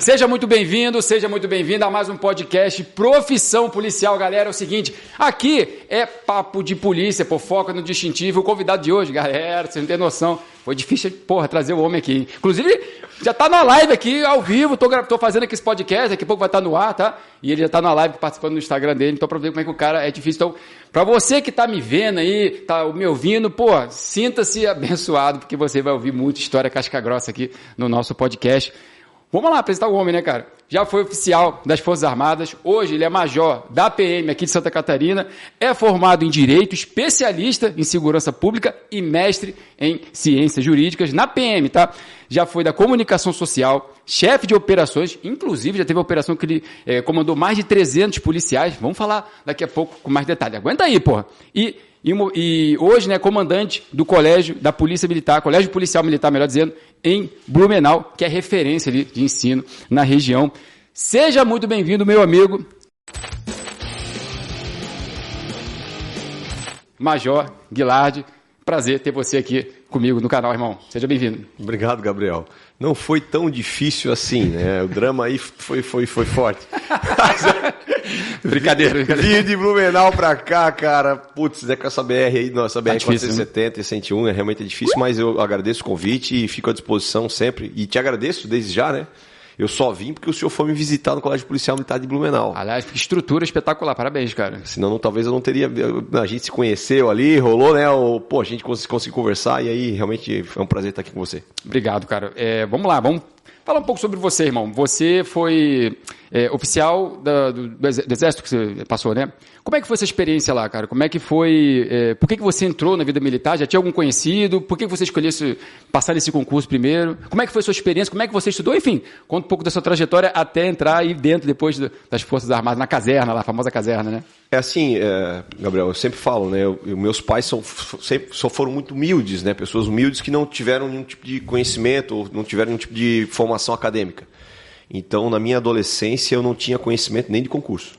Seja muito bem-vindo a mais um podcast Profissão Policial. Galera, é o seguinte, aqui é papo de polícia, foca no distintivo. O convidado de hoje, galera, vocês não tem noção, foi difícil, trazer o homem aqui. Inclusive, já tá na live aqui, ao vivo, tô fazendo aqui esse podcast, daqui a pouco vai estar no ar, tá? E ele já tá na live participando no Instagram dele, então pra ver como é que o cara é difícil. Então, pra você que tá me vendo aí, tá me ouvindo, sinta-se abençoado, porque você vai ouvir muita história casca grossa aqui no nosso podcast. Vamos lá apresentar o homem, né, cara? Já foi oficial das Forças Armadas, hoje ele é major da PM aqui de Santa Catarina, é formado em Direito, especialista em Segurança Pública e mestre em Ciências Jurídicas na PM, tá? Já foi da Comunicação Social, chefe de operações, inclusive já teve a operação que ele comandou mais de 300 policiais, vamos falar daqui a pouco com mais detalhe. Aguenta aí, E hoje, né, comandante do Colégio da Polícia Militar, Colégio Policial Militar, melhor dizendo, em Blumenau, que é referência ali de ensino na região. Seja muito bem-vindo, meu amigo Major Guilherme. Prazer ter você aqui comigo no canal, irmão. Seja bem-vindo. Obrigado, Gabriel. Não foi tão difícil assim, né? O drama aí foi forte. Brincadeira. Vir de Blumenau pra cá, cara, com essa BR aí, nossa BR 470 e 101 é realmente difícil, mas eu agradeço o convite e fico à disposição sempre. E te agradeço desde já, né? Eu só vim porque o senhor foi me visitar no Colégio Policial Militar de Blumenau. Aliás, que estrutura espetacular, parabéns, cara. Senão, talvez eu não teria... A gente se conheceu ali, rolou, né? A gente conseguiu conversar e aí realmente foi um prazer estar aqui com você. Obrigado, cara. Vamos lá, vamos falar um pouco sobre você, irmão. Você foi oficial do Exército que você passou, né? Como é que foi essa experiência lá, cara? Como é que foi... por que você entrou na vida militar? Já tinha algum conhecido? Por que você escolheu passar nesse concurso primeiro? Como é que foi a sua experiência? Como é que você estudou? Enfim, conta um pouco da sua trajetória até entrar aí dentro, depois das Forças Armadas, na caserna lá, a famosa caserna, né? É assim, Gabriel, eu sempre falo, né? Meus pais só foram muito humildes, né? Pessoas humildes que não tiveram nenhum tipo de conhecimento, ou não tiveram nenhum tipo de formação acadêmica. Então, na minha adolescência, eu não tinha conhecimento nem de concurso.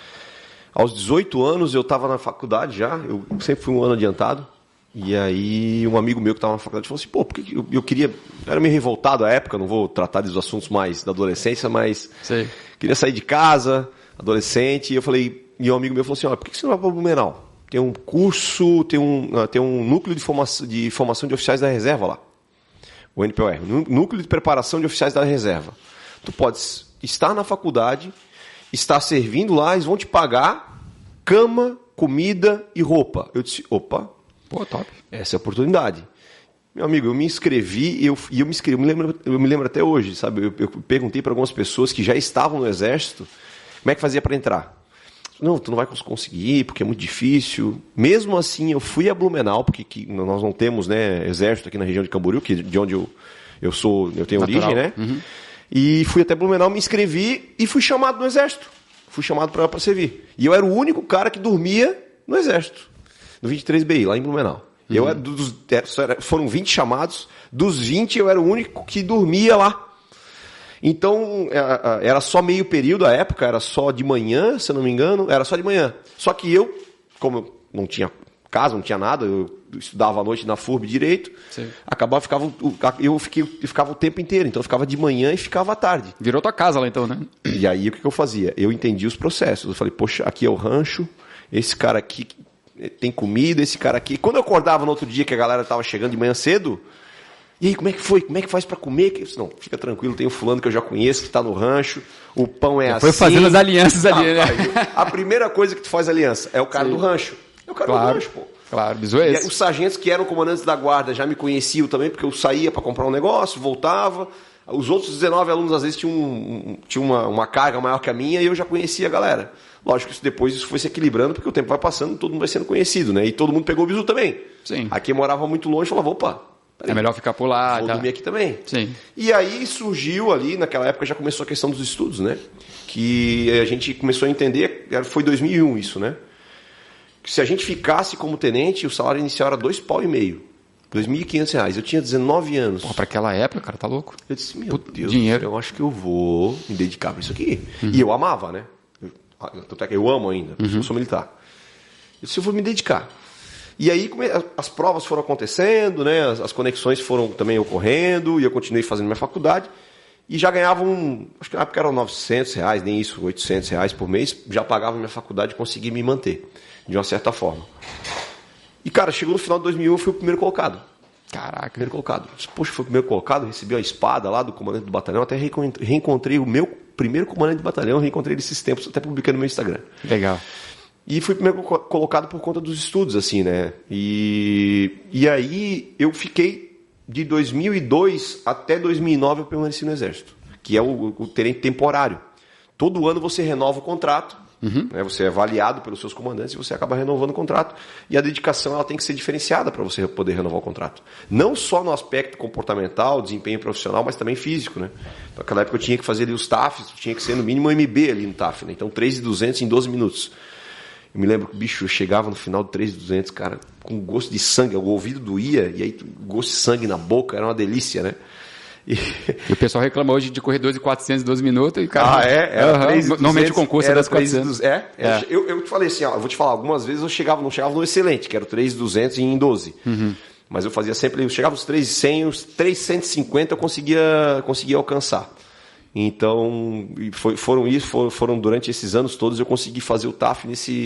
Aos 18 anos, eu estava na faculdade já, eu sempre fui um ano adiantado, e aí um amigo meu que estava na faculdade falou assim, por que eu queria... Eu era meio revoltado à época, não vou tratar dos assuntos mais da adolescência, mas queria sair de casa, adolescente, e eu falei... E um amigo meu falou assim, por que você não vai para o Blumenau? Tem um curso, tem um núcleo de formação de oficiais da reserva lá. O NPOR, Núcleo de Preparação de Oficiais da Reserva. Tu podes estar na faculdade, estar servindo lá, eles vão te pagar cama, comida e roupa. Eu disse, opa, top. Essa é a oportunidade. Meu amigo, eu me inscrevi, eu me lembro até hoje, sabe? Eu perguntei para algumas pessoas que já estavam no Exército, como é que fazia para entrar? Não, tu não vai conseguir, porque é muito difícil. Mesmo assim, eu fui a Blumenau, porque nós não temos, né, Exército aqui na região de Camboriú, de onde eu tenho origem, né? Uhum. E fui até Blumenau, me inscrevi e fui chamado no Exército. Fui chamado para servir. E eu era o único cara que dormia no Exército, no 23BI, lá em Blumenau. Uhum. Foram 20 chamados, dos 20 eu era o único que dormia lá. Então, era só meio período à época, era só de manhã, se eu não me engano, era só de manhã. Só que eu, como eu não tinha casa, não tinha nada, eu estudava à noite na FURB direito, eu ficava o tempo inteiro, então eu ficava de manhã e ficava à tarde. Virou tua casa lá então, né? E aí o que eu fazia? Eu entendi os processos, eu falei, poxa, aqui é o rancho, esse cara aqui tem comida, esse cara aqui... Quando eu acordava no outro dia que a galera estava chegando de manhã cedo... E aí, como é que foi? Como é que faz pra comer? Eu disse, não, fica tranquilo, tem o fulano que eu já conheço, que tá no rancho, o pão é assim. Foi fazendo as alianças ali, né? A primeira coisa que tu faz aliança é o cara do rancho. É o cara do rancho, pô. Claro, bisu é esse. Os sargentos que eram comandantes da guarda já me conheciam também, porque eu saía para comprar um negócio, voltava. Os outros 19 alunos, às vezes, tinham uma carga maior que a minha e eu já conhecia a galera. Lógico que depois isso foi se equilibrando, porque o tempo vai passando e todo mundo vai sendo conhecido, né? E todo mundo pegou o bisu também. Sim. Aqui morava muito longe, falava, opa... É melhor ficar por lá. Vou dormir aqui também. Sim. E aí surgiu ali, naquela época já começou a questão dos estudos, né? Que a gente começou a entender, foi 2001 isso, né? Que se a gente ficasse como tenente, o salário inicial era R$2,5 pau. R$2.500. Eu tinha 19 anos. Para aquela época, cara, tá louco. Eu disse, meu Deus, dinheiro. Eu acho que eu vou me dedicar para isso aqui. Uhum. E eu amava, né? Tanto é que eu amo ainda, eu sou militar. Eu disse, eu vou me dedicar. E aí as provas foram acontecendo, né? As conexões foram também ocorrendo, e eu continuei fazendo minha faculdade. E já ganhavam, acho que na época eram R$900, nem isso, R$800 por mês. Já pagava minha faculdade e consegui me manter, de uma certa forma. E, cara, chegou no final de 2001, eu fui o primeiro colocado. Caraca. Primeiro colocado. Poxa, foi o primeiro colocado, recebi a espada lá do comandante do batalhão, até reencontrei o meu primeiro comandante do batalhão, reencontrei ele esses tempos, até publiquei no meu Instagram. Legal. E fui primeiro colocado por conta dos estudos, assim, né? E aí eu fiquei de 2002 até 2009 eu permaneci no Exército, que é o tenente temporário. Todo ano você renova o contrato, né? Você é avaliado pelos seus comandantes e você acaba renovando o contrato. E a dedicação ela tem que ser diferenciada para você poder renovar o contrato. Não só no aspecto comportamental, desempenho profissional, mas também físico, né? Então, naquela época eu tinha que fazer ali os TAFs, tinha que ser no mínimo um MB ali no TAF, né? Então 3.200 em 12 minutos. Eu me lembro que, bicho, eu chegava no final de 3.200, cara, com gosto de sangue, o ouvido doía, e aí gosto de sangue na boca, era uma delícia, né? E o pessoal reclama hoje de correr 2.400 em 12 minutos e, cara... Era 3.200. Normalmente o concurso é 2.400. Eu te falei assim, ó, eu vou te falar, algumas vezes eu não chegava no excelente, que era o 3.200 em 12. Mas eu fazia sempre, eu chegava nos 3.100, os 3.150 eu conseguia alcançar. Então, foram durante esses anos todos eu consegui fazer o TAF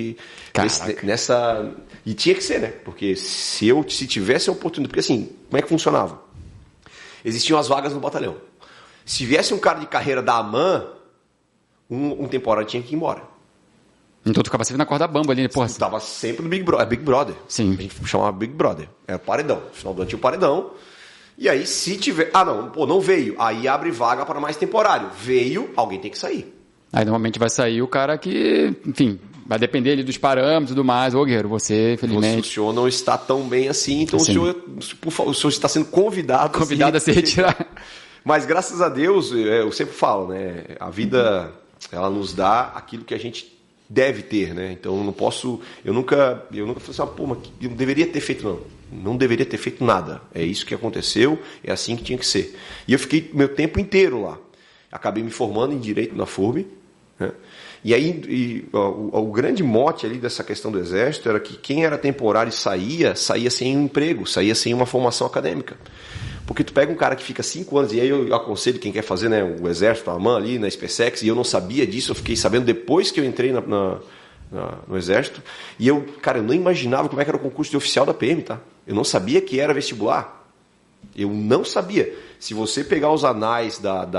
nessa... E tinha que ser, né? Porque se tivesse a oportunidade... Porque assim, como é que funcionava? Existiam as vagas no batalhão. Se viesse um cara de carreira da AMAN, um temporário tinha que ir embora. Então tu ficava sempre na corda bamba ali, né? Porra. Estava sempre no Big Brother. Big Brother. Sim. A gente chamava Big Brother. Era paredão. No final do ano tinha o paredão. E aí, se tiver... não veio. Aí abre vaga para mais temporário. Veio, alguém tem que sair. Aí normalmente vai sair o cara que, enfim, vai depender ali dos parâmetros e tudo mais. Ô, guerreiro, você, felizmente... O senhor não está tão bem assim, então o senhor está sendo convidado a se retirar. Mas graças a Deus, eu sempre falo, né? A vida, ela nos dá aquilo que a gente deve ter, né? Então eu nunca falei assim, pô, mas eu não deveria ter feito, não. Não deveria ter feito nada. É isso que aconteceu, é assim que tinha que ser. E eu fiquei meu tempo inteiro lá. Acabei me formando em Direito na FURB, né? E aí o grande mote ali dessa questão do Exército era que quem era temporário e saía sem um emprego, saía sem uma formação acadêmica. Porque tu pega um cara que fica 5 anos, e aí eu aconselho quem quer fazer, né, o Exército, a AMAN ali na SpaceX, e eu não sabia disso, eu fiquei sabendo depois que eu entrei no Exército, e eu não imaginava como é que era o concurso de oficial da PM, tá? Eu não sabia que era vestibular. Eu não sabia. Se você pegar os anais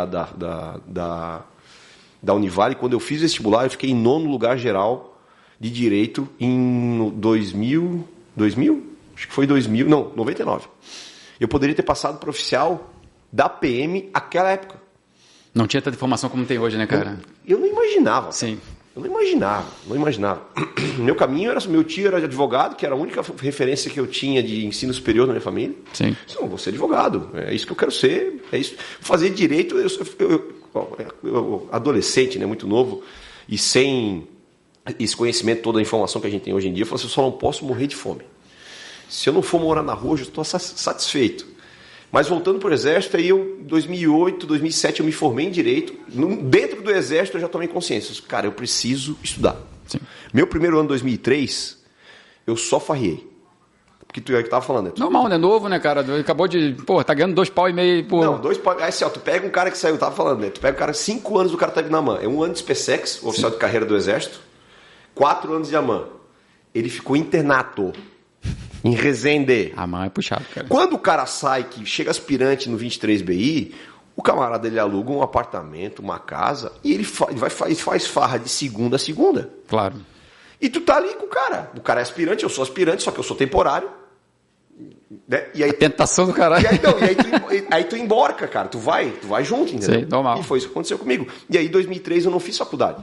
da Univale, quando eu fiz vestibular, eu fiquei em 9º lugar geral de Direito em 2000? Acho que foi 2000, não, 99. Eu poderia ter passado para oficial da PM naquela época. Não tinha tanta informação como tem hoje, né, cara? Eu não imaginava. Sim. Eu não imaginava. Meu caminho era... Meu tio era advogado, que era a única referência que eu tinha de ensino superior na minha família. Sim. Não, vou ser advogado. É isso que eu quero ser. É isso. Fazer direito... Eu adolescente, né, muito novo, e sem esse conhecimento, toda a informação que a gente tem hoje em dia, eu falo assim, eu só não posso morrer de fome. Se eu não for morar na rua, eu estou satisfeito. Mas voltando para o Exército, aí em 2008, 2007 eu me formei em Direito. Dentro do Exército eu já tomei consciência. Cara, eu preciso estudar. Sim. Meu primeiro ano, 2003, eu só farriei. Porque tu estava falando, né? Normal, né? Novo, né, cara? Acabou de... Pô, tá ganhando 2,5 pau. Pô. Não, 2 pau. Aí assim, ó, tu pega um cara que saiu, eu tava falando, né? Tu pega um cara, 5 anos o cara teve na AMAN. É 1 ano de SpaceX, oficial de carreira do Exército. 4 anos de AMAN. Ele ficou internato. Em Resende. A mão é puxado, cara. Quando o cara sai, que chega aspirante no 23BI, o camarada ele aluga um apartamento, uma casa, e ele faz farra de segunda a segunda. Claro. E tu tá ali com o cara. O cara é aspirante, eu sou aspirante, só que eu sou temporário. Né? E aí, a tentação do caralho. Aí tu emborca, cara. Tu vai junto, entendeu? Sim, normal. E foi isso que aconteceu comigo. E aí, em 2003, eu não fiz faculdade.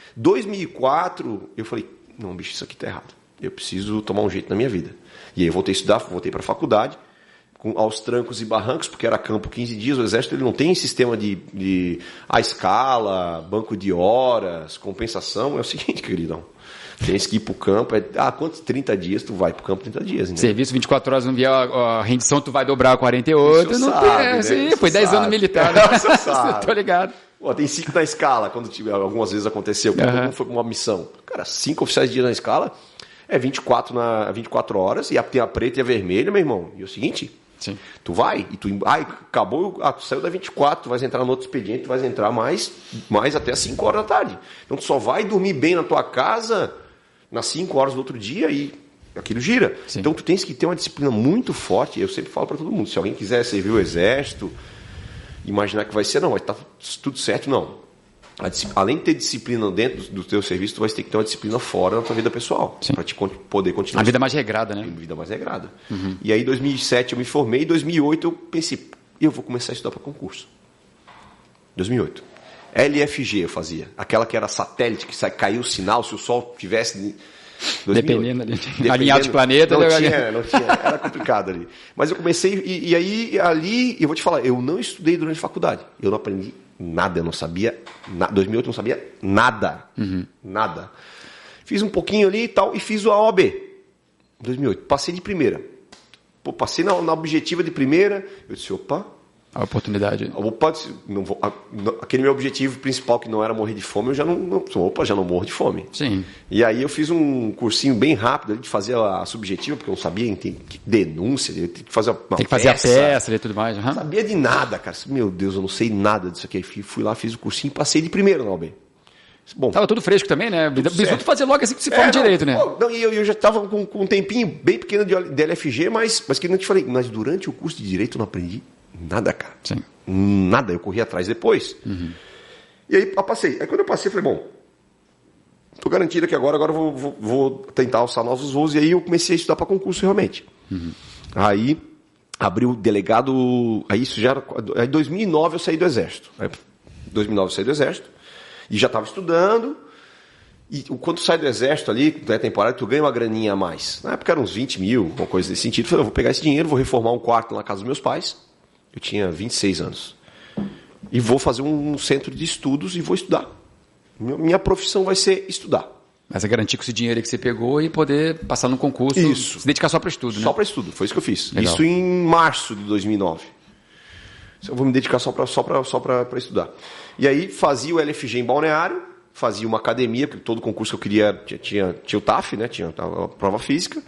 2004, eu falei, não, bicho, isso aqui tá errado. Eu preciso tomar um jeito na minha vida. E aí eu voltei a estudar, voltei para a faculdade, aos trancos e barrancos, porque era campo 15 dias, o Exército ele não tem sistema de escala, banco de horas, compensação. É o seguinte, queridão, tens que ir para o campo, quantos 30 dias tu vai para o campo 30 dias? Entendeu? Serviço 24 horas, não vier a rendição, tu vai dobrar 48. Isso não sabe, tem, né? Sim, Isso foi 10 anos militar. Né? Você sabe. Tô ligado. Pô, tem 5 na escala, quando algumas vezes aconteceu, quando foi para uma missão. Cara, 5 oficiais de dia na escala... É 24 horas, e tem a preta e a vermelha, meu irmão. E é o seguinte, Sim. Tu vai e tu acabou, tu saiu da 24, tu vai entrar no outro expediente, tu vai entrar mais até as 5 horas da tarde. Então tu só vai dormir bem na tua casa nas 5 horas do outro dia e aquilo gira. Sim. Então tu tens que ter uma disciplina muito forte. Eu sempre falo para todo mundo, se alguém quiser servir o exército, imaginar que vai ser, não, vai estar tudo certo, não. Além de ter disciplina dentro do teu serviço, tu vai ter que ter uma disciplina fora da tua vida pessoal, para te poder continuar. A vida mais regrada, né? A vida mais regrada. E aí, em 2007 eu me formei, em 2008 eu pensei, eu vou começar a estudar para concurso. 2008. LFG eu fazia, aquela que era satélite, que caiu o sinal, se o sol tivesse... 2008. Dependendo, alinhado de planeta. Não tinha, era complicado ali. Mas eu comecei, e aí, ali, eu vou te falar, eu não estudei durante a faculdade, eu não aprendi nada, eu não sabia, 2008 eu não sabia nada, nada. Fiz um pouquinho ali e tal, e fiz o AOB, em 2008, passei de primeira. Passei na objetiva de primeira, eu disse, opa... A oportunidade. Opa, não vou, aquele meu objetivo principal, que não era morrer de fome, eu já não morro de fome. Sim. E aí eu fiz um cursinho bem rápido ali de fazer a subjetiva, porque eu não sabia denúncia, eu tinha que fazer uma Tem que fazer peça, a peça e tudo mais. Uhum. Não sabia de nada, cara. Meu Deus, eu não sei nada disso aqui. Fui lá, fiz o cursinho e passei de primeiro na UB. Bom, tava tudo fresco também, né? Bisu fazer logo assim que se forma direito, né? E eu já tava com um tempinho bem pequeno de LFG, mas que não te falei, mas durante o curso de direito eu não aprendi nada, cara. Sim. Nada, eu corri atrás depois. E aí eu passei. Aí quando eu passei, eu falei, bom, tô garantido que agora eu vou tentar alçar novos voos. E aí eu comecei a estudar para concurso realmente. Aí abri o delegado, aí isso já era, aí em 2009 eu saí do Exército. Aí, 2009 eu saí do Exército e já estava estudando. E quando tu sai do Exército ali, na temporada, tu ganha uma graninha a mais. Na época eram uns 20 mil, uma coisa desse sentido. Eu falei, eu vou pegar esse dinheiro, vou reformar um quarto na casa dos meus pais. Eu tinha 26 anos. E vou fazer um centro de estudos e vou estudar. Minha profissão vai ser estudar. Mas é garantir com esse dinheiro que você pegou e poder passar no concurso. Isso. Se dedicar só para estudo, né? Só para estudo, foi isso que eu fiz. Legal. Isso em março de 2009. Eu vou me dedicar só para estudar. E aí fazia o LFG em Balneário, fazia uma academia, porque todo concurso que eu queria tinha o TAF, né? Tinha a prova física.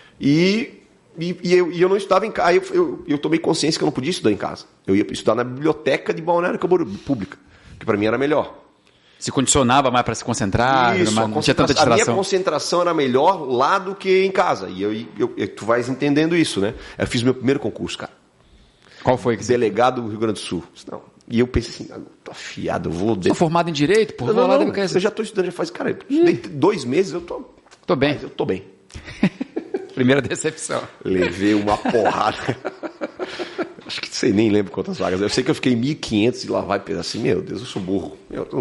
E eu não estudava em casa. Aí eu tomei consciência que eu não podia estudar em casa. Eu ia estudar na biblioteca de Balneário Camboriú, pública, que para mim era melhor. Se condicionava mais para se concentrar, Isso, não tinha tanta distração. A minha concentração era melhor lá do que em casa. E tu vais entendendo isso, né? Eu fiz meu primeiro concurso, cara. Qual foi? Delegado do Rio Grande do Sul. Não. E eu pensei assim, tô afiado, eu vou... Sou formado em Direito? Pô, vou lá eu já estou estudando, já faz... Cara, eu estudei 2 meses, eu tô bem. Mas eu tô bem. Primeira decepção. Levei uma porrada. Acho que você nem lembra quantas vagas. Eu sei que eu fiquei 1.500 e lá vai pensar assim, meu Deus, eu sou burro.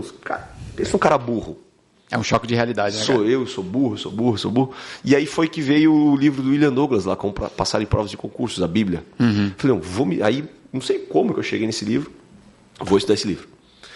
Pensa um cara burro. É um choque de realidade, né? Sou burro. E aí foi que veio o livro do William Douglas, lá, como passar em provas de concursos, a Bíblia. Falei, aí, não sei como que eu cheguei nesse livro, vou estudar esse livro.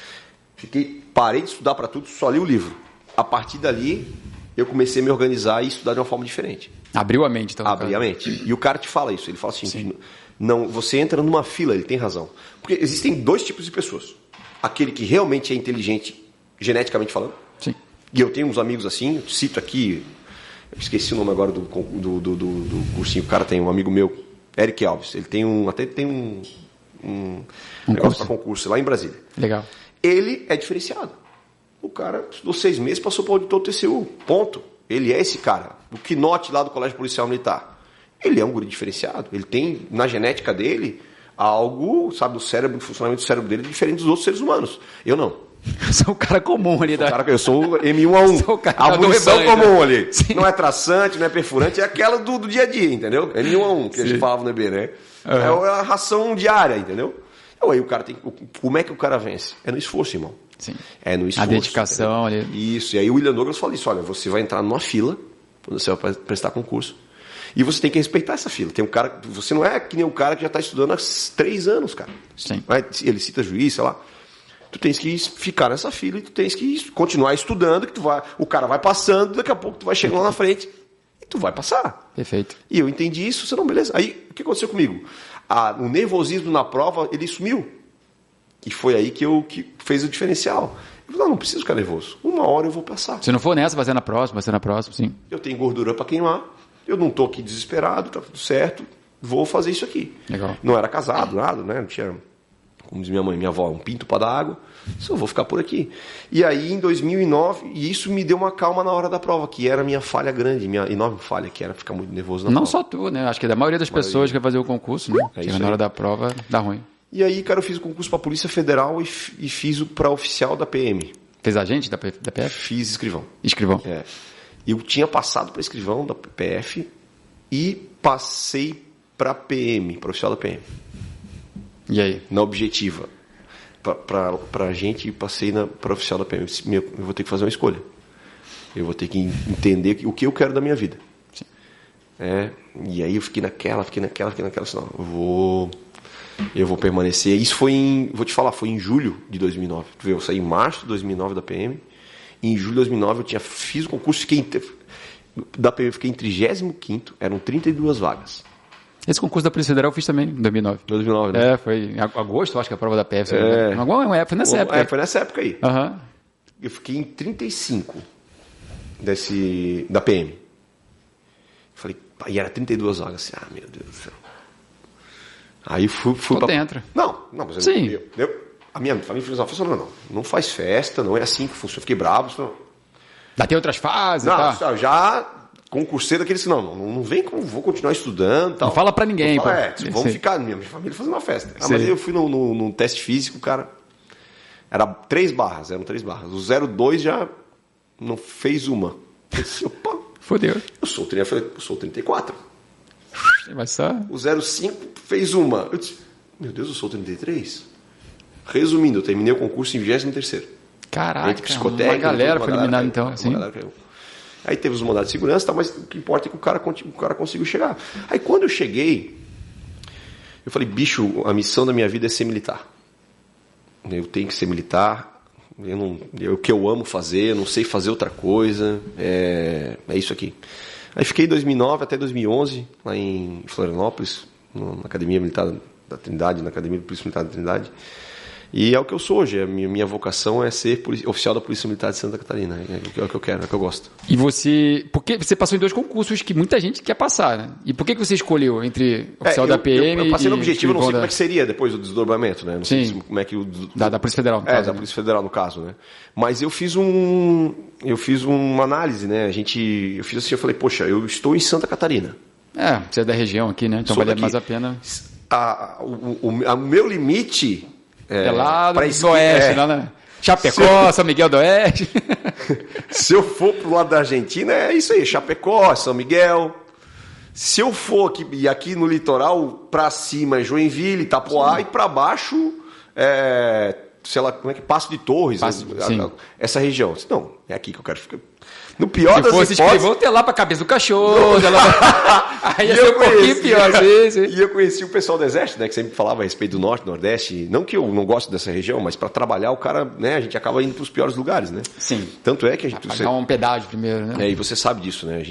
Parei de estudar para tudo, só li o livro. A partir dali, eu comecei a me organizar e estudar de uma forma diferente. Abriu a mente, então. Abri a mente. E o cara te fala isso, ele fala assim, não, você entra numa fila, ele tem razão. Porque existem 2 tipos de pessoas. Aquele que realmente é inteligente, geneticamente falando. Sim. E eu tenho uns amigos assim, eu cito aqui, eu esqueci o nome agora do cursinho, o cara tem um amigo meu, Eric Alves, ele tem um negócio para concurso lá em Brasília. Legal. Ele é diferenciado. O cara estudou 6 meses, passou para o auditor do TCU, ponto. Ele é esse cara. O Quinote lá do Colégio Policial Militar. Ele é um guri diferenciado. Ele tem, na genética dele, algo, sabe, o funcionamento do cérebro dele é diferente dos outros seres humanos. Eu não. Eu sou um cara comum ali. Eu sou M1A1. A munição comum ali. Sim. Não é traçante, não é perfurante, é aquela do dia a dia, entendeu? M1A1, que a gente falava no EB, né? É a ração diária, entendeu? Aí o cara tem... Como é que o cara vence? É no esforço, irmão. Sim. É no esforço. A dedicação ali. Isso. E aí o William Douglas fala isso, olha, você vai entrar numa fila, quando você vai prestar concurso, e você tem que respeitar essa fila. Tem um cara... Você não é que nem um cara que já está estudando há 3 anos, cara. Sim. Ele cita juiz, sei lá. Tu tens que ficar nessa fila e tu tens que continuar estudando, que o cara vai passando, daqui a pouco tu vai chegar lá na frente e tu vai passar. Perfeito. E eu entendi isso, você não, beleza. Aí, o que aconteceu comigo? O nervosismo na prova, ele sumiu. E foi aí que fez o diferencial. Eu falei, não preciso ficar nervoso. 1 hora eu vou passar. Se não for nessa, vai ser na próxima, sim. Eu tenho gordura para queimar, eu não estou aqui desesperado, tá tudo certo. vou fazer isso aqui. Legal. Não era casado, nada, né? Não tinha, como diz minha mãe, minha avó, um pinto para dar água. Só vou ficar por aqui. E aí, em 2009, e isso me deu uma calma na hora da prova, que era a minha falha grande, minha enorme falha, que era ficar muito nervoso na prova. Não só tu, né? Acho que da maioria das pessoas que vai fazer o concurso, né? Chega na hora da prova, dá ruim. E aí, cara, eu fiz o concurso para a Polícia Federal e fiz o para oficial da PM. Fez agente da PF? Fiz escrivão. Escrivão. É. Eu tinha passado para escrivão da PF e passei para PM, para oficial da PM. E aí? Na objetiva. Para a gente, passei para oficial da PM. Eu vou ter que fazer uma escolha. Eu vou ter que entender o que eu quero da minha vida. Sim. E aí eu fiquei naquela, assim, não, eu vou permanecer. Isso vou te falar, foi em julho de 2009. Eu saí em março de 2009 da PM. E em julho de 2009 fiz o concurso, da PM fiquei em 35º, eram 32 vagas. Esse concurso da Polícia Federal eu fiz também em 2009. 2009, né? Foi em agosto, acho que a prova da PF. Foi nessa época. Foi nessa época aí. Uhum. Eu fiquei em 35 da PM. Falei, e era 32 vagas. Assim, meu Deus do céu. Aí fui pra dentro. Não, mas sim. A minha família falou, não faz festa, não é assim que funciona. Eu fiquei bravo. Ainda tem outras fases, tá? Já concurseiro daqueles, não vem como vou continuar estudando, tal. Não fala pra ninguém, pô. Vamos ficar, minha família fazendo uma festa. Mas aí eu fui no teste físico, cara, eram 3 barras. O 02 já não fez uma. Eu disse, opa, fodeu. Eu sou o 34. Mas só... O 05 fez uma. Eu disse, meu Deus, eu sou o 33? Resumindo, eu terminei o concurso em 23º. Caraca, uma galera foi eliminada então. Assim. Aí teve os mandados de segurança, tá, mas o que importa é que o cara conseguiu chegar. Aí quando eu cheguei, eu falei, bicho, a missão da minha vida é ser militar. Eu tenho que ser militar, o que eu amo fazer, eu não sei fazer outra coisa, é isso aqui. Aí fiquei em 2009 até 2011, lá em Florianópolis, na Academia Militar da Trindade, na Academia de Polícia Militar da Trindade. E é o que eu sou hoje. A minha vocação é ser oficial da Polícia Militar de Santa Catarina. É o que eu quero, é o que eu gosto. E você... Porque você passou em 2 concursos que muita gente quer passar, né? E por que você escolheu entre oficial da PM eu passei no objetivo, eu não sei como é que seria depois do desdobramento, né? Não sei como é que da Polícia Federal, no caso. Da Polícia Federal, no caso, né? Mas eu fiz uma análise, né? Eu fiz assim, eu falei, poxa, eu estou em Santa Catarina. Você é da região aqui, né? Então vale mais a pena. O meu limite... É lá do oeste, lá na Chapecó, São Miguel do Oeste. Se eu for pro lado da Argentina, é isso aí, Chapecó, São Miguel. Se eu for aqui no litoral, para cima é Joinville, Itapoá, e para baixo sei lá, como é que Passo de Torres, essa região. Não, é aqui que eu quero ficar. No pior das hipóteses... Se fosse escrivão, ter lá pra cabeça do cachorro. Aí ia ser um pouquinho pior. E eu conheci o pessoal do Exército, né, que sempre falava a respeito do Norte, Nordeste. Não que eu não gosto dessa região, mas para trabalhar o cara, né, a gente acaba indo para os piores lugares, né? Sim. Tanto é que a gente... Pagar um pedágio primeiro, né? E você sabe disso, né?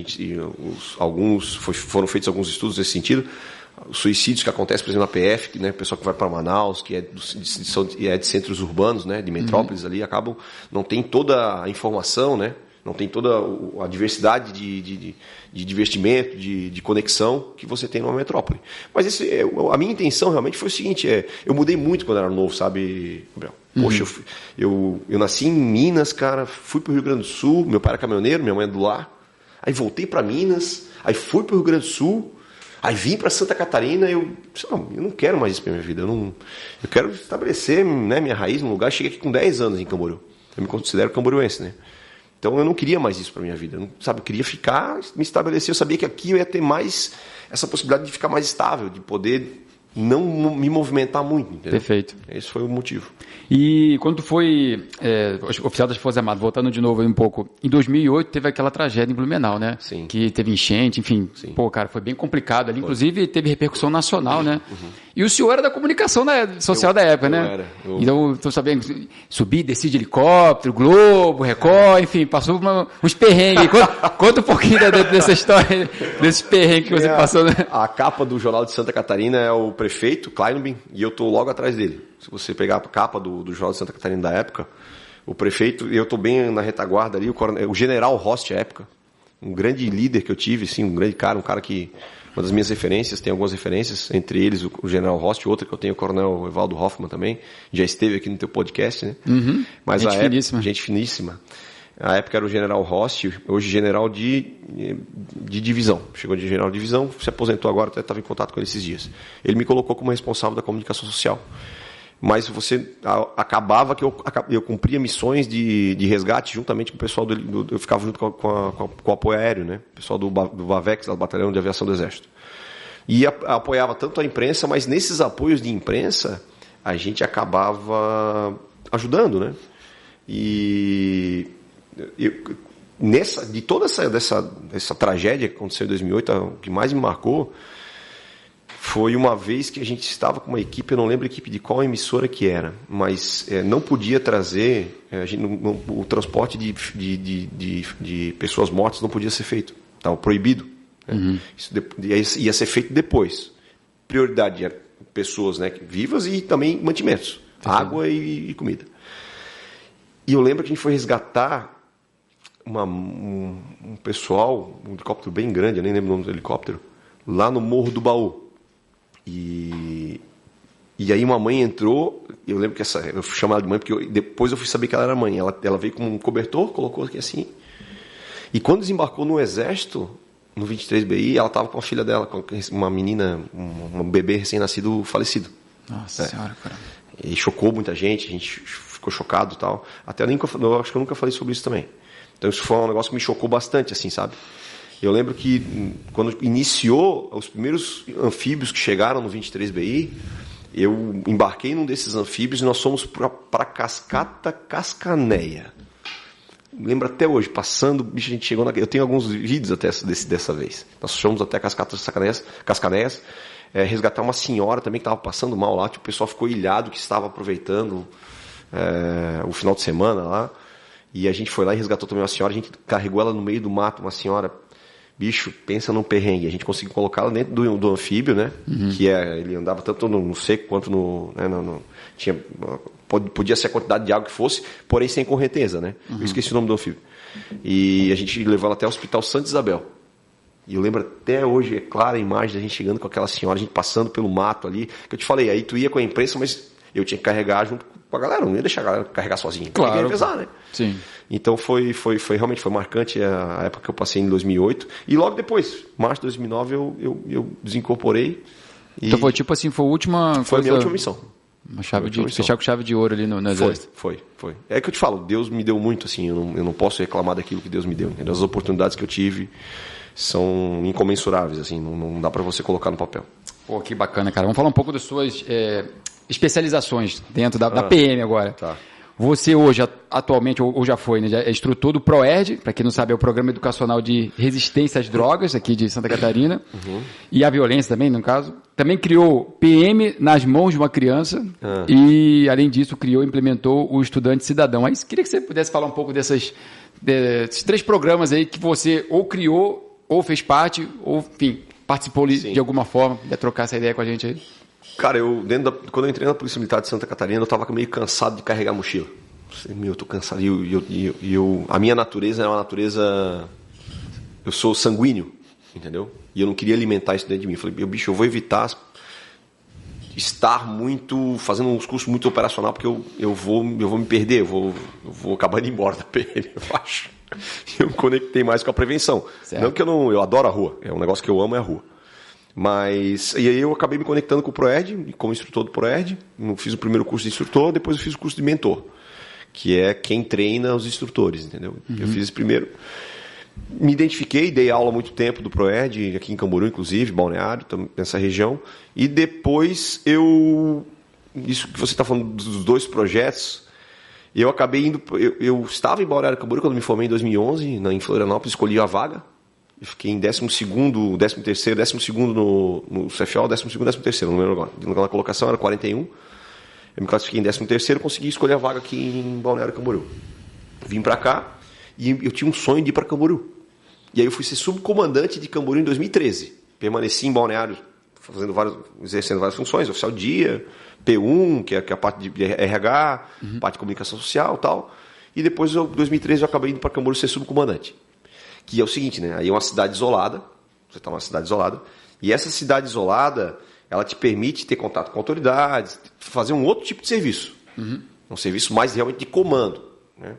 Foram feitos alguns estudos nesse sentido. Os suicídios que acontecem, por exemplo, na PF, né, o pessoal que vai para Manaus, que é de centros urbanos, né, de metrópoles ali, não tem toda a informação, né? Não tem toda a diversidade de investimento, de conexão que você tem numa metrópole. Mas a minha intenção realmente foi o seguinte, eu mudei muito quando era novo, sabe, Gabriel? Poxa, eu nasci em Minas, cara, fui para o Rio Grande do Sul, meu pai era caminhoneiro, minha mãe é do lar, aí voltei para Minas, aí fui para o Rio Grande do Sul, aí vim para Santa Catarina, eu não quero mais isso para minha vida, eu quero estabelecer, né, minha raiz num lugar. Cheguei aqui com 10 anos em Camboriú, eu me considero camboriuense, né? Então eu não queria mais isso para minha vida, eu queria ficar, me estabelecer. Eu sabia que aqui eu ia ter mais essa possibilidade de ficar mais estável, de poder não me movimentar muito, entendeu? Perfeito. Esse foi o motivo. E quando tu foi oficial das Forças Armadas, voltando de novo aí um pouco, em 2008 teve aquela tragédia em Blumenau, né? Sim. Que teve enchente, enfim. Sim. Pô, cara, foi bem complicado ali. Inclusive teve repercussão nacional, né? E o senhor era da comunicação social da época, né? Então, tô sabendo, subir, descer de helicóptero, Globo, Record, enfim, passou uns perrengues. Conta um pouquinho dessa história, desses perrengues que você passou, né? A capa do Jornal de Santa Catarina é o prefeito, Kleinobin, e eu tô logo atrás dele. Se você pegar a capa do Jornal de Santa Catarina da época, o prefeito, eu estou bem na retaguarda ali, o general Rost, à época, um grande líder que eu tive, assim, um grande cara, um cara que... Uma das minhas referências, tem algumas referências, entre eles o General Rost, outra que eu tenho, o Coronel Evaldo Hoffmann também, já esteve aqui no teu podcast, né? Mas gente finíssima. Gente finíssima. A época era o General Rost, hoje general de divisão. Chegou de general de divisão, se aposentou agora, até estava em contato com ele esses dias. Ele me colocou como responsável da comunicação social. Mas acabava que eu cumpria missões de resgate juntamente com o pessoal eu ficava junto com o apoio aéreo, né? O pessoal do BAVEX, do Batalhão de Aviação do Exército. E apoiava tanto a imprensa, mas nesses apoios de imprensa, a gente acabava ajudando, né? E de toda essa tragédia que aconteceu em 2008, o que mais me marcou foi uma vez que a gente estava com uma equipe, eu não lembro a equipe de qual emissora que era, mas não podia trazer, o transporte de pessoas mortas não podia ser feito, estava proibido. Né? Isso ia ser feito depois. Prioridade era pessoas, né, vivas e também mantimentos, água e comida. E eu lembro que a gente foi resgatar um pessoal, um helicóptero bem grande, eu nem lembro o nome do helicóptero, lá no Morro do Baú. E aí uma mãe entrou, eu lembro que eu chamo ela de mãe porque depois eu fui saber que ela era mãe. Ela veio com um cobertor, colocou aqui assim. E quando desembarcou no Exército, no 23BI, ela estava com a filha dela, com uma menina, um bebê recém-nascido falecido. Nossa Senhora, cara. E chocou muita gente, a gente ficou chocado e tal. Até eu acho que eu nunca falei sobre isso também. Então isso foi um negócio que me chocou bastante, assim, sabe? Eu lembro que quando iniciou os primeiros anfíbios que chegaram no 23BI, eu embarquei num desses anfíbios e nós fomos para Cascata Cascanéia. Lembro até hoje, passando, bicho, a gente chegou eu tenho alguns vídeos até dessa vez. Nós fomos até Cascata Cascanéias, resgatar uma senhora também que estava passando mal lá, tipo, o pessoal ficou ilhado que estava aproveitando o final de semana lá. E a gente foi lá e resgatou também uma senhora, a gente carregou ela no meio do mato, uma senhora... Bicho, pensa num perrengue. A gente conseguiu colocá-la dentro do anfíbio, né? Que ele andava tanto no seco quanto podia ser a quantidade de água que fosse, porém sem correnteza, né? Eu esqueci o nome do anfíbio. E a gente levou ela até o Hospital Santa Isabel. E eu lembro até hoje, é clara a imagem da gente chegando com aquela senhora, a gente passando pelo mato ali. Que eu te falei, aí tu ia com a imprensa, mas eu tinha que carregar junto com a galera. Não ia deixar a galera carregar sozinha. Claro. Ia pesar, né? Sim. Então realmente foi marcante a época que eu passei em 2008. E logo depois, março de 2009, eu desincorporei. Então foi tipo assim, foi a última Foi a minha última missão. Uma chave fechar com chave de ouro ali no Exército. Foi. É que eu te falo, Deus me deu muito, assim, eu não posso reclamar daquilo que Deus me deu. Entendeu? As oportunidades que eu tive são incomensuráveis, assim, não dá para você colocar no papel. Pô, que bacana, cara. Vamos falar um pouco das suas especializações dentro da PM agora. Tá. Você hoje, atualmente, ou já foi, né, é instrutor do PROERD, para quem não sabe, é o Programa Educacional de Resistência às Drogas, aqui de Santa Catarina, e à violência também, no caso. Também criou PM nas mãos de uma criança e, além disso, criou e implementou o Estudante Cidadão. Aí, queria que você pudesse falar um pouco desses 3 programas aí que você ou criou, ou fez parte, ou, enfim, participou de alguma forma. Quer trocar essa ideia com a gente aí? Cara, quando eu entrei na Polícia Militar de Santa Catarina, eu estava meio cansado de carregar a mochila. Eu tô cansado. A minha natureza é uma natureza... Eu sou sanguíneo, entendeu? E eu não queria alimentar isso dentro de mim. Eu falei, bicho, eu vou evitar estar fazendo uns cursos muito operacional, porque eu vou me perder, eu vou acabar indo embora da PM, eu acho. Eu me conectei mais com a prevenção. Certo. Não que eu adoro a rua, é um negócio que eu amo, é a rua. E aí eu acabei me conectando com o PROERD, como instrutor do PROERD. Fiz o primeiro curso de instrutor, depois eu fiz o curso de mentor, que é quem treina os instrutores, entendeu? Eu fiz esse primeiro. Me identifiquei, dei aula há muito tempo do PROERD, aqui em Camboriú, inclusive, Balneário, nessa região. E depois isso que você está falando dos 2 projetos, eu acabei indo... Eu estava em Balneário Camboriú quando me formei em 2011, em Florianópolis, escolhi a vaga. Eu fiquei em 12º no CFO, 12º, 13º, não lembro agora. Na colocação era 41. Eu me classifiquei em 13º, consegui escolher a vaga aqui em Balneário Camboriú. Vim pra cá e eu tinha um sonho de ir pra Camboriú. E aí eu fui ser subcomandante de Camboriú em 2013. Permaneci em Balneário, exercendo várias funções, oficial dia, P1, que é a parte de RH, parte de comunicação social e tal. E depois, em 2013, eu acabei indo pra Camboriú ser subcomandante. Que é o seguinte, né? Aí é uma cidade isolada, você está numa cidade isolada, e essa cidade isolada, ela te permite ter contato com autoridades, fazer um outro tipo de serviço. Um serviço mais realmente de comando, né?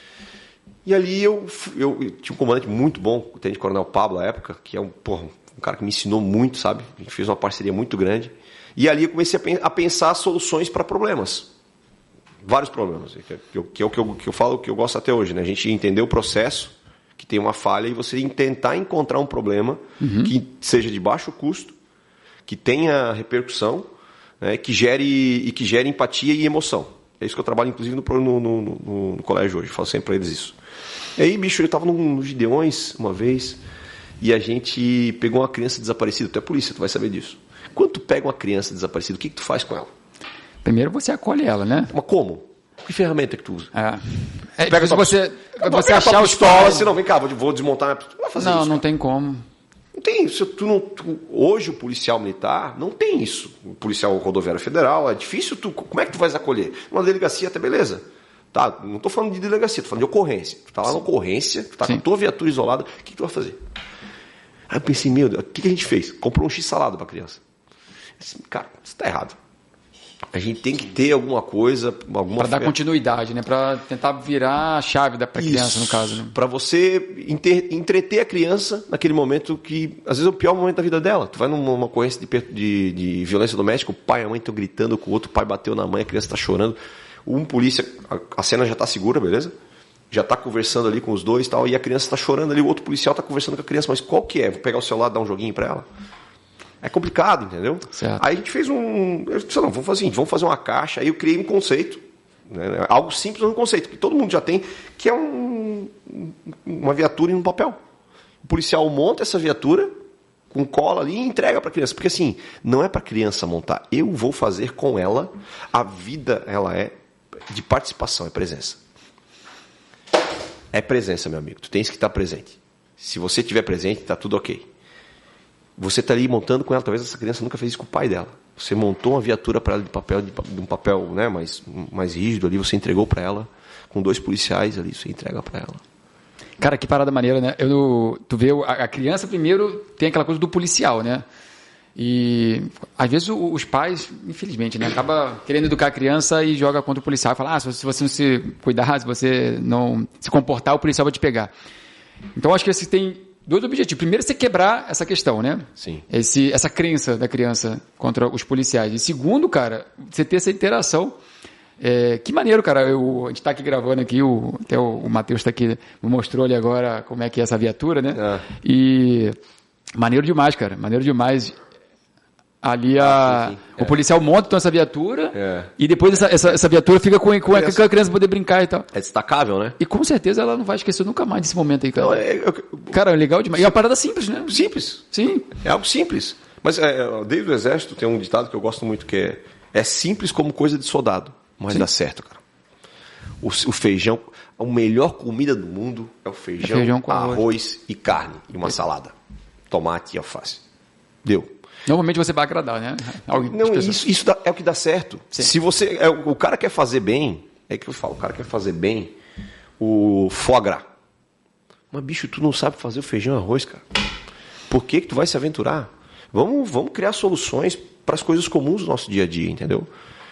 E ali eu tinha um comandante muito bom, o Tenente Coronel Pablo, à época, que é um cara que me ensinou muito, sabe? A gente fez uma parceria muito grande. E ali eu comecei a pensar soluções para problemas. Vários problemas. Que é o que eu falo, que eu gosto até hoje, né? A gente entender o processo, que tem uma falha, e você tentar encontrar um problema que seja de baixo custo, que tenha repercussão, né? que gere empatia e emoção. É isso que eu trabalho, inclusive, no colégio hoje. Eu falo sempre para eles isso. E aí, bicho, eu estava no Gideões uma vez e a gente pegou uma criança desaparecida. Tu é polícia, tu vai saber disso. Quando tu pega uma criança desaparecida, o que tu faz com ela? Primeiro você acolhe ela, né? Mas como? Que ferramenta que tu usa? Pega você achar os pistola, assim, não, vem cá, vou desmontar. Tu vai fazer isso? Não tem como. Não tem isso. Hoje o policial militar não tem isso. O policial rodoviário federal, é difícil. Como é que tu vais acolher? Numa delegacia até beleza. Tá, não estou falando de delegacia, estou falando de ocorrência. Tu está lá na ocorrência, tu está com a tua viatura isolada, o que tu vai fazer? Aí eu pensei, meu Deus, o que a gente fez? Comprou um x-salada para a criança. Disse, cara, isso está errado. A gente tem que ter alguma coisa... Para dar continuidade, né? Para tentar virar a chave para a criança, no caso. Né? Para você entreter a criança naquele momento que, às vezes, é o pior momento da vida dela. Tu vai numa ocorrência de violência doméstica, o pai e a mãe estão gritando com o outro, o pai bateu na mãe, a criança está chorando. Um polícia, a cena já está segura, beleza? Já está conversando ali com os dois e tal, e a criança está chorando ali, o outro policial está conversando com a criança, mas qual que é? Vou pegar o celular e dar um joguinho para ela? É complicado, entendeu? Certo. Aí a gente fez eu disse, não, vamos fazer uma caixa, aí eu criei um conceito, né? Algo simples, mas um conceito, que todo mundo já tem, que é uma viatura em um papel. O policial monta essa viatura com cola ali e entrega para a criança, porque assim, não é para a criança montar, eu vou fazer com ela, a vida, ela é de participação, é presença. É presença, meu amigo. Tu tens que estar presente. Se você estiver presente, está tudo ok. Você está ali montando com ela. Talvez essa criança nunca fez isso com o pai dela. Você montou uma viatura para ela de um papel, né, mais rígido ali. Você entregou para ela com 2 policiais ali. Você entrega para ela. Cara, que parada maneira, né? Tu vê, a criança primeiro tem aquela coisa do policial, né? E às vezes os pais, infelizmente, né, acaba querendo educar a criança e joga contra o policial. Fala, se você não se cuidar, se você não se comportar, o policial vai te pegar. Então acho que você tem 2 objetivos. Primeiro, você quebrar essa questão, né? Sim. Essa crença da criança contra os policiais. E segundo, cara, você ter essa interação. Que maneiro, cara. A gente está aqui gravando aqui, até o Matheus está aqui, me mostrou ali agora como é que é essa viatura, né? E maneiro demais, cara. Maneiro demais. Ali o policial monta então essa viatura e depois essa viatura fica com a criança poder brincar e tal. É destacável, né? E com certeza ela não vai esquecer nunca mais desse momento aí, cara. Cara, é legal demais. E é uma parada simples, né? Simples. Sim. É algo simples. Mas desde o Exército tem um ditado que eu gosto muito que é simples como coisa de soldado, mas dá certo, cara. O feijão, a melhor comida do mundo é o feijão com arroz e carne e uma salada. Tomate e alface. Deu. Normalmente você vai agradar, né? Não, isso é o que dá certo. Sim. Se você, o cara quer fazer bem, é que eu falo, o cara quer fazer bem o foie gras. Mas, bicho, tu não sabe fazer o feijão e arroz, cara. Por que tu vai se aventurar? Vamos criar soluções para as coisas comuns do nosso dia a dia, entendeu?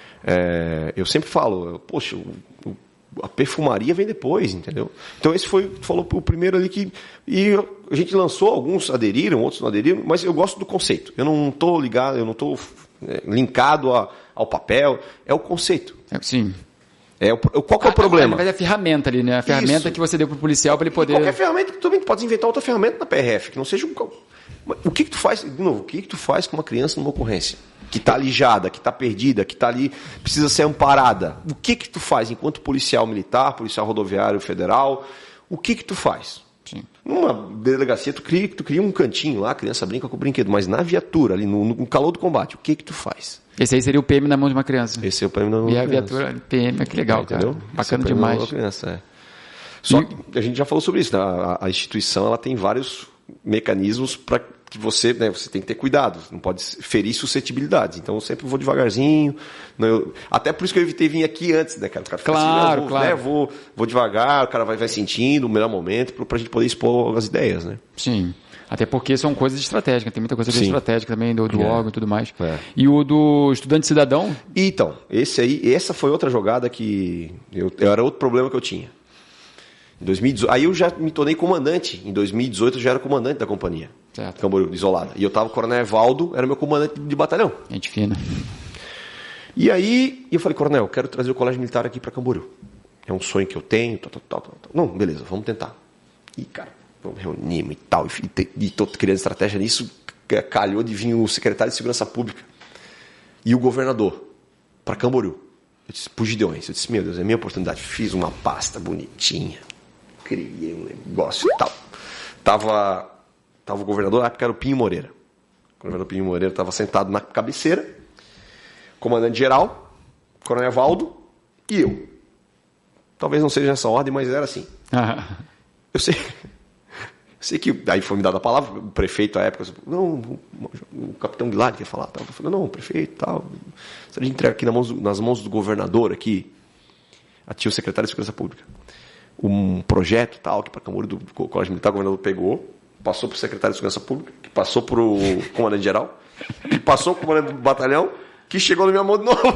Eu sempre falo, poxa, a perfumaria vem depois, entendeu? Então esse foi, tu falou o primeiro ali e a gente lançou, alguns aderiram, outros não aderiram, mas eu gosto do conceito. Eu não estou ligado, eu não estou linkado ao papel, é o conceito. Sim. Qual que é o problema? Mas é a ferramenta ali, né? A ferramenta que você deu para o policial para ele poder... Qualquer ferramenta que tu também pode inventar outra ferramenta na PRF, que não seja o que tu faz, de novo, o que tu faz com uma criança numa ocorrência? Que está alijada, que está perdida, que está ali, precisa ser amparada. O que tu faz enquanto policial militar, policial rodoviário federal? O que tu faz? Sim. Numa delegacia, tu cria um cantinho lá, a criança brinca com o brinquedo, mas na viatura, ali no calor do combate, o que tu faz? Esse aí seria o PM na mão de uma criança. Esse é o PM na mão de uma criança. E a viatura PM, que legal, cara. Entendeu? Bacana demais. Só que a gente já falou sobre isso, né? A instituição ela tem vários mecanismos para que você tem que ter cuidado, não pode ferir suscetibilidades. Então eu sempre vou devagarzinho. Até por isso que eu evitei vir aqui antes, né, cara? O cara fica claro, assim, claro. Vou devagar, o cara vai sentindo o melhor momento pra gente poder expor as ideias, né? Sim. Até porque são coisas estratégicas, tem muita coisa estratégica também do órgão e tudo mais. É. E o do estudante cidadão? Então, essa foi outra jogada que era outro problema que eu tinha. Em 2018, aí eu já me tornei comandante. Em 2018 eu já era comandante da companhia. Certo. Camboriú, isolada. E eu estava com o Coronel Evaldo, era meu comandante de batalhão. Gente fina. E aí eu falei, Coronel, eu quero trazer o Colégio Militar aqui para Camboriú. É um sonho que eu tenho, tal. Não, beleza, vamos tentar. E, cara, vamos reunir e tal. E tô criando estratégia nisso. Calhou de vir o secretário de Segurança Pública e o governador para Camboriú. Eu disse, pro Gideões. Eu disse, meu Deus, é minha oportunidade. Fiz uma pasta bonitinha. Criei um negócio e tal. Tava o governador, na época era o Pinho Moreira. O governador Pinho Moreira estava sentado na cabeceira, comandante geral, Coronel Evaldo e eu. Talvez não seja nessa ordem, mas era assim. Eu sei que aí foi me dada a palavra, o prefeito à época, não, o capitão Guilherme quer falar. Eu falei, não, prefeito, tal. Se a gente entrega aqui nas mãos do governador aqui, tinha o secretário de Segurança Pública, um projeto tal, que para Camboriú do Colégio Militar, o governador pegou, passou para o secretário de Segurança Pública, que passou para o comandante geral, que passou para o comandante do batalhão, que chegou na minha mão de novo.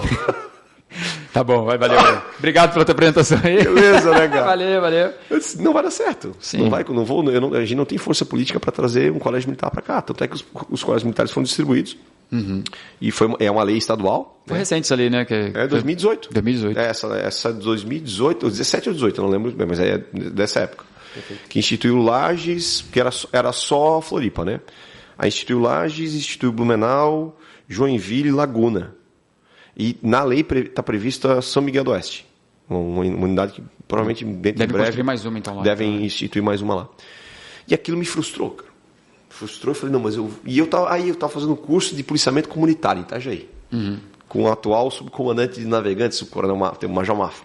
Tá bom, valeu. Obrigado pela tua apresentação aí. Beleza, né, cara? Valeu. Eu disse, não vai dar certo. Sim. A gente não tem força política para trazer um colégio militar para cá. Tanto é que os colégios militares foram distribuídos. Uhum. E é uma lei estadual. Foi recente isso ali, né? É 2018. 2018. Essa de 2018, 17 ou 18, eu não lembro bem, mas é dessa época. Perfeito. Que instituiu Lages, que era só Floripa, né? Aí instituiu Lages, instituiu Blumenau, Joinville e Laguna. E na lei está prevista São Miguel do Oeste. Uma unidade que provavelmente dentro de breve... construir mais uma, então, lá. Devem instituir mais uma lá. E aquilo me frustrou, cara. Eu falei, não, mas eu... E eu tava fazendo um curso de policiamento comunitário em Itajaí. Uhum. Com o atual subcomandante de navegantes, o coronel Major Mafra.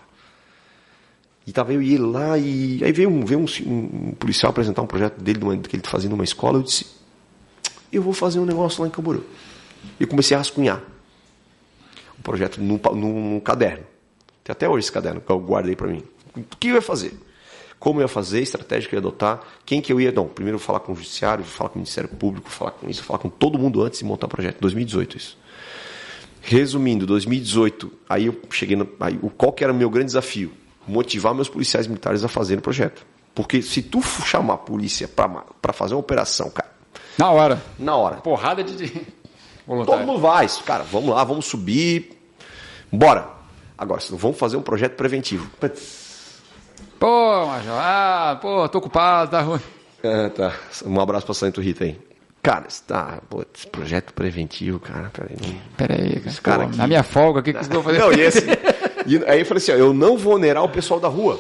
E tava eu e ele lá, e aí veio um policial apresentar um projeto dele, que ele fazia numa escola. Eu disse, eu vou fazer um negócio lá em Camboriú. E eu comecei a rascunhar o projeto num caderno. Tem até hoje esse caderno que eu guardei para mim. O que eu ia fazer? Como eu ia fazer, estratégia que eu ia adotar, quem que eu ia... Não, primeiro eu vou falar com o Judiciário, vou falar com o Ministério Público, vou falar com isso, vou falar com todo mundo antes de montar o projeto. 2018 isso. Resumindo, 2018, aí eu cheguei... Qual que era o meu grande desafio? Motivar meus policiais militares a fazerem o projeto. Porque se tu chamar a polícia para fazer uma operação, cara... Na hora. Porrada de voluntário. Todo mundo vai. Cara, vamos lá, vamos subir. Bora. Agora, vamos fazer um projeto preventivo. Pô, Major, tô ocupado, tá ruim. Tá. Um abraço pra Santo Rita aí. Cara, esse projeto preventivo, cara, Peraí, cara. Na minha folga, o que você vai fazer? Não, e aí eu falei assim, ó, eu não vou onerar o pessoal da rua.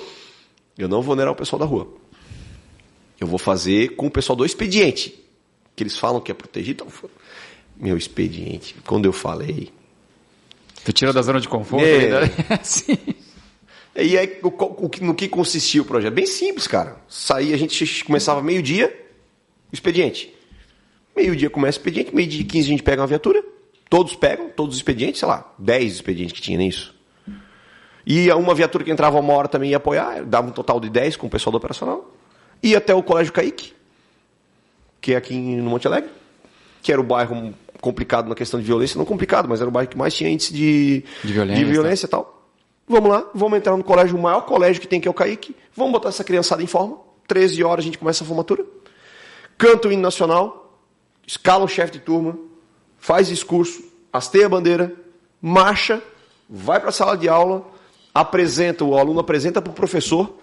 Eu vou fazer com o pessoal do expediente. Que eles falam que é protegido. Então, meu expediente, quando eu falei... Tu tira da zona de conforto? Sim. E aí, no que consistia o projeto? Bem simples, cara. A gente começava meio-dia, o expediente. Meio-dia começa o expediente, meio-dia e 15 a gente pega uma viatura. Todos os expedientes, sei lá, 10 expedientes que tinha nisso. E uma viatura que entrava 1 hora também ia apoiar, dava um total de 10 com o pessoal do operacional. Ia até o Colégio Caique, que é aqui no Monte Alegre, que era o bairro complicado na questão de violência, não complicado, mas era o bairro que mais tinha índice de violência e tal. Vamos lá, vamos entrar no colégio, o maior colégio que tem, que é o Caique, vamos botar essa criançada em forma, 13 horas a gente começa a formatura, canta o hino nacional, escala um chefe de turma, faz discurso, hasteia a bandeira, marcha, vai para a sala de aula, o aluno apresenta para o professor,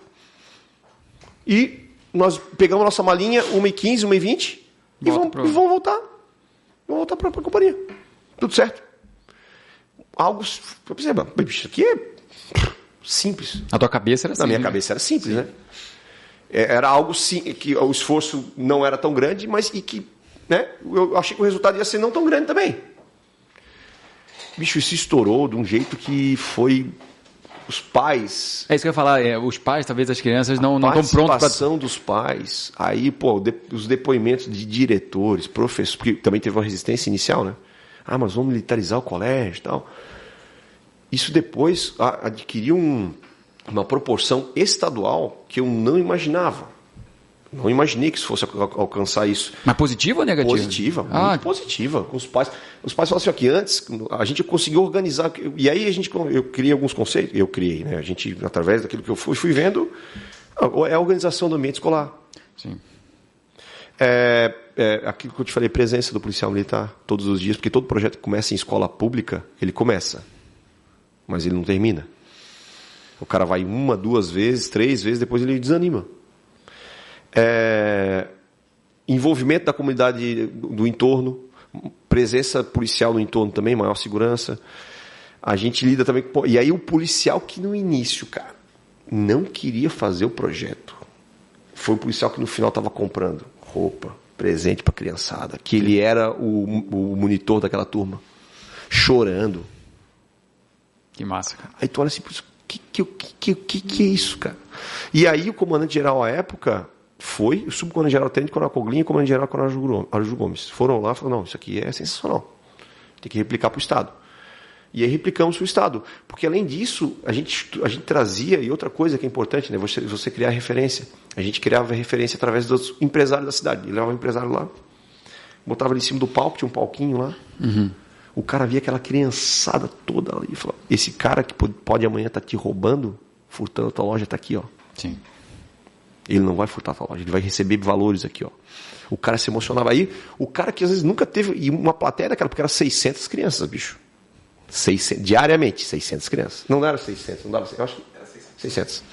e nós pegamos nossa malinha, 1h15, 1h20, e vamos voltar. Vamos voltar para a companhia. Tudo certo. Algo... Perceba, isso aqui é simples. Na tua cabeça era simples. Na minha cabeça era simples, né? Era algo que o esforço não era tão grande, mas que, né, eu achei que o resultado ia ser não tão grande também. Bicho, isso estourou de um jeito que foi os pais... É isso que eu ia falar, os pais, talvez as crianças não estão prontos para... A participação dos pais, aí, os depoimentos de diretores, professores, porque também teve uma resistência inicial, né? Ah, mas vamos militarizar o colégio e tal. Isso depois adquiriu uma proporção estadual que eu não imaginava. Não imaginei que isso fosse alcançar isso. Mas positiva ou negativa? Positiva, muito positiva. Com os pais falam assim, ó, que antes a gente conseguiu organizar, e aí eu criei alguns conceitos, né? A gente, através daquilo que eu fui vendo, é a organização do ambiente escolar. Sim. Aquilo que eu te falei, presença do policial militar todos os dias, porque todo projeto que começa em escola pública, ele começa, mas ele não termina. O cara vai 1, 2 vezes, 3 vezes, depois ele desanima. Envolvimento da comunidade do entorno, presença policial no entorno também, maior segurança. A gente lida também com... E aí o policial que no início, cara, não queria fazer o projeto, foi o policial que no final estava comprando roupa, presente para a criançada, que ele era o monitor daquela turma, chorando. Que massa, cara. Aí tu olha assim, que é isso, cara? E aí o comandante-geral à época... Foi o subcomandante-geral Tenente Coronel Coglin e o comandante-geral Coronel Araújo Gomes. Foram lá e falaram, não, isso aqui é sensacional. Tem que replicar para o Estado. E aí replicamos para o Estado. Porque, além disso, a gente trazia, e outra coisa que é importante, né, você criar referência. A gente criava referência através dos empresários da cidade. Ele levava o empresário lá, botava ele em cima do palco, tinha um palquinho lá. Uhum. O cara via aquela criançada toda ali e falava, esse cara que pode amanhã estar te roubando, furtando a tua loja, está aqui, ó. Sim. Ele não vai furtar a loja, ele vai receber valores aqui, ó. O cara se emocionava. Aí, o cara que às vezes nunca teve... E uma plateia daquela, porque era 600 crianças, bicho. 600, diariamente, 600 crianças. Não era 600, não dava... Eu acho que era 600.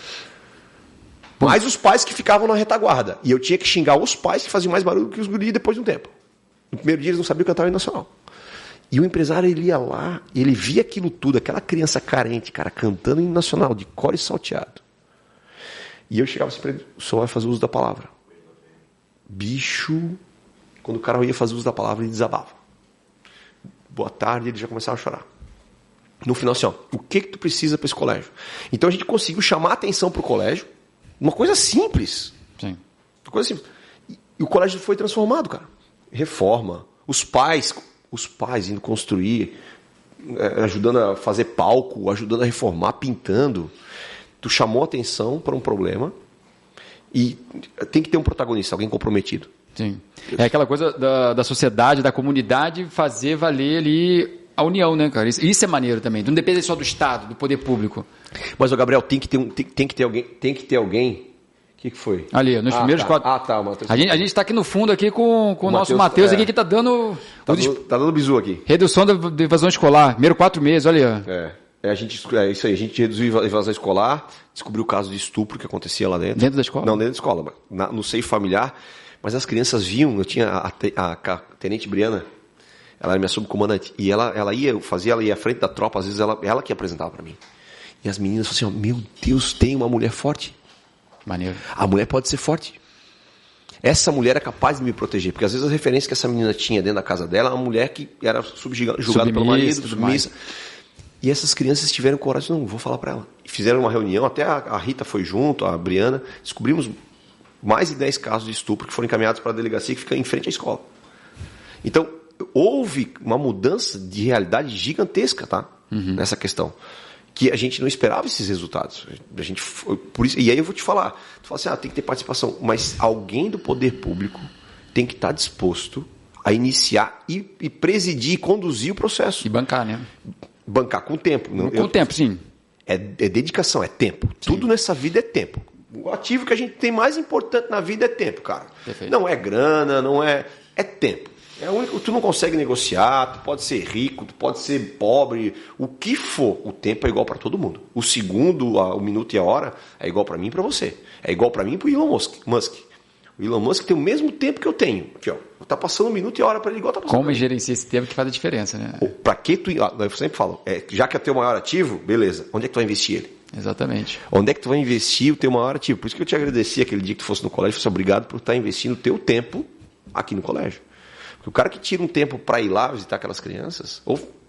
Mais os pais que ficavam na retaguarda. E eu tinha que xingar os pais que faziam mais barulho que os guris depois de um tempo. No primeiro dia eles não sabiam cantar o hino nacional. E o empresário, ele ia lá, ele via aquilo tudo, aquela criança carente, cara, cantando o hino nacional, de cor e salteado. E eu chegava assim para ele, o senhor vai fazer uso da palavra. Bicho, quando o cara ia fazer uso da palavra, ele desabava. Boa tarde, ele já começava a chorar. No final, assim, ó, o que tu precisa para esse colégio? Então a gente conseguiu chamar a atenção para o colégio, uma coisa simples. Sim. Uma coisa simples. E o colégio foi transformado, cara. Reforma. Os pais indo construir, ajudando a fazer palco, ajudando a reformar, pintando. Tu chamou atenção para um problema e tem que ter um protagonista, alguém comprometido. Sim. É aquela coisa da sociedade, da comunidade fazer valer ali a união, né, cara? Isso é maneiro também. Não depende só do Estado, do poder público. Mas, Gabriel, tem que ter alguém. O que foi? Ali, nos primeiros 4. Tá, o Matheus. A gente está aqui no fundo aqui com o nosso Matheus aqui que está dando. Tá dando bizu aqui. Redução da evasão escolar. Primeiro 4 meses, olha. É isso aí, a gente reduziu a evasão escolar, descobriu o caso de estupro que acontecia lá dentro. Dentro da escola? Não, dentro da escola, no seio familiar. Mas as crianças viam, eu tinha a Tenente Briana, ela era minha subcomandante, e ela ia à frente da tropa, às vezes ela que apresentava para mim. E as meninas falavam assim, meu Deus, tem uma mulher forte. Maneiro. A mulher pode ser forte. Essa mulher é capaz de me proteger, porque às vezes a referência que essa menina tinha dentro da casa dela é uma mulher que era julgada pelo marido, submissa. E essas crianças tiveram coragem, não, vou falar para ela. E fizeram uma reunião, até a Rita foi junto, a Briana, descobrimos mais de 10 casos de estupro que foram encaminhados para a delegacia que fica em frente à escola. Então, houve uma mudança de realidade gigantesca, tá? Nessa questão. Que a gente não esperava esses resultados. Por isso, e aí eu vou te falar, tu fala assim, tem que ter participação, mas alguém do poder público tem que estar disposto a iniciar e presidir e conduzir o processo. E bancar, né? Bancar com o tempo. Com o tempo, sim. É dedicação, é tempo. Sim. Tudo nessa vida é tempo. O ativo que a gente tem mais importante na vida é tempo, cara. Perfeito. Não é grana, não é... É tempo. É o único, tu não consegue negociar, tu pode ser rico, tu pode ser pobre, o que for, o tempo é igual para todo mundo. O segundo, o minuto e a hora é igual para mim e para você. É igual para mim e para o Elon Musk. O Elon Musk tem o mesmo tempo que eu tenho. Aqui, ó. Tá passando um minuto e a hora para ele igual tá passando. Como gerenciar esse tempo que faz a diferença, né? Para que tu... Eu sempre falo, já que é teu maior ativo, beleza, onde é que tu vai investir ele? Exatamente. Onde é que tu vai investir o teu maior ativo? Por isso que eu te agradeci aquele dia que tu fosse no colégio, fosse obrigado por estar investindo o teu tempo aqui no colégio. Porque o cara que tira um tempo para ir lá visitar aquelas crianças, ou para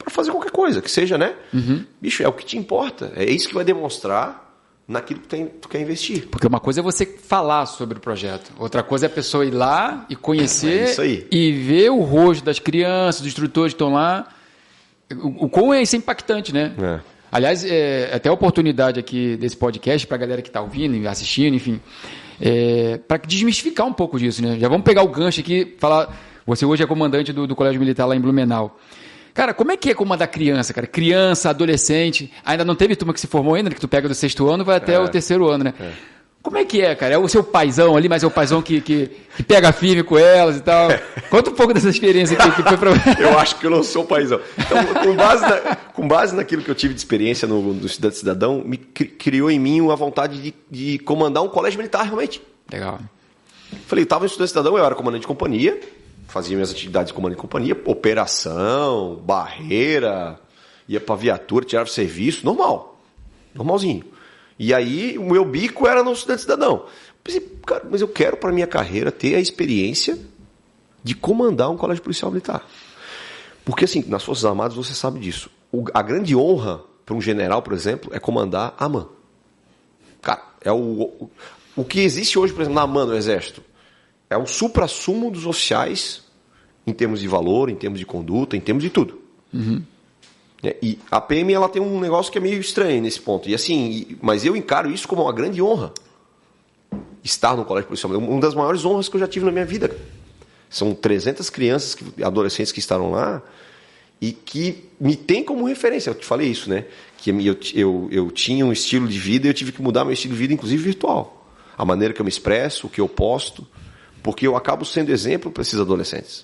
para fazer qualquer coisa, que seja, né? Bicho, é o que te importa. É isso que vai demonstrar naquilo que tu quer investir. Porque uma coisa é você falar sobre o projeto, outra coisa é a pessoa ir lá e conhecer isso aí. E ver o rosto das crianças, dos instrutores que estão lá. O quão isso é impactante, né? Aliás, até a oportunidade aqui desse podcast para a galera que está ouvindo e assistindo, enfim, para desmistificar um pouco disso, né? Já vamos pegar o gancho aqui, falar. Você hoje é comandante do Colégio Militar lá em Blumenau. Cara, como é que é comandar criança, cara? Criança, adolescente, ainda não teve turma que se formou ainda, que tu pega do 6º ano e vai até o 3º ano, né? Como é que é, cara? É o seu paizão ali, mas é o paizão que pega firme com elas e tal. Conta um pouco dessa experiência que foi pra... Eu acho que eu não sou paizão. Então, com base naquilo que eu tive de experiência no Estudante Cidadão, me criou em mim uma vontade de comandar um colégio militar, realmente. Legal. Falei, eu estava no Estudante Cidadão, eu era comandante de companhia, fazia minhas atividades de comandante de companhia, operação, barreira, ia pra viatura, tirava serviço, normalzinho. E aí, o meu bico era no Estudante Cidadão. Pensei, cara, mas eu quero para minha carreira ter a experiência de comandar um colégio policial militar. Porque, assim, nas Forças Armadas você sabe disso. A grande honra para um general, por exemplo, é comandar a AMAN. Cara, é o que existe hoje, por exemplo, na AMAN, no Exército, é o suprassumo dos oficiais em termos de valor, em termos de conduta, em termos de tudo. E a PM ela tem um negócio que é meio estranho nesse ponto. E assim, mas eu encaro isso como uma grande honra. Estar no colégio policial. Uma das maiores honras que eu já tive na minha vida. São 300 crianças, adolescentes que estavam lá e que me têm como referência. Eu te falei isso, né? Que eu tinha um estilo de vida e eu tive que mudar meu estilo de vida, inclusive virtual. A maneira que eu me expresso, o que eu posto, porque eu acabo sendo exemplo para esses adolescentes.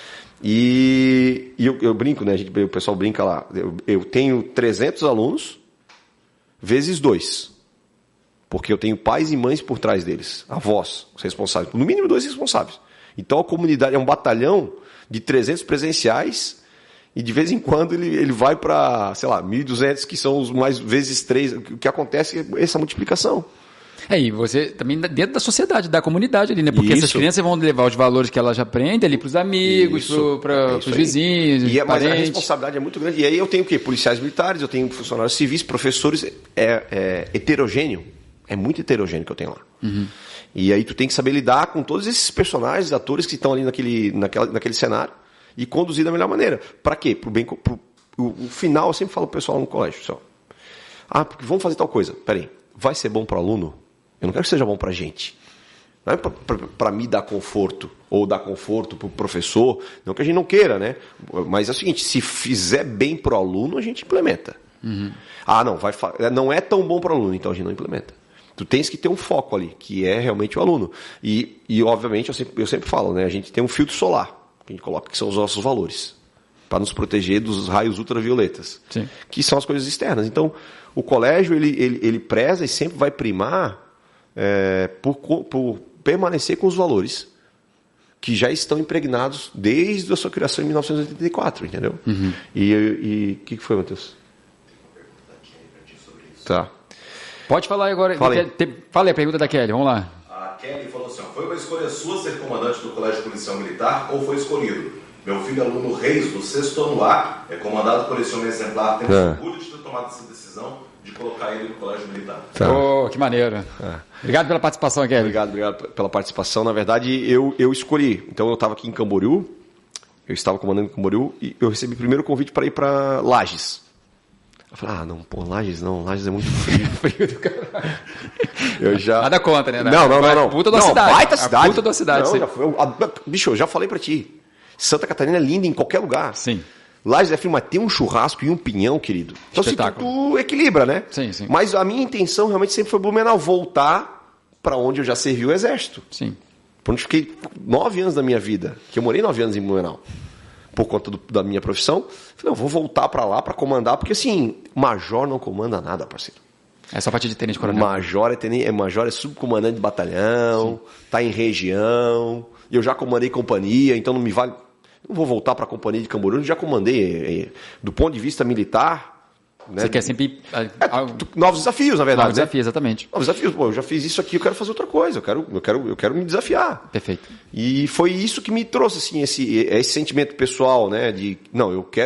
E eu brinco, né? O pessoal brinca lá. Eu tenho 300 alunos vezes 2. Porque eu tenho pais e mães por trás deles. Avós, os responsáveis. No mínimo 2 responsáveis. Então a comunidade é um batalhão de 300 presenciais e de vez em quando ele vai para, sei lá, 1.200, que são os mais vezes 3. O que acontece é essa multiplicação. E você também dentro da sociedade, da comunidade ali, né? Porque essas crianças vão levar os valores que elas já aprendem ali para os amigos, para os vizinhos, mas a responsabilidade é muito grande. E aí eu tenho o quê? Policiais militares, eu tenho funcionários civis, professores, heterogêneo. É muito heterogêneo que eu tenho lá. E aí tu tem que saber lidar com todos esses personagens, atores que estão ali naquele cenário e conduzir da melhor maneira. Para quê? O final, eu sempre falo pro pessoal no colégio, pessoal. Porque vamos fazer tal coisa. Peraí, vai ser bom para o aluno? Eu não quero que seja bom para a gente. Não é para me dar conforto, ou dar conforto para o professor, não que a gente não queira, né? Mas é o seguinte, se fizer bem para o aluno, a gente implementa. Não é tão bom para o aluno, então a gente não implementa. Tu tens que ter um foco ali, que é realmente o aluno. E obviamente, eu sempre falo, né? A gente tem um filtro solar, que a gente coloca, que são os nossos valores, para nos proteger dos raios ultravioletas, que são as coisas externas. Então, o colégio, ele preza e sempre vai primar por permanecer com os valores que já estão impregnados desde a sua criação em 1984, entendeu? E o que foi, Matheus? Tá. Pode falar agora. Fala aí a pergunta da Kelly, vamos lá. A Kelly falou assim, foi uma escolha sua ser comandante do Colégio Policial Militar ou foi escolhido? Meu filho, aluno Reis, do 6º ano A, é comandado por esse homem exemplar. Temos orgulho de ter tomado essa decisão de colocar ele no Colégio Militar. Que maneiro. Obrigado pela participação, Kelly. Obrigado pela participação. Na verdade, eu escolhi. Então, eu estava aqui em Camboriú, eu estava comandando em Camboriú e eu recebi primeiro o convite para ir para Lages. Eu falei, Lages não, Lages é muito frio. Frio do caralho. Eu já... Nada contra, né? Não. Puta da cidade. Baita cidade. Puta da cidade. Bicho, eu já falei pra ti. Santa Catarina é linda em qualquer lugar. Sim. Lages é frio, mas tem um churrasco e um pinhão, querido. Então, assim, tu equilibra, né? Sim. Mas a minha intenção realmente sempre foi Blumenau, voltar pra onde eu já servi o Exército. Sim. Por onde fiquei 9 anos da minha vida, que eu morei 9 anos em Blumenau. Por conta da minha profissão, falei, vou voltar para lá para comandar, porque assim, major não comanda nada, parceiro. É só a partir de tenente coronel. Major é subcomandante de batalhão, tá em região, e eu já comandei companhia, então não me vale. Não vou voltar para a companhia de Camboriú, eu já comandei. Do ponto de vista militar. Né? Você quer sempre. Novos desafios, na verdade. Novos desafios, exatamente. Novos desafios. Pô, eu já fiz isso aqui, eu quero fazer outra coisa. Eu quero me desafiar. Perfeito. E foi isso que me trouxe assim, esse sentimento pessoal, né? De, não, eu quero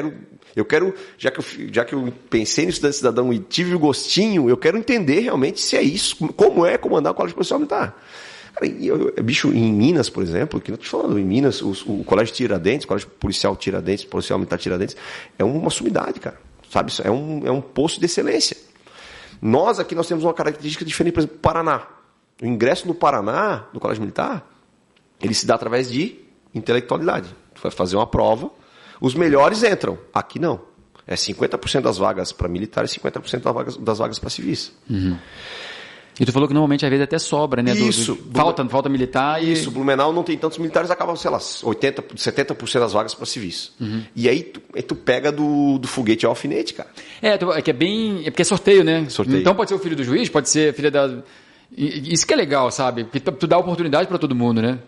Eu quero, já que eu pensei no estudante cidadão e tive o gostinho, eu quero entender realmente se é isso, como é comandar o Colégio Policial Militar. Cara, bicho, em Minas, por exemplo, que eu estou falando, em Minas, o Colégio Tiradentes, o Colégio Policial Tiradentes, Policial Militar Tiradentes, é uma sumidade, cara. Sabe? É um posto de excelência. Nós aqui temos uma característica diferente, por exemplo, do Paraná. O ingresso no Paraná, no Colégio Militar, ele se dá através de intelectualidade. Tu vai fazer uma prova, os melhores entram. Aqui não. É 50% das vagas para militares e 50% das vagas para civis. Uhum. E tu falou que normalmente às vezes até sobra, né? Isso. Falta militar e... Isso, Blumenau não tem tantos militares, acaba, sei lá, 70% das vagas para civis. Uhum. E aí tu pega do foguete ao alfinete, cara. É que é bem... É porque é sorteio, né? Sorteio. Então pode ser o filho do juiz, pode ser filha da... Isso que é legal, sabe? Porque tu dá oportunidade para todo mundo, né?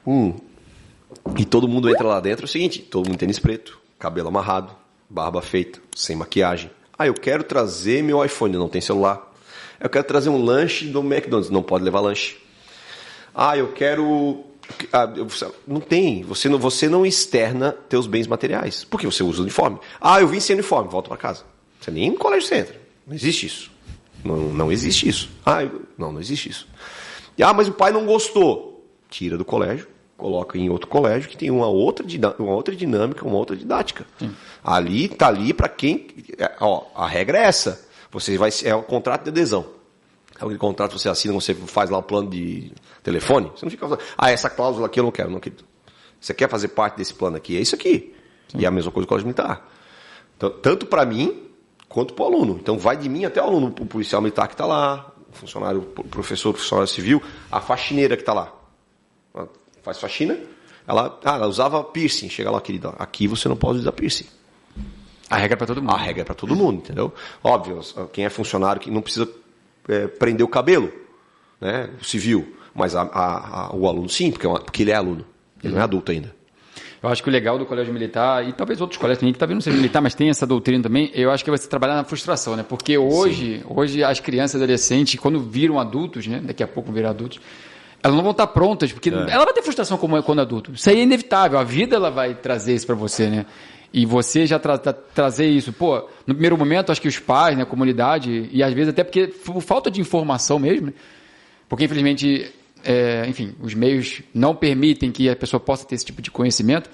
E todo mundo entra lá dentro, é o seguinte, todo mundo tênis preto, cabelo amarrado, barba feita, sem maquiagem. Eu quero trazer meu iPhone, não tem celular. Eu quero trazer um lanche do McDonald's, não pode levar lanche. Eu quero... Não tem, você não externa teus bens materiais, porque você usa o uniforme. Eu vim sem uniforme, volta para casa. Você nem no colégio você entra, não existe isso. Não existe isso. Não existe isso. Mas o pai não gostou. Tira do colégio, coloca em outro colégio que tem uma outra dinâmica, uma outra didática. Sim. Ali para quem... a regra é essa. É o contrato de adesão. É o contrato que você assina, você faz lá o plano de telefone. Você não fica falando, essa cláusula aqui eu não quero. Não quero. Você quer fazer parte desse plano aqui? É isso aqui. Sim. E é a mesma coisa do Colégio Militar. Então, tanto para mim, quanto para o aluno. Então vai de mim até o aluno, o policial militar que está lá, o funcionário, o professor civil, a faxineira que está lá. Ela faz faxina, ela usava piercing. Chega lá, querida, aqui você não pode usar piercing. A regra é para todo mundo. A regra é para todo mundo, entendeu? Óbvio, quem é funcionário que não precisa prender o cabelo, né? O civil. Mas o aluno sim, porque ele é aluno. Ele não é adulto ainda. Eu acho que o legal do colégio militar, e talvez outros colégios também, que talvez não seja militar, mas tem essa doutrina também, eu acho que é você trabalhar na frustração, né? Porque hoje as crianças e adolescentes, quando viram adultos, né? Daqui a pouco virar adultos, elas não vão estar prontas, porque ela vai ter frustração quando adulto. Isso aí é inevitável, a vida ela vai trazer isso para você, né? E você já trazer isso, no primeiro momento, acho que os pais, né, a comunidade, e às vezes até porque por falta de informação mesmo, né? Porque infelizmente, os meios não permitem que a pessoa possa ter esse tipo de conhecimento,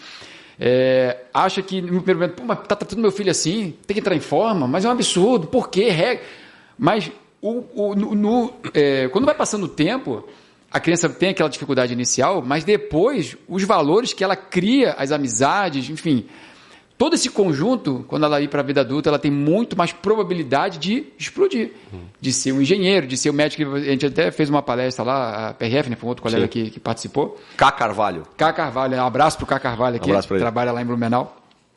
acha que no primeiro momento, mas tá tratando meu filho assim, tem que entrar em forma, mas é um absurdo, por quê? Mas quando vai passando o tempo, a criança tem aquela dificuldade inicial, mas depois os valores que ela cria, as amizades, enfim... Todo esse conjunto, quando ela ir para a vida adulta, ela tem muito mais probabilidade de explodir. De ser um engenheiro, de ser um médico. A gente até fez uma palestra lá, a PRF, né, foi um outro colega que participou. K. Carvalho. Um abraço para o K. Carvalho aqui, que trabalha lá em Blumenau.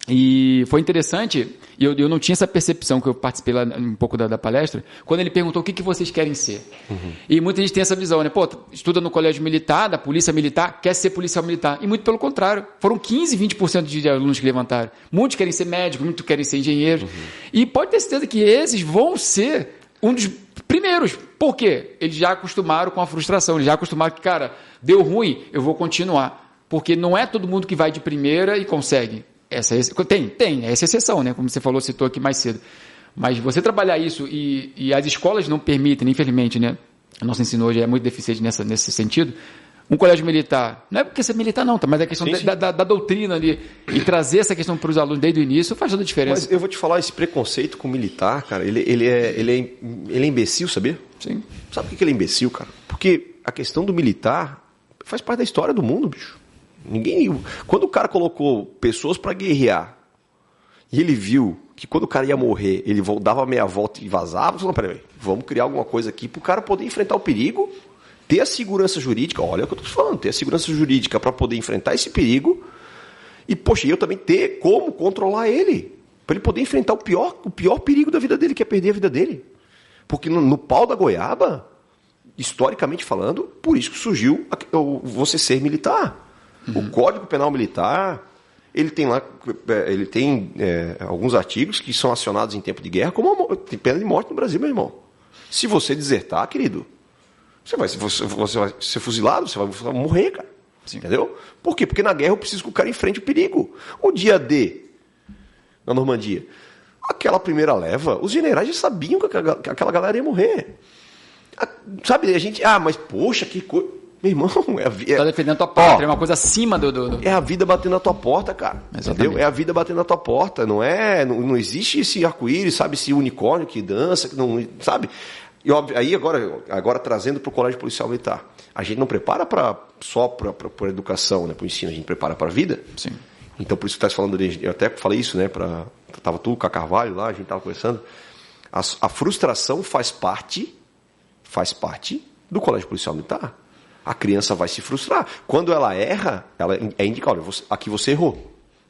E foi interessante, e eu não tinha essa percepção, que eu participei lá um pouco da palestra, quando ele perguntou o que vocês querem ser. E muita gente tem essa visão, né? Estuda no colégio militar, da polícia militar, quer ser policial militar. E muito pelo contrário, foram 15, 20% de alunos que levantaram. Muitos querem ser médicos, muitos querem ser engenheiros. E pode ter certeza que esses vão ser um dos primeiros. Por quê? Eles já acostumaram com a frustração, eles já acostumaram que, cara, deu ruim, eu vou continuar. Porque não é todo mundo que vai de primeira e consegue. Tem essa exceção, né? Como você falou, citou aqui mais cedo. Mas você trabalhar isso e as escolas não permitem, infelizmente, né? O nosso ensino hoje é muito deficiente nesse sentido. Um colégio militar, não é porque ser militar não, mas é a questão da doutrina ali, e trazer essa questão para os alunos desde o início faz toda a diferença. Mas eu vou te falar, esse preconceito com o militar, cara, ele é imbecil, sabia? Sim. Sabe por que ele é imbecil, cara? Porque a questão do militar faz parte da história do mundo, bicho. Quando o cara colocou pessoas para guerrear e ele viu que quando o cara ia morrer, ele dava meia volta e vazava, falou, peraí, vamos criar alguma coisa aqui para o cara poder enfrentar o perigo, ter a segurança jurídica, olha o que eu estou te falando, ter a segurança jurídica para poder enfrentar esse perigo e, poxa, eu também ter como controlar ele, para ele poder enfrentar o pior perigo da vida dele, que é perder a vida dele. Porque no pau da goiaba, historicamente falando, por isso que surgiu você ser militar. O Código Penal Militar, ele tem lá, alguns artigos que são acionados em tempo de guerra como pena de morte no Brasil, meu irmão. Se você desertar, querido, você vai ser fuzilado, você vai morrer, cara. Sim. Entendeu? Por quê? Porque na guerra eu preciso que o cara enfrente o perigo. O dia D, na Normandia. Aquela primeira leva, os generais já sabiam que aquela galera ia morrer. Sabe, a gente... mas poxa, que coisa... Meu irmão, tá defendendo a tua pátria, é uma coisa acima do... É a vida batendo na tua porta, cara. Exatamente. Entendeu? É a vida batendo na tua porta. Não existe esse arco-íris, sabe? Esse unicórnio que dança, que não... Sabe? E óbvio, aí agora trazendo para o Colégio Policial Militar. A gente não prepara só para a educação, né, para o ensino, a gente prepara para a vida. Sim. Então, por isso que tu estás falando, eu até falei isso, né? Estava tu com a Carvalho lá, a gente estava conversando. A frustração faz parte do Colégio Policial Militar. A criança vai se frustrar. Quando ela erra, ela é indicada, aqui você errou.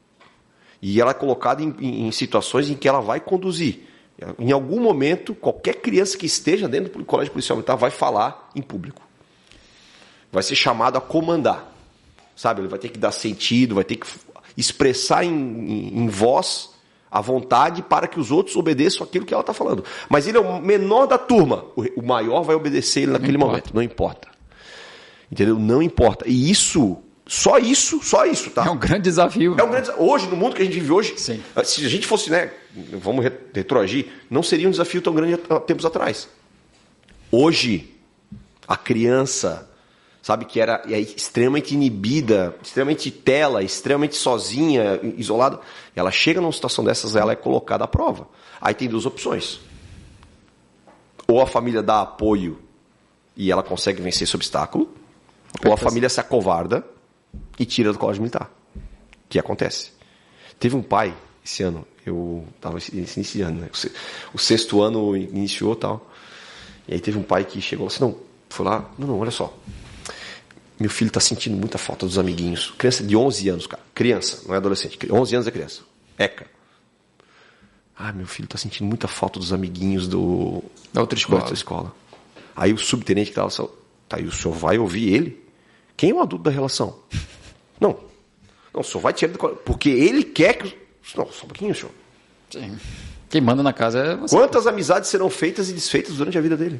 E ela é colocada em situações em que ela vai conduzir. Em algum momento, qualquer criança que esteja dentro do Colégio Policial Militar vai falar em público. Vai ser chamado a comandar. Sabe? Ele vai ter que dar sentido, vai ter que expressar em voz a vontade para que os outros obedeçam aquilo que ela está falando. Mas ele é o menor da turma. O maior vai obedecer ele naquele momento. Não importa. Entendeu? Não importa. E só isso, tá? É um grande desafio. Hoje, no mundo que a gente vive hoje, sim, se a gente fosse, né, vamos retroagir, não seria um desafio tão grande há tempos atrás. Hoje, a criança, sabe, que é extremamente inibida, extremamente extremamente sozinha, isolada, ela chega numa situação dessas, ela é colocada à prova. Aí tem duas opções. Ou a família dá apoio e ela consegue vencer esse obstáculo, ou a família se acovarda e tira do colégio militar. Que acontece. Teve um pai, esse ano, eu estava iniciando, né? O 6º ano iniciou e tal. E aí teve um pai que chegou assim, foi lá, olha só. Meu filho está sentindo muita falta dos amiguinhos. Criança de 11 anos, cara. Criança, não é adolescente. 11 anos é criança. ECA. Meu filho está sentindo muita falta dos amiguinhos da outra escola. Aí o subtenente que estava... Tá, e o senhor vai ouvir ele? Quem é o adulto da relação? Não, o senhor vai tirar do colégio. Porque ele quer que... Não, só um pouquinho, senhor. Sim. Quem manda na casa é você. Quantas amizades serão feitas e desfeitas durante a vida dele?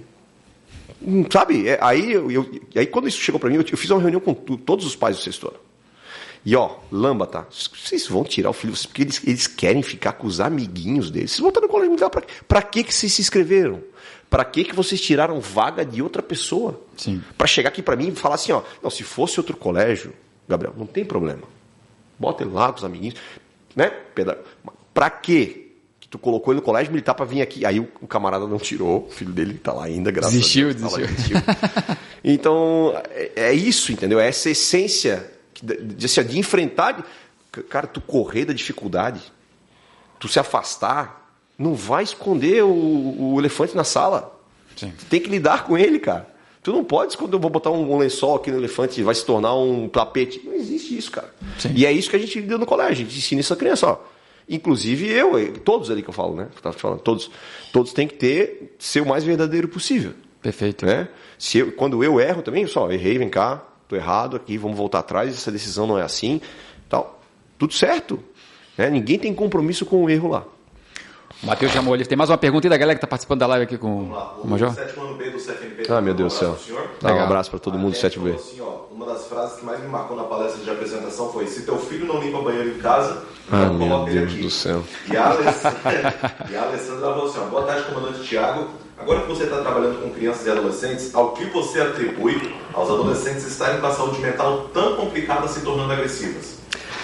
Sabe? Aí quando isso chegou para mim, eu fiz uma reunião com todos os pais do 6º ano. E lamba, tá? Vocês vão tirar o filho, porque eles querem ficar com os amiguinhos deles. Vocês vão estar no colégio militar para que vocês se inscreveram? Para que vocês tiraram vaga de outra pessoa? Sim. Para chegar aqui para mim e falar assim, não, se fosse outro colégio, Gabriel, não tem problema. Bota ele lá com os amiguinhos, né? Para que tu colocou ele no colégio militar para vir aqui? Aí o camarada não tirou, o filho dele tá lá ainda, graças a Deus. Desistiu. Então, é isso, entendeu? É essa essência de enfrentar, cara, tu correr da dificuldade, tu se afastar, não vai esconder o elefante na sala. Sim. Tu tem que lidar com ele, cara. Tu não pode esconder, eu vou botar um lençol aqui no elefante e vai se tornar um tapete. Não existe isso, cara. Sim. E é isso que a gente lida no colégio, a gente ensina essa criança, Inclusive todos ali que eu falo, né? Todos têm que ser o mais verdadeiro possível. Perfeito. Né? Quando eu erro também, errei, vem cá, tô errado aqui, vamos voltar atrás, essa decisão não é assim, tal. Tudo certo. Né? Ninguém tem compromisso com o erro lá. O Matheus chamou ali. Tem mais uma pergunta aí da galera que está participando da live aqui com o Major? O 7º ano B do CFNP. Meu Deus do céu. Dá um abraço para todo mundo do 7B. Assim, uma das frases que mais me marcou na palestra de apresentação foi: se teu filho não limpa banheiro em casa, não coloca ele aqui. Meu Deus do céu. E a Alessandra falou assim, boa tarde, comandante Tiago. Agora que você está trabalhando com crianças e adolescentes, ao que você atribui aos adolescentes estarem com a saúde mental tão complicada se tornando agressivas?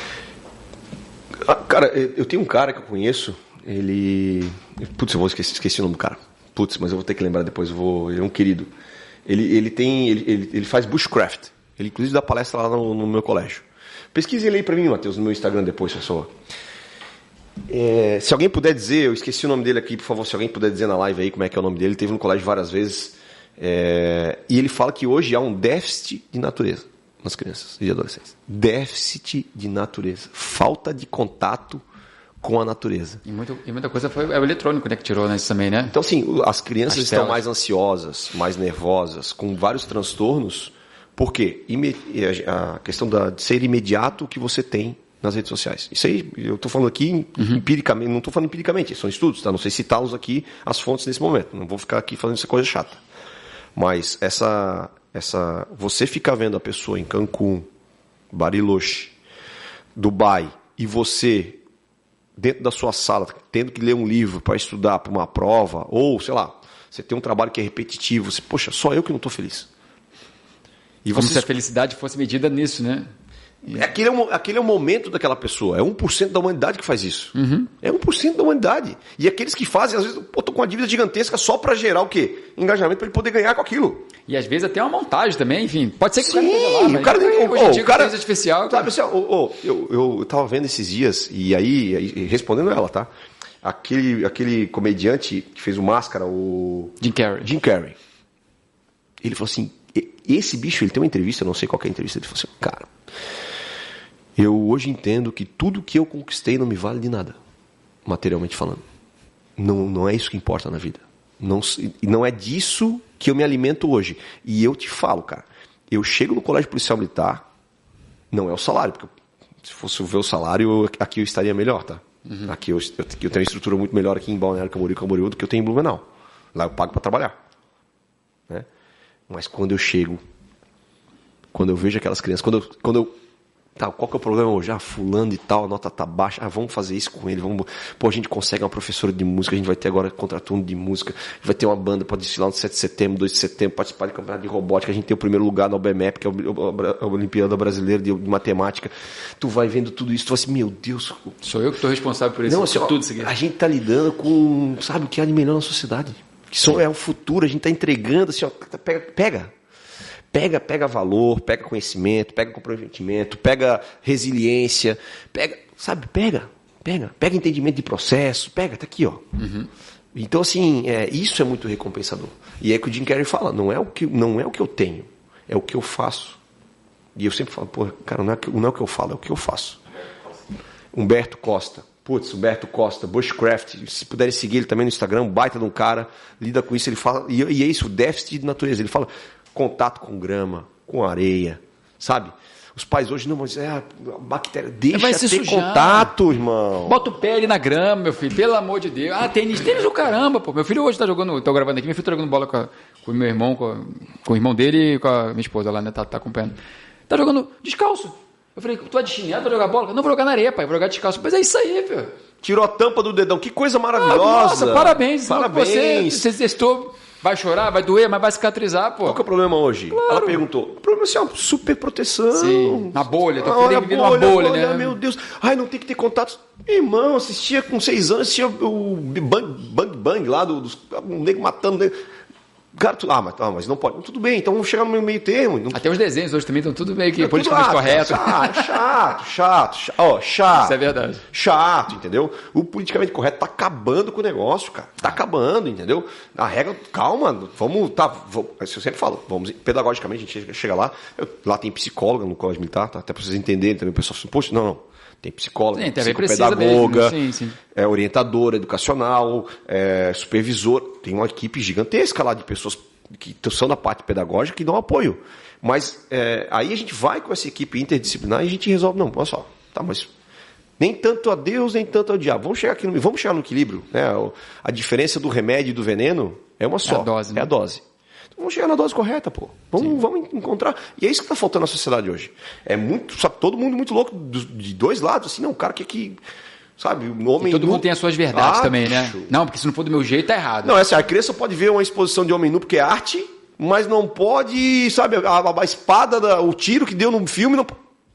Cara, eu tenho um cara que eu conheço, ele... Putz, eu vou esqueci o nome do cara. Putz, mas eu vou ter que lembrar depois, ele é um querido. Ele faz bushcraft. Ele inclusive dá palestra lá no meu colégio. Pesquise ele aí pra mim, Matheus, no meu Instagram depois, pessoal. Se alguém puder dizer, eu esqueci o nome dele aqui, por favor, se alguém puder dizer na live aí como é que é o nome dele. Ele esteve no colégio várias vezes. E ele fala que hoje há um déficit de natureza nas crianças e adolescentes. Déficit de natureza. Falta de contato com a natureza. E muita coisa é o eletrônico, né, que tirou nisso também, né? Então, sim, as crianças estão mais ansiosas, mais nervosas, com vários transtornos. Por quê? A questão de ser imediato o que você tem nas redes sociais. Isso aí, eu estou falando aqui empiricamente, não estou falando empiricamente, são estudos, tá? Não sei citá-los aqui, as fontes nesse momento. Não vou ficar aqui falando essa coisa chata. Mas você ficar vendo a pessoa em Cancún, Bariloche, Dubai, e você dentro da sua sala, tendo que ler um livro para estudar para uma prova, ou, sei lá, você tem um trabalho que é repetitivo, você, poxa, só eu que não estou feliz. E como se a felicidade fosse medida nisso, né? Aquele é o momento daquela pessoa. É 1% da humanidade que faz isso. É 1% da humanidade. E aqueles que fazem, às vezes, estão com uma dívida gigantesca só para gerar o quê? Engajamento para ele poder ganhar com aquilo. E às vezes até uma montagem também, enfim. Pode ser que o cara esteja lá, hoje em dia, com inteligência artificial. Sabe assim, eu tava vendo esses dias, e aí respondendo ela, tá? Aquele comediante que fez o Máscara, o Jim Carrey. Ele falou assim, esse bicho, ele tem uma entrevista, eu não sei qual que é a entrevista, ele falou assim, cara, eu hoje entendo que tudo que eu conquistei não me vale de nada, materialmente falando. Não é isso que importa na vida. Não é disso que eu me alimento hoje. E eu te falo, cara, eu chego no Colégio Policial Militar, não é o salário, porque se fosse ver o salário, aqui eu estaria melhor, tá? Aqui eu tenho uma estrutura muito melhor aqui em Balneário Camboriú do que eu tenho em Blumenau. Lá eu pago para trabalhar. Né? Mas quando eu chego, quando eu vejo aquelas crianças, quando eu tá, qual que é o problema hoje? Fulano e tal, a nota tá baixa, vamos fazer isso com ele, a gente consegue uma professora de música, a gente vai ter agora contraturno de música, vai ter uma banda para desfilar no 7 de setembro, 2 de setembro, participar de campeonato de robótica, a gente tem o primeiro lugar na OBMEP, que é a Olimpíada Brasileira de Matemática. Tu vai vendo tudo isso, tu vai assim, meu Deus. Sou eu que estou responsável por isso. Não, assim, tudo isso aqui. A gente tá lidando com, sabe, o que há de melhor na sociedade. Que é o futuro, a gente tá entregando, assim, ó, Pega valor, pega conhecimento, pega comprometimento, pega resiliência, pega entendimento de processo, tá aqui, ó. Então, assim, isso é muito recompensador. E é que o Jim Carrey fala, não é o que eu tenho, é o que eu faço. E eu sempre falo, pô, cara, não é o que eu falo, é o que eu faço. Humberto Costa, Bushcraft, se puderem seguir ele também no Instagram, baita de um cara, lida com isso, ele fala, e é isso, o déficit de natureza, ele fala, contato com grama, com areia, sabe? Os pais hoje não vão dizer, a bactéria, deixa ter sujar. Contato, irmão. Bota o pé ali na grama, meu filho, pelo amor de Deus. Tênis o caramba, pô. Meu filho hoje tá jogando, tô gravando aqui, meu filho tá jogando bola com o meu irmão, com o irmão dele e com a minha esposa lá, né, tá acompanhando. Tá jogando descalço. Eu falei, tu vai de chinelo, vai jogar bola? Não, vou jogar na areia, pai, vou jogar descalço. Mas é isso aí, filho. Tirou a tampa do dedão, que coisa maravilhosa. Nossa, parabéns. Você testou. Vai chorar, vai doer, mas vai cicatrizar, pô. Qual que é o problema hoje? Claro. Ela perguntou. O problema é assim, uma super proteção. Sim, na bolha. Tô vivendo uma bolha, né? Meu Deus. Não tem que ter contatos. Irmão, assistia com 6 anos, assistia o Bang lá, dos nego matando. Cara, mas não pode. Tudo bem, então vamos chegar no meio termo. Até os desenhos hoje também estão tudo meio que politicamente correto. Chato. Isso é verdade. Chato, entendeu? O politicamente correto tá acabando com o negócio, cara. Tá acabando, entendeu? A regra, calma, vamos, eu sempre falo, vamos, pedagogicamente a gente chega lá, lá tem psicóloga no Colégio Militar, tá? Até pra vocês entenderem também, o pessoal assim, poxa, não. Tem psicóloga, psicopedagoga, orientadora educacional, supervisor. Tem uma equipe gigantesca lá de pessoas que são da parte pedagógica que dão apoio. Mas aí a gente vai com essa equipe interdisciplinar e a gente resolve, não, olha só, tá, mas nem tanto a Deus, nem tanto ao diabo. Vamos chegar no equilíbrio. Né? A diferença do remédio e do veneno é uma só. É a dose. Vamos chegar na dose correta, pô. Vamos encontrar. E é isso que está faltando na sociedade hoje. É muito, sabe, todo mundo muito louco de dois lados. Assim, não, o cara que sabe, o homem. E todo mundo tem as suas verdades também, né? Não, porque se não for do meu jeito, tá errado. Não, a criança pode ver uma exposição de homem nu porque é arte, mas não pode, sabe, a espada, o tiro que deu no filme. Não...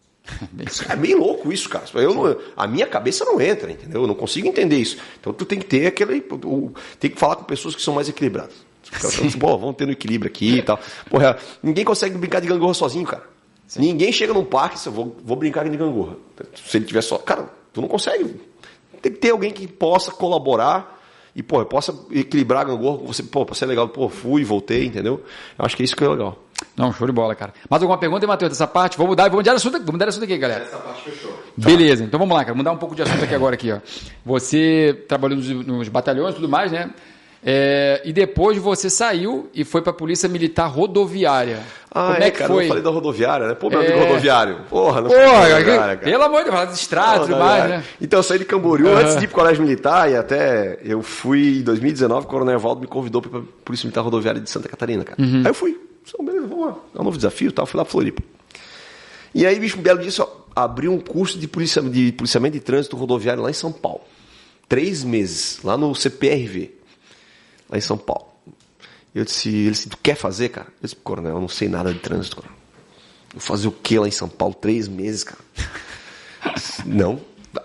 É bem louco isso, cara. A minha cabeça não entra, entendeu? Eu não consigo entender isso. Então tu tem que ter tem que falar com pessoas que são mais equilibradas. Pô, vamos ter no equilíbrio aqui e tal. Porra, ninguém consegue brincar de gangorra sozinho, cara. Sim. Ninguém chega num parque e vou brincar de gangorra. Se ele tiver só... Cara, tu não consegue. Tem que ter alguém que possa colaborar e, pô, possa equilibrar a gangorra com você. Pô, pra ser legal, pô, fui, voltei, entendeu? Eu acho que é isso que é legal. Não, show de bola, cara. Mais alguma pergunta, Matheus, dessa parte? Vamos mudar de assunto aqui, galera. Essa parte fechou. Beleza, então vamos lá, cara. Mudar um pouco de assunto aqui agora. Ó. Você trabalhou nos batalhões e tudo mais, né? E depois você saiu e foi para a Polícia Militar Rodoviária. Como é que foi? Eu falei da rodoviária, né? Pô, meu amigo rodoviário. Porra, não foi rodoviária, pelo amor de Deus, estrato e tudo mais, né? Então eu saí de Camboriú antes de ir para o Colégio Militar e até eu fui em 2019, o Coronel Evaldo me convidou para a Polícia Militar Rodoviária de Santa Catarina, cara. Aí eu fui. Beleza, vamos lá. É um novo desafio e tal. Fui lá para Floripa. E aí, bicho, um belo dia, abri um curso de policiamento de trânsito rodoviário lá em São Paulo. 3 meses, lá no CPRV, lá em São Paulo. Ele disse, tu quer fazer, cara? Eu disse, coronel, eu não sei nada de trânsito, coronel. Vou fazer o que lá em São Paulo? 3 meses, cara. Disse, não,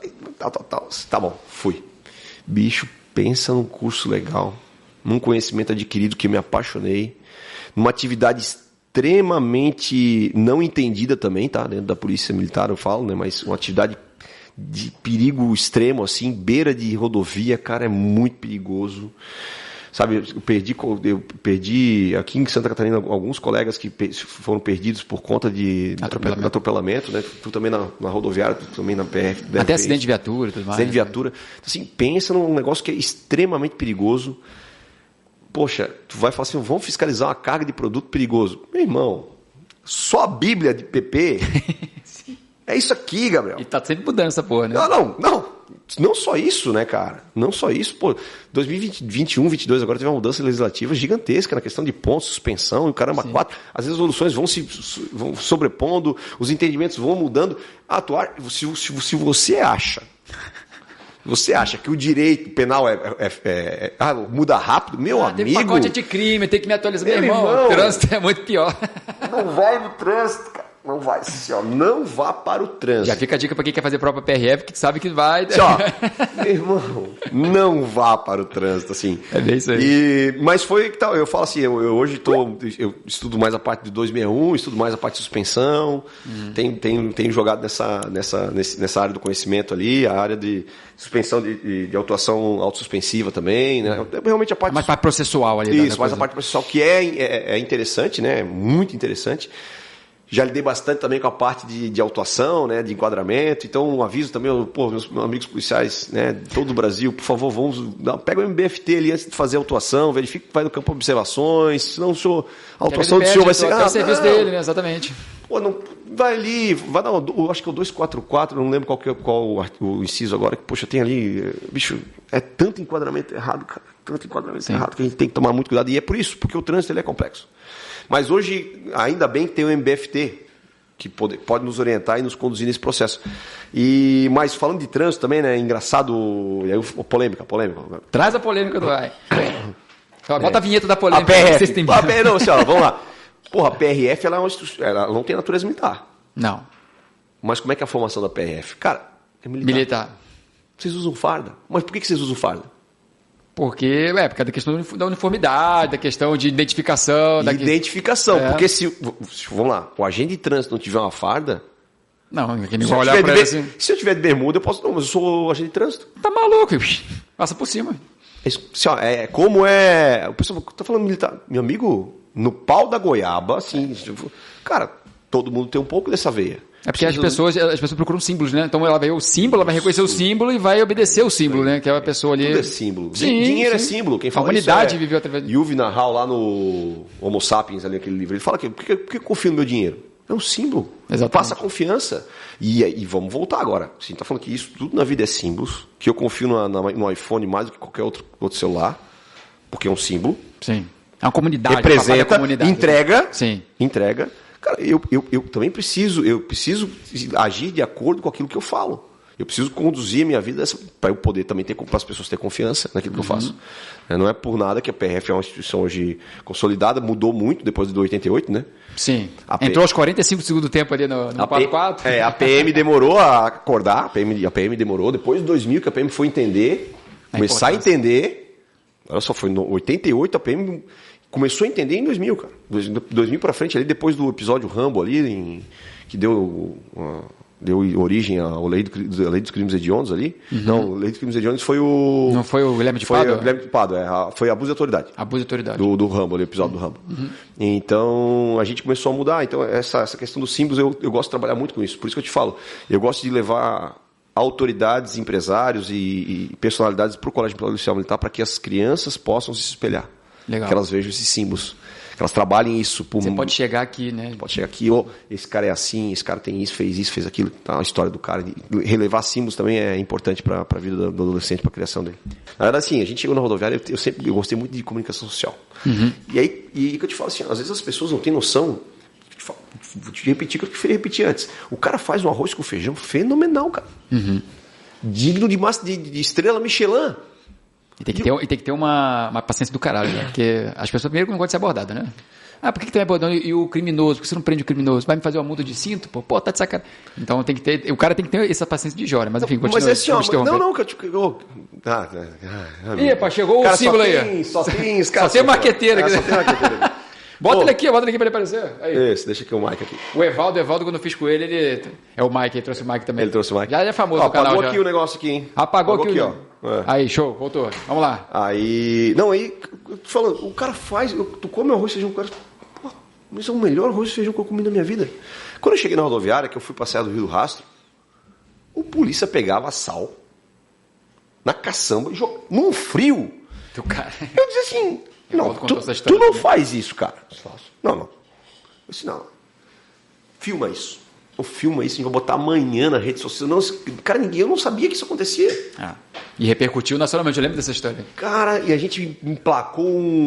tá bom, fui. Bicho, pensa num curso legal, num conhecimento adquirido que eu me apaixonei, numa atividade extremamente não entendida também, tá? Dentro da polícia militar eu falo, né? Mas uma atividade de perigo extremo, assim, beira de rodovia, cara, é muito perigoso. Sabe, eu perdi aqui em Santa Catarina alguns colegas que foram perdidos por conta de atropelamento, né? Tu também na rodoviária, tu também na PF. Até acidente de viatura e tudo mais. Acidente de viatura. Então, assim, pensa num negócio que é extremamente perigoso. Poxa, tu vai falar assim, vamos fiscalizar uma carga de produto perigoso. Meu irmão, só a Bíblia de PP é isso aqui, Gabriel. E tá sempre mudando essa porra, né? Não só isso, né, cara? Não só isso. Pô, 2021, 2022, agora teve uma mudança legislativa gigantesca na questão de pontos, suspensão, e o caramba, 4. As resoluções vão vão sobrepondo, os entendimentos vão mudando. Se você acha que o direito penal muda rápido, meu amigo... Tem pacote de crime, tem que me atualizar. Meu irmão, o trânsito é muito pior. Não vai no trânsito, cara. Não vai, assim, ó, não vá para o trânsito. Já fica a dica para quem quer fazer prova PRF, que sabe que vai... Meu irmão, não vá para o trânsito, assim. É bem isso aí. Mas foi que tal, eu falo assim, eu hoje eu estudo mais a parte de 261, estudo mais a parte de suspensão, tenho jogado nessa área do conhecimento ali, a área de suspensão de autuação autossuspensiva também, né? Realmente a parte... Mais parte processual ali. Isso, mais a parte processual, que é interessante, né? Muito interessante. Já lidei bastante também com a parte de autuação, né, de enquadramento. Então, um aviso também, meus amigos policiais, né, de todo o Brasil, por favor, pega o MBFT ali antes de fazer a autuação, verifica que vai no campo de observações, senão a autuação do senhor vai ser... o serviço dele, né, exatamente. Pô, não, vai ali, acho que é o 244, não lembro qual o inciso agora, que, poxa, tem ali, bicho, é tanto enquadramento errado, cara, tanto enquadramento errado que a gente tem que tomar muito cuidado. E é por isso, porque o trânsito ele é complexo. Mas hoje, ainda bem que tem o MBFT, que pode nos orientar e nos conduzir nesse processo. Mas falando de trânsito também, né? Engraçado. E aí, polêmica. Traz a polêmica do AI. Bota a vinheta da polêmica. A PRF. Não, senhora, vamos lá. Porra, a PRF ela não tem natureza militar. Não. Mas como é que é a formação da PRF? Cara, é militar. Vocês usam farda. Mas por que vocês usam farda? Porque da questão da uniformidade, da questão de identificação. Porque vamos lá, o agente de trânsito não tiver uma farda... Não, ninguém vai olhar pra ele assim. Se eu tiver de bermuda, eu posso... Não, mas eu sou agente de trânsito. Tá maluco, passa por cima. O pessoal tá falando militar. Meu amigo, no pau da goiaba, assim... Cara, todo mundo tem um pouco dessa veia. É porque as pessoas procuram símbolos, né? Então ela vai ver o símbolo, ela vai reconhecer o símbolo e vai obedecer o símbolo, né? Que é a pessoa ali... Tudo é símbolo. Sim, dinheiro é símbolo. Quem fala a humanidade viveu através de... Yuval Noah lá no Homo Sapiens, ali naquele livro, ele fala que por que eu confio no meu dinheiro? É um símbolo. Exatamente. Passa confiança. E vamos voltar agora. A gente está falando que isso tudo na vida é símbolos, que eu confio no iPhone mais do que qualquer outro celular, porque é um símbolo. Sim. É uma comunidade. Representa, comunidade. entrega. Sim. Entrega. Cara, eu também preciso agir de acordo com aquilo que eu falo. Eu preciso conduzir a minha vida para eu poder também para as pessoas terem confiança naquilo que eu faço. Não é por nada que a PRF é uma instituição hoje consolidada, mudou muito depois do 88, né? Sim. Entrou aos 45 segundos do tempo ali no 4x4. A PM demorou a acordar, a PM demorou, depois de 2000 que a PM foi entender, começar a entender. Olha só, foi em 88 a PM começou a entender em 2000, cara. 2000 para frente, ali depois do episódio Rambo ali, que deu origem à lei dos crimes hediondos ali. Não, a lei dos crimes hediondos foi o... Não foi o Guilherme de Pádua? Foi o Guilherme de Pádua, foi abuso de autoridade. Abuso de autoridade. Do Rambo, ali, o episódio do Rambo. Então, a gente começou a mudar. Então, essa questão dos símbolos, eu gosto de trabalhar muito com isso. Por isso que eu te falo, eu gosto de levar autoridades, empresários e personalidades para o Colégio Policial Militar para que as crianças possam se espelhar. Legal. Que elas vejam esses símbolos. Que elas trabalhem isso. Você pode chegar aqui, né? Pode chegar aqui, esse cara é assim, esse cara tem isso, fez aquilo. Tá, a história do cara. Relevar símbolos também é importante para a vida do adolescente, para a criação dele. Na verdade, assim, a gente chegou na rodoviária, eu gostei muito de comunicação social. E aí que eu te falo assim, às vezes as pessoas não têm noção. Vou te repetir o que eu queria repetir antes. O cara faz um arroz com feijão fenomenal, cara. digno de estrela Michelin. E tem que ter uma paciência do caralho, né? Porque as pessoas primeiro não gostam de ser abordadas, né? Ah, por que tá me abordando? E o criminoso? Por que você não prende o criminoso? Vai me fazer uma multa de cinto? Pô, tá de sacanagem. Então tem que ter. O cara tem que ter essa paciência de Jória. Mas enfim, continua. Mas é assim, ó. Não, que eu. Ih, pá, chegou o símbolo aí. Só tem os caras. Só tem marqueteiro aqui. Só tem marqueteiro aqui. Bota ele aqui pra ele aparecer. Aí. Esse, deixa aqui o Mike aqui. O Evaldo, quando eu fiz com ele é o Mike, ele trouxe o Mike também. Ele trouxe o Mike. Já é famoso no canal. Apagou já. aqui o negócio aqui, hein? Apagou aqui, ó. Aí, show, voltou. Vamos lá. Aí. Não, aí, eu tô falando, o cara faz. Tu come arroz e feijão, o cara. Pô, isso é o melhor arroz e feijão que eu comi na minha vida. Quando eu cheguei na rodoviária, que eu fui passear do Rio do Rastro, o polícia pegava sal na caçamba e jogava num frio. Do cara. Eu dizia assim. Não, tu não faz isso, cara. Não. Eu disse, não. Filma isso. Ou filma isso, a gente vai botar amanhã na rede social. Não, cara, eu não sabia que isso acontecia. E repercutiu nacionalmente, eu lembro dessa história. Cara, e a gente emplacou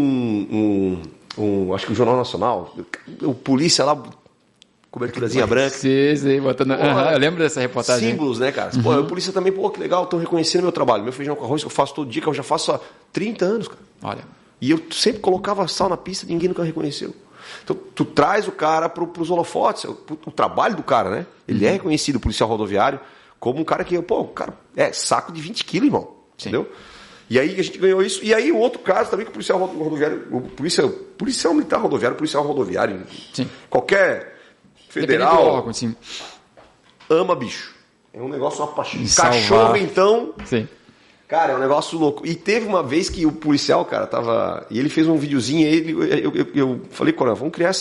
acho que o Jornal Nacional, o polícia lá, coberturazinha branca. Sim, botando. Eu lembro dessa reportagem. Símbolos, né, cara? Pô, o polícia também, que legal, estão reconhecendo meu trabalho. Meu feijão com arroz que eu faço todo dia, que eu já faço há 30 anos, cara. Olha. E eu sempre colocava sal na pista, ninguém nunca reconheceu. Então, tu traz o cara para os holofotes, o trabalho do cara, né? Ele é reconhecido, o policial rodoviário, como um cara que, o cara é saco de 20 quilos, irmão. Sim. Entendeu? E aí a gente ganhou isso. E aí o outro caso também que o policial rodoviário, policial militar rodoviário, policial rodoviário, sim. Qualquer federal, órgão, sim. ama bicho. É um negócio, uma paixão. Cachorro, então... Sim. Cara, é um negócio louco. E teve uma vez que o policial, cara, tava... E ele fez um videozinho, eu falei, Coronel, vamos criar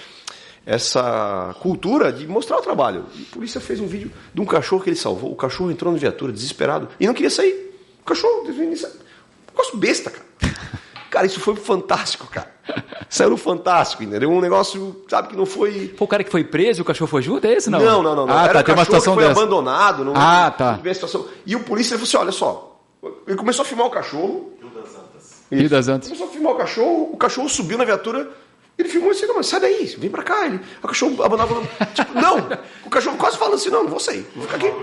essa cultura de mostrar o trabalho. E a polícia fez um vídeo de um cachorro que ele salvou. O cachorro entrou na viatura, desesperado, e não queria sair. O cachorro, um negócio besta, cara. Cara, isso foi fantástico, cara. Saiu no Fantástico, entendeu? Um negócio, sabe, que não foi... Foi o cara que foi preso e o cachorro foi junto? É esse, não? Não. Era um tem uma situação que foi dessa. abandonado. Tá. E o polícia falou assim, olha só, ele começou a filmar o cachorro. Rio das Antas. Começou a filmar o cachorro subiu na viatura, ele filmou assim, não, mas sai daí, vem pra cá. O cachorro abandonava. Tipo, não, o cachorro quase falando assim, não vou sair, vou ficar aqui.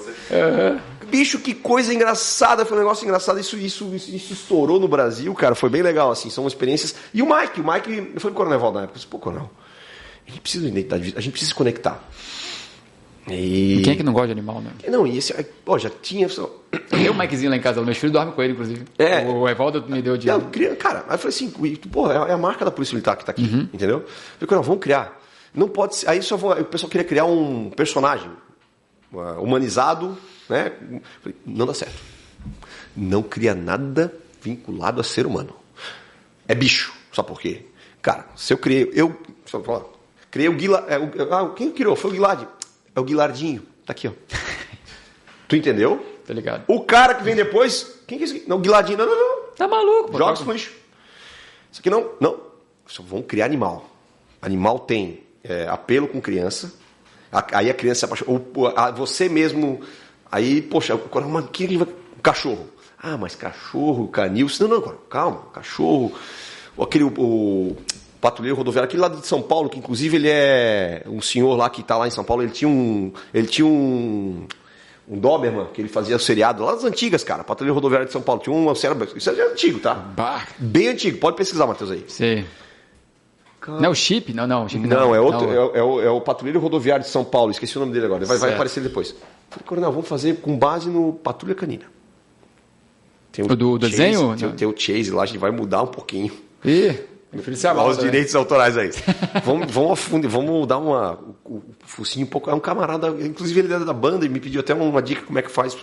Bicho, que coisa engraçada, foi um negócio engraçado, isso estourou no Brasil, cara, foi bem legal, assim, são experiências. E o Mike, eu falei pro Coronel Valdo na época, eu disse, pô, Coronel, a gente precisa de identidade, a gente precisa se conectar. E quem é que não gosta de animal, né? Não, e esse, pô, já tinha... Eu o Mikezinho lá em casa, meus filhos dormem com ele, inclusive. O Evaldo me deu de... Cara, aí eu falei assim, pô, é a marca da Polícia Militar que tá aqui, entendeu? Eu falei, vamos criar. Não pode ser... Aí o pessoal queria criar um personagem humanizado, né? Eu falei, não dá certo. Não cria nada vinculado a ser humano. É bicho, sabe por quê? Cara, se eu criei... criei o Guilherme... quem criou? Foi o Guilherme. É o Guilardinho. Tá aqui, ó. Tu entendeu? Tá ligado. O cara que vem depois... Quem que é esse aqui? Não, o Guilardinho. Não. Tá maluco. Joga isso no lixo. Isso aqui não. Só vão criar animal. Animal tem apelo com criança. Aí a criança se apaixona. Você mesmo... Aí, poxa, o cachorro. Ah, mas cachorro, canil... Não, calma. Cachorro... O patrulheiro rodoviário, aquele lá de São Paulo, que inclusive ele é um senhor lá que está lá em São Paulo, ele tinha um Doberman, que ele fazia o seriado lá das antigas, cara, patrulheiro rodoviário de São Paulo, tinha um seriado, isso é antigo, tá? Bem antigo, pode pesquisar, Matheus, aí. Sim. Não é o Chip? Não, o Chip não. É outro, é o patrulheiro rodoviário de São Paulo, esqueci o nome dele agora, vai aparecer depois. Falei, Coronel, vamos fazer com base no Patrulha Canina. Tem do desenho? Tem o Chase lá, a gente vai mudar um pouquinho. Os direitos autorais aí. Vamos dar o focinho um pouco. É um camarada, inclusive ele é da banda e me pediu até uma dica como é que faz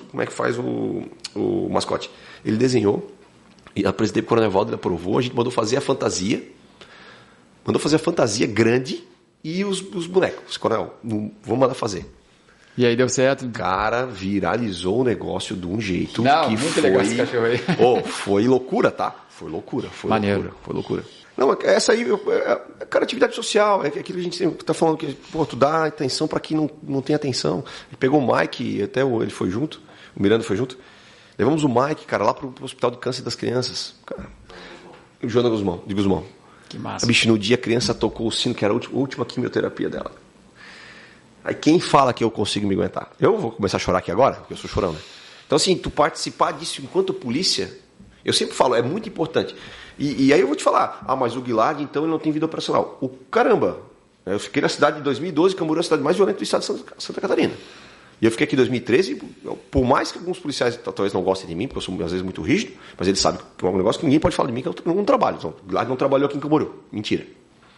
o mascote. Ele desenhou e apresentei pro Coronel Valdo, ele aprovou, a gente mandou fazer a fantasia. Mandou fazer a fantasia grande e os bonecos. Coronel, vamos mandar fazer. E aí deu certo? Cara, viralizou o negócio de um jeito que muito legal esse cachorro aí. Foi loucura, tá? Foi loucura. Foi loucura. Não, essa aí, cara, atividade social, é aquilo que a gente sempre tá falando, que, pô, tu dá atenção para quem não tem atenção. Ele pegou o Mike, até ele foi junto, o Miranda foi junto. Levamos o Mike, cara, lá pro Hospital de Câncer das Crianças. Cara, o Joana de Guzmão. Que massa. A bicho, no dia a criança tocou o sino, que era a última quimioterapia dela. Aí quem fala que eu consigo me aguentar? Eu vou começar a chorar aqui agora, porque eu sou chorão, né? Então, assim, tu participar disso enquanto polícia, eu sempre falo, é muito importante. E aí eu vou te falar, mas o Guilherme, então, ele não tem vida operacional. O caramba, eu fiquei na cidade de 2012, Camboriú é a cidade mais violenta do estado de Santa Catarina. E eu fiquei aqui em 2013, por mais que alguns policiais talvez não gostem de mim, porque eu sou às vezes muito rígido, mas eles sabem que é um negócio que ninguém pode falar de mim, que eu não trabalho. Então, o Guilherme não trabalhou aqui em Camboriú. Mentira.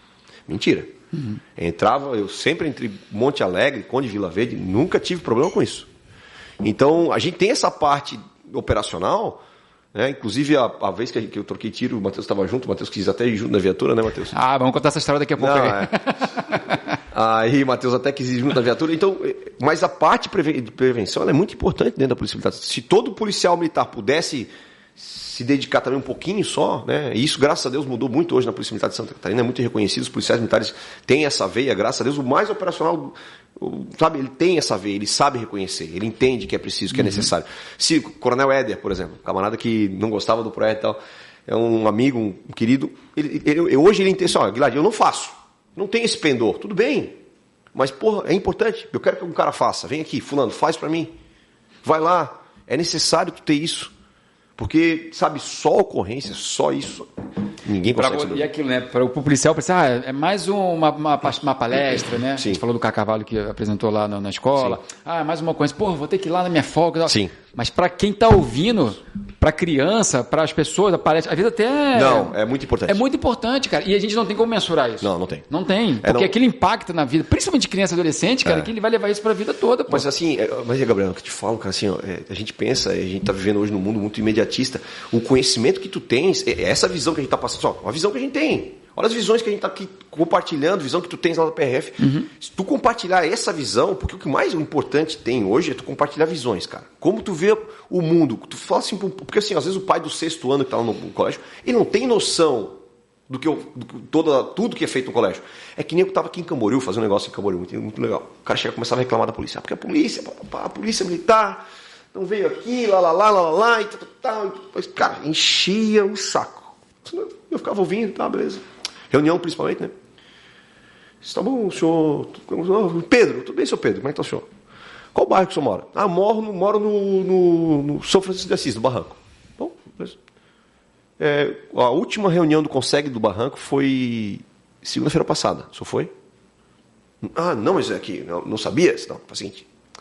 Uhum. Eu sempre entre Monte Alegre, Conde e Vila Verde, nunca tive problema com isso. Então, a gente tem essa parte operacional, né? Inclusive, a vez que eu troquei tiro, o Matheus estava junto, o Matheus quis até ir junto na viatura, né, Matheus? Vamos contar essa história daqui a pouco. Aí o Matheus até quis ir junto na viatura. Então, mas a parte de prevenção ela é muito importante dentro da Polícia Militar. Se todo policial militar pudesse se dedicar também um pouquinho só, né? E isso, graças a Deus, mudou muito hoje na Polícia Militar de Santa Catarina, é muito reconhecido, os policiais militares têm essa veia, graças a Deus, o mais operacional, sabe, ele tem essa veia, ele sabe reconhecer, ele entende que é preciso, que é necessário. Se o Coronel Éder, por exemplo, camarada que não gostava do projeto e tal, é um amigo, um querido, hoje ele entende assim, Guilherme, eu não faço, não tenho esse pendor, tudo bem, mas, porra, é importante, eu quero que um cara faça, vem aqui, fulano, faz pra mim, vai lá, é necessário tu ter isso. Porque, sabe, só ocorrência, só isso, ninguém consegue saber. E aquilo, né? Para o policial, é mais uma palestra, né? Sim. A gente falou do Carvalho que apresentou lá na escola. Sim. É mais uma coisa. Pô, vou ter que ir lá na minha folga. Sim. Mas para quem está ouvindo, para criança, para as pessoas, a palestra, às vezes até... Não, é muito importante. É muito importante, cara. E a gente não tem como mensurar isso. Não tem. Não tem. Porque aquilo impacta na vida, principalmente criança e adolescente, cara, que ele vai levar isso para a vida toda. Pô. Mas assim, Gabriel, o que eu te falo, cara, assim, a gente pensa, a gente está vivendo hoje num mundo muito imediatista, o conhecimento que tu tens, essa visão que a gente está passando, uma visão que a gente tem. Olha as visões que a gente está aqui compartilhando, visão que tu tens lá da PRF. Se tu compartilhar essa visão, porque o que mais importante tem hoje é tu compartilhar visões, cara. Como tu vê o mundo. Tu fala assim, porque assim, às vezes o pai do 6º ano que está lá no colégio, ele não tem noção tudo que é feito no colégio. É que nem eu estava aqui em Camboriú, fazendo um negócio em Camboriú, muito legal. O cara chega e começava a reclamar da polícia. Porque a polícia militar não veio aqui, lá, e tal. Cara, enchia o saco. Eu ficava ouvindo, tá, beleza. Reunião, principalmente, né? Tá bom, senhor... Pedro, tudo bem, seu Pedro? Como é que tá o senhor? Qual bairro que o senhor mora? Moro no São Francisco de Assis, no Barranco. Bom, beleza. A última reunião do Conseg do Barranco foi segunda-feira passada. O senhor foi? Não, mas é que não sabia? Não, foi o seguinte.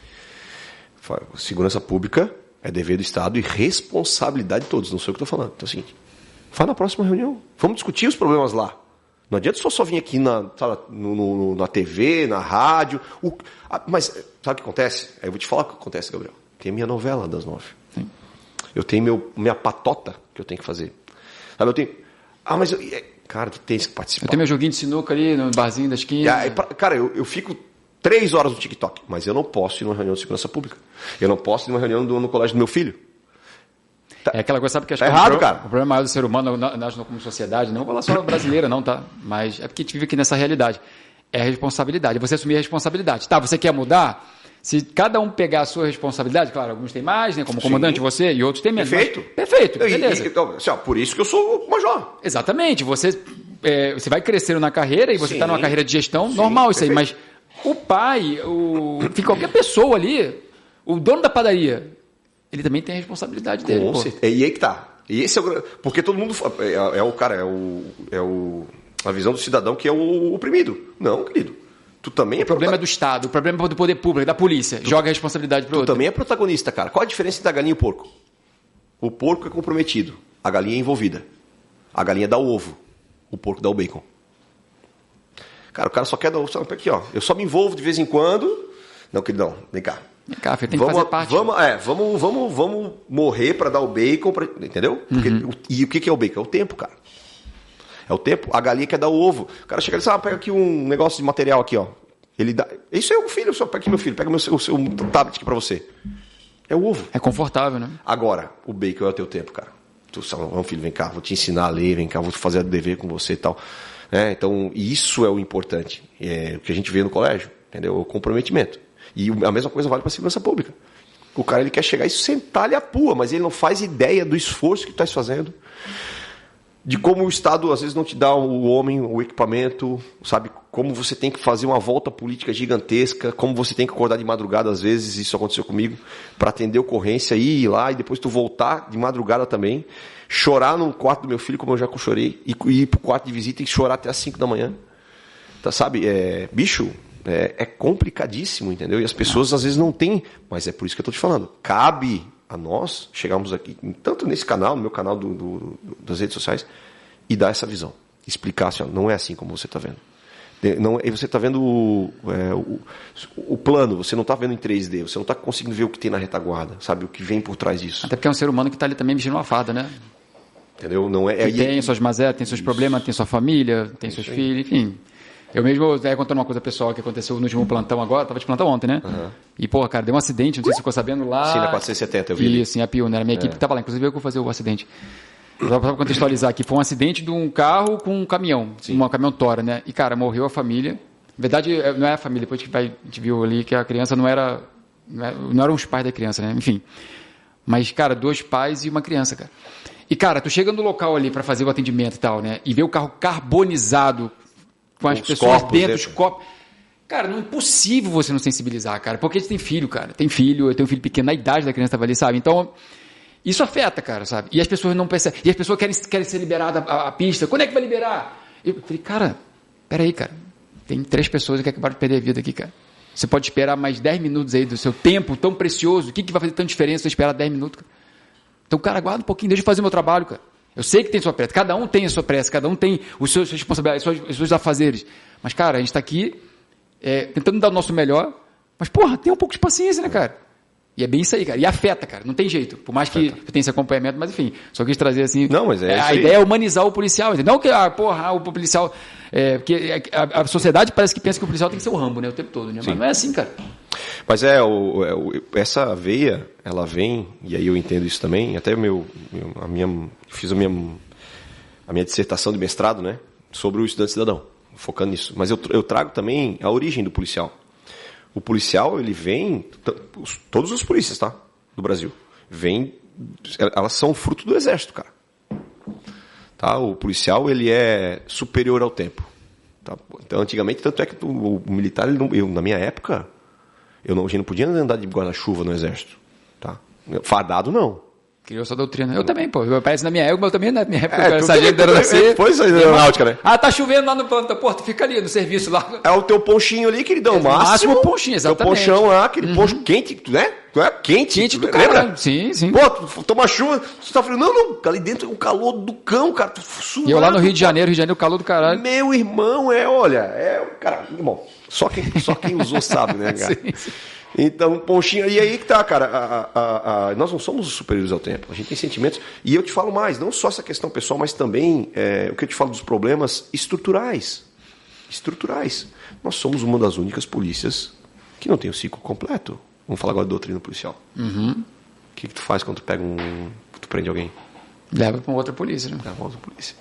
Segurança pública é dever do Estado e responsabilidade de todos. Não sei o que eu estou falando. Então é o seguinte. Vai na próxima reunião. Vamos discutir os problemas lá. Não adianta só vir aqui na TV, na rádio. Mas sabe o que acontece? Aí eu vou te falar o que acontece, Gabriel. Tem a minha novela das 9. Sim. Eu tenho minha patota que eu tenho que fazer. Sabe, eu tenho... mas... Cara, tu tens que participar. Eu tenho meu joguinho de sinuca ali no barzinho da esquina. Cara, eu fico 3 horas no TikTok, mas eu não posso ir numa reunião de segurança pública. Eu não posso ir numa reunião no colégio do meu filho. É aquela coisa, sabe que acho que errado, cara. O problema maior do ser humano, nós como sociedade, não vou falar só brasileira não, tá? Mas é porque a gente vive aqui nessa realidade. É a responsabilidade, é você assumir a responsabilidade. Tá, você quer mudar? Se cada um pegar a sua responsabilidade, claro, alguns têm mais, né? Como comandante você, e outros têm menos. Perfeito. Perfeito, beleza. Então, por isso que eu sou major. Exatamente. Você vai crescendo na carreira e você está numa carreira de gestão, normal isso aí. Mas o pai, qualquer pessoa ali, o dono da padaria, ele também tem a responsabilidade dele. E aí que tá. E esse porque todo mundo a visão do cidadão que é o oprimido. Não, querido. Tu também o problema é do Estado, o problema é do poder público, da polícia. Joga a responsabilidade pro outro. Tu também é protagonista, cara. Qual a diferença entre a galinha e o porco? O porco é comprometido, a galinha é envolvida. A galinha dá o ovo, o porco dá o bacon. Cara, o cara só quer dar o ovo. Aqui, ó. Eu só me envolvo de vez em quando. Não, queridão, vem cá. Vem cá, tem que fazer parte. Vamos morrer para dar o bacon, entendeu? Porque, e o que é o bacon? É o tempo, cara. É o tempo. A galinha quer dar o ovo. O cara chega e diz, pega aqui um negócio de material aqui, ó. Ele dá. Isso é o filho, só pega aqui meu filho, pega o seu tablet aqui para você. É o ovo. É confortável, né? Agora, o bacon é o teu tempo, cara. Tu fala, filho, vem cá, vou te ensinar a ler, vem cá, vou fazer o dever com você e tal. Então, isso é o importante. O que a gente vê no colégio, entendeu? O comprometimento. E a mesma coisa vale para a segurança pública. O cara ele quer chegar e sentar-lhe a pua, mas ele não faz ideia do esforço que tu estás fazendo. de como o Estado às vezes não te dá o homem, o equipamento, sabe? Como você tem que fazer uma volta política gigantesca, como você tem que acordar de madrugada às vezes, isso aconteceu comigo, para atender ocorrência, ir lá e depois tu voltar de madrugada também, chorar no quarto do meu filho, como eu já chorei, e ir pro quarto de visita e chorar até as 5 da manhã. Tá, sabe? Bicho, é complicadíssimo, entendeu? E as pessoas às vezes não têm, mas é por isso que eu tô te falando. Cabe a nós chegarmos aqui, tanto nesse canal, no meu canal das redes sociais, e dar essa visão. Explicar assim, ó, não é assim como você está vendo. Não, você está vendo o plano, você não está vendo em 3D, você não está conseguindo ver o que tem na retaguarda, sabe? O que vem por trás disso. Até porque é um ser humano que está ali também mexendo uma farda, né? Entendeu? Não é, tem suas mazelas, tem seus problemas, tem sua família, tem seus filhos, enfim. Eu mesmo, contando uma coisa pessoal que aconteceu no último plantão agora, estava de plantão ontem, né? Uhum. E, porra, cara, deu um acidente, não sei se você ficou sabendo lá. Sim, na 470, eu vi. Isso, em Apiú, né? A minha equipe estava lá, inclusive eu que vou fazer o acidente. Só para contextualizar aqui, foi um acidente de um carro com um caminhão, uma caminhão tora, né? E, cara, morreu a família. Na verdade, não é a família, depois que a gente viu ali que a criança não eram os pais da criança, né? Enfim. Mas, cara, 2 pais e uma criança, cara. E, cara, tu chega no local ali para fazer o atendimento e tal, né? E vê o carro carbonizado, com as pessoas dentro, os copos. Cara, não é impossível você não sensibilizar, cara. Porque a gente tem filho, cara. Tem filho, eu tenho um filho pequeno, na idade da criança estava ali, sabe? Então, isso afeta, cara, sabe? E as pessoas não percebem. E as pessoas querem ser liberadas a pista. Quando é que vai liberar? Eu falei, cara, peraí, cara. Tem 3 pessoas que acabaram de perder a vida aqui, cara. Você pode esperar mais 10 minutos aí do seu tempo tão precioso. O que vai fazer tanta diferença você esperar 10 minutos, cara? Então, cara, aguarda um pouquinho, deixa eu fazer o meu trabalho, cara. Eu sei que tem sua pressa, cada um tem a sua pressa, cada um tem as suas responsabilidades, os seus afazeres. Mas, cara, a gente está aqui tentando dar o nosso melhor, mas, porra, tem um pouco de paciência, né, cara? E é bem isso aí, cara. E afeta, cara, não tem jeito. Por mais que eu tenha esse acompanhamento, mas enfim, só quis trazer assim... Não, mas a ideia é humanizar o policial, entendeu? Não que, o policial... porque a sociedade parece que pensa que o policial tem que ser o Rambo, né, o tempo todo, né? Mas não é assim, cara. Mas essa veia, ela vem, e aí eu entendo isso também, até fiz a minha dissertação de mestrado, né, sobre o estudante cidadão, focando nisso. Mas eu trago também a origem do policial. O policial, ele vem, todos os polícias, tá, do Brasil, elas são fruto do exército, cara. Tá? O policial, ele é superior ao tempo. Tá? Então, antigamente, tanto é que o militar, na minha época... a gente não podia andar de guarda-chuva no exército. Tá? Fardado, não. Criou essa doutrina. Eu também, pô. Parece na minha época, mas eu também na minha época. Eu era sargento da aeronáutica. Foi isso aí da aeronáutica, né? Tá chovendo lá no plantão. Pô, tu fica ali no serviço lá. É o teu ponchinho ali, queridão. Máximo ponchinho, exatamente. Teu ponchão lá, aquele poncho quente, né? Tu é quente. Quente do caralho. Sim, sim. Pô, tu toma chuva, tu tá frio. Não. Ali dentro é o calor do cão, cara. Tu suando. E eu lá no Rio de Janeiro, o calor do caralho. Meu irmão, cara, irmão, só quem usou sabe, né, cara? Sim. Então, ponchinho, e aí que tá, cara, nós não somos os superiores ao tempo, a gente tem sentimentos, e eu te falo mais, não só essa questão pessoal, mas também o que eu te falo dos problemas estruturais. Nós somos uma das únicas polícias que não tem o ciclo completo. Vamos falar agora de doutrina policial. Uhum. O que tu faz quando tu prende alguém? Leva para outra polícia, né? Leva para outra polícia.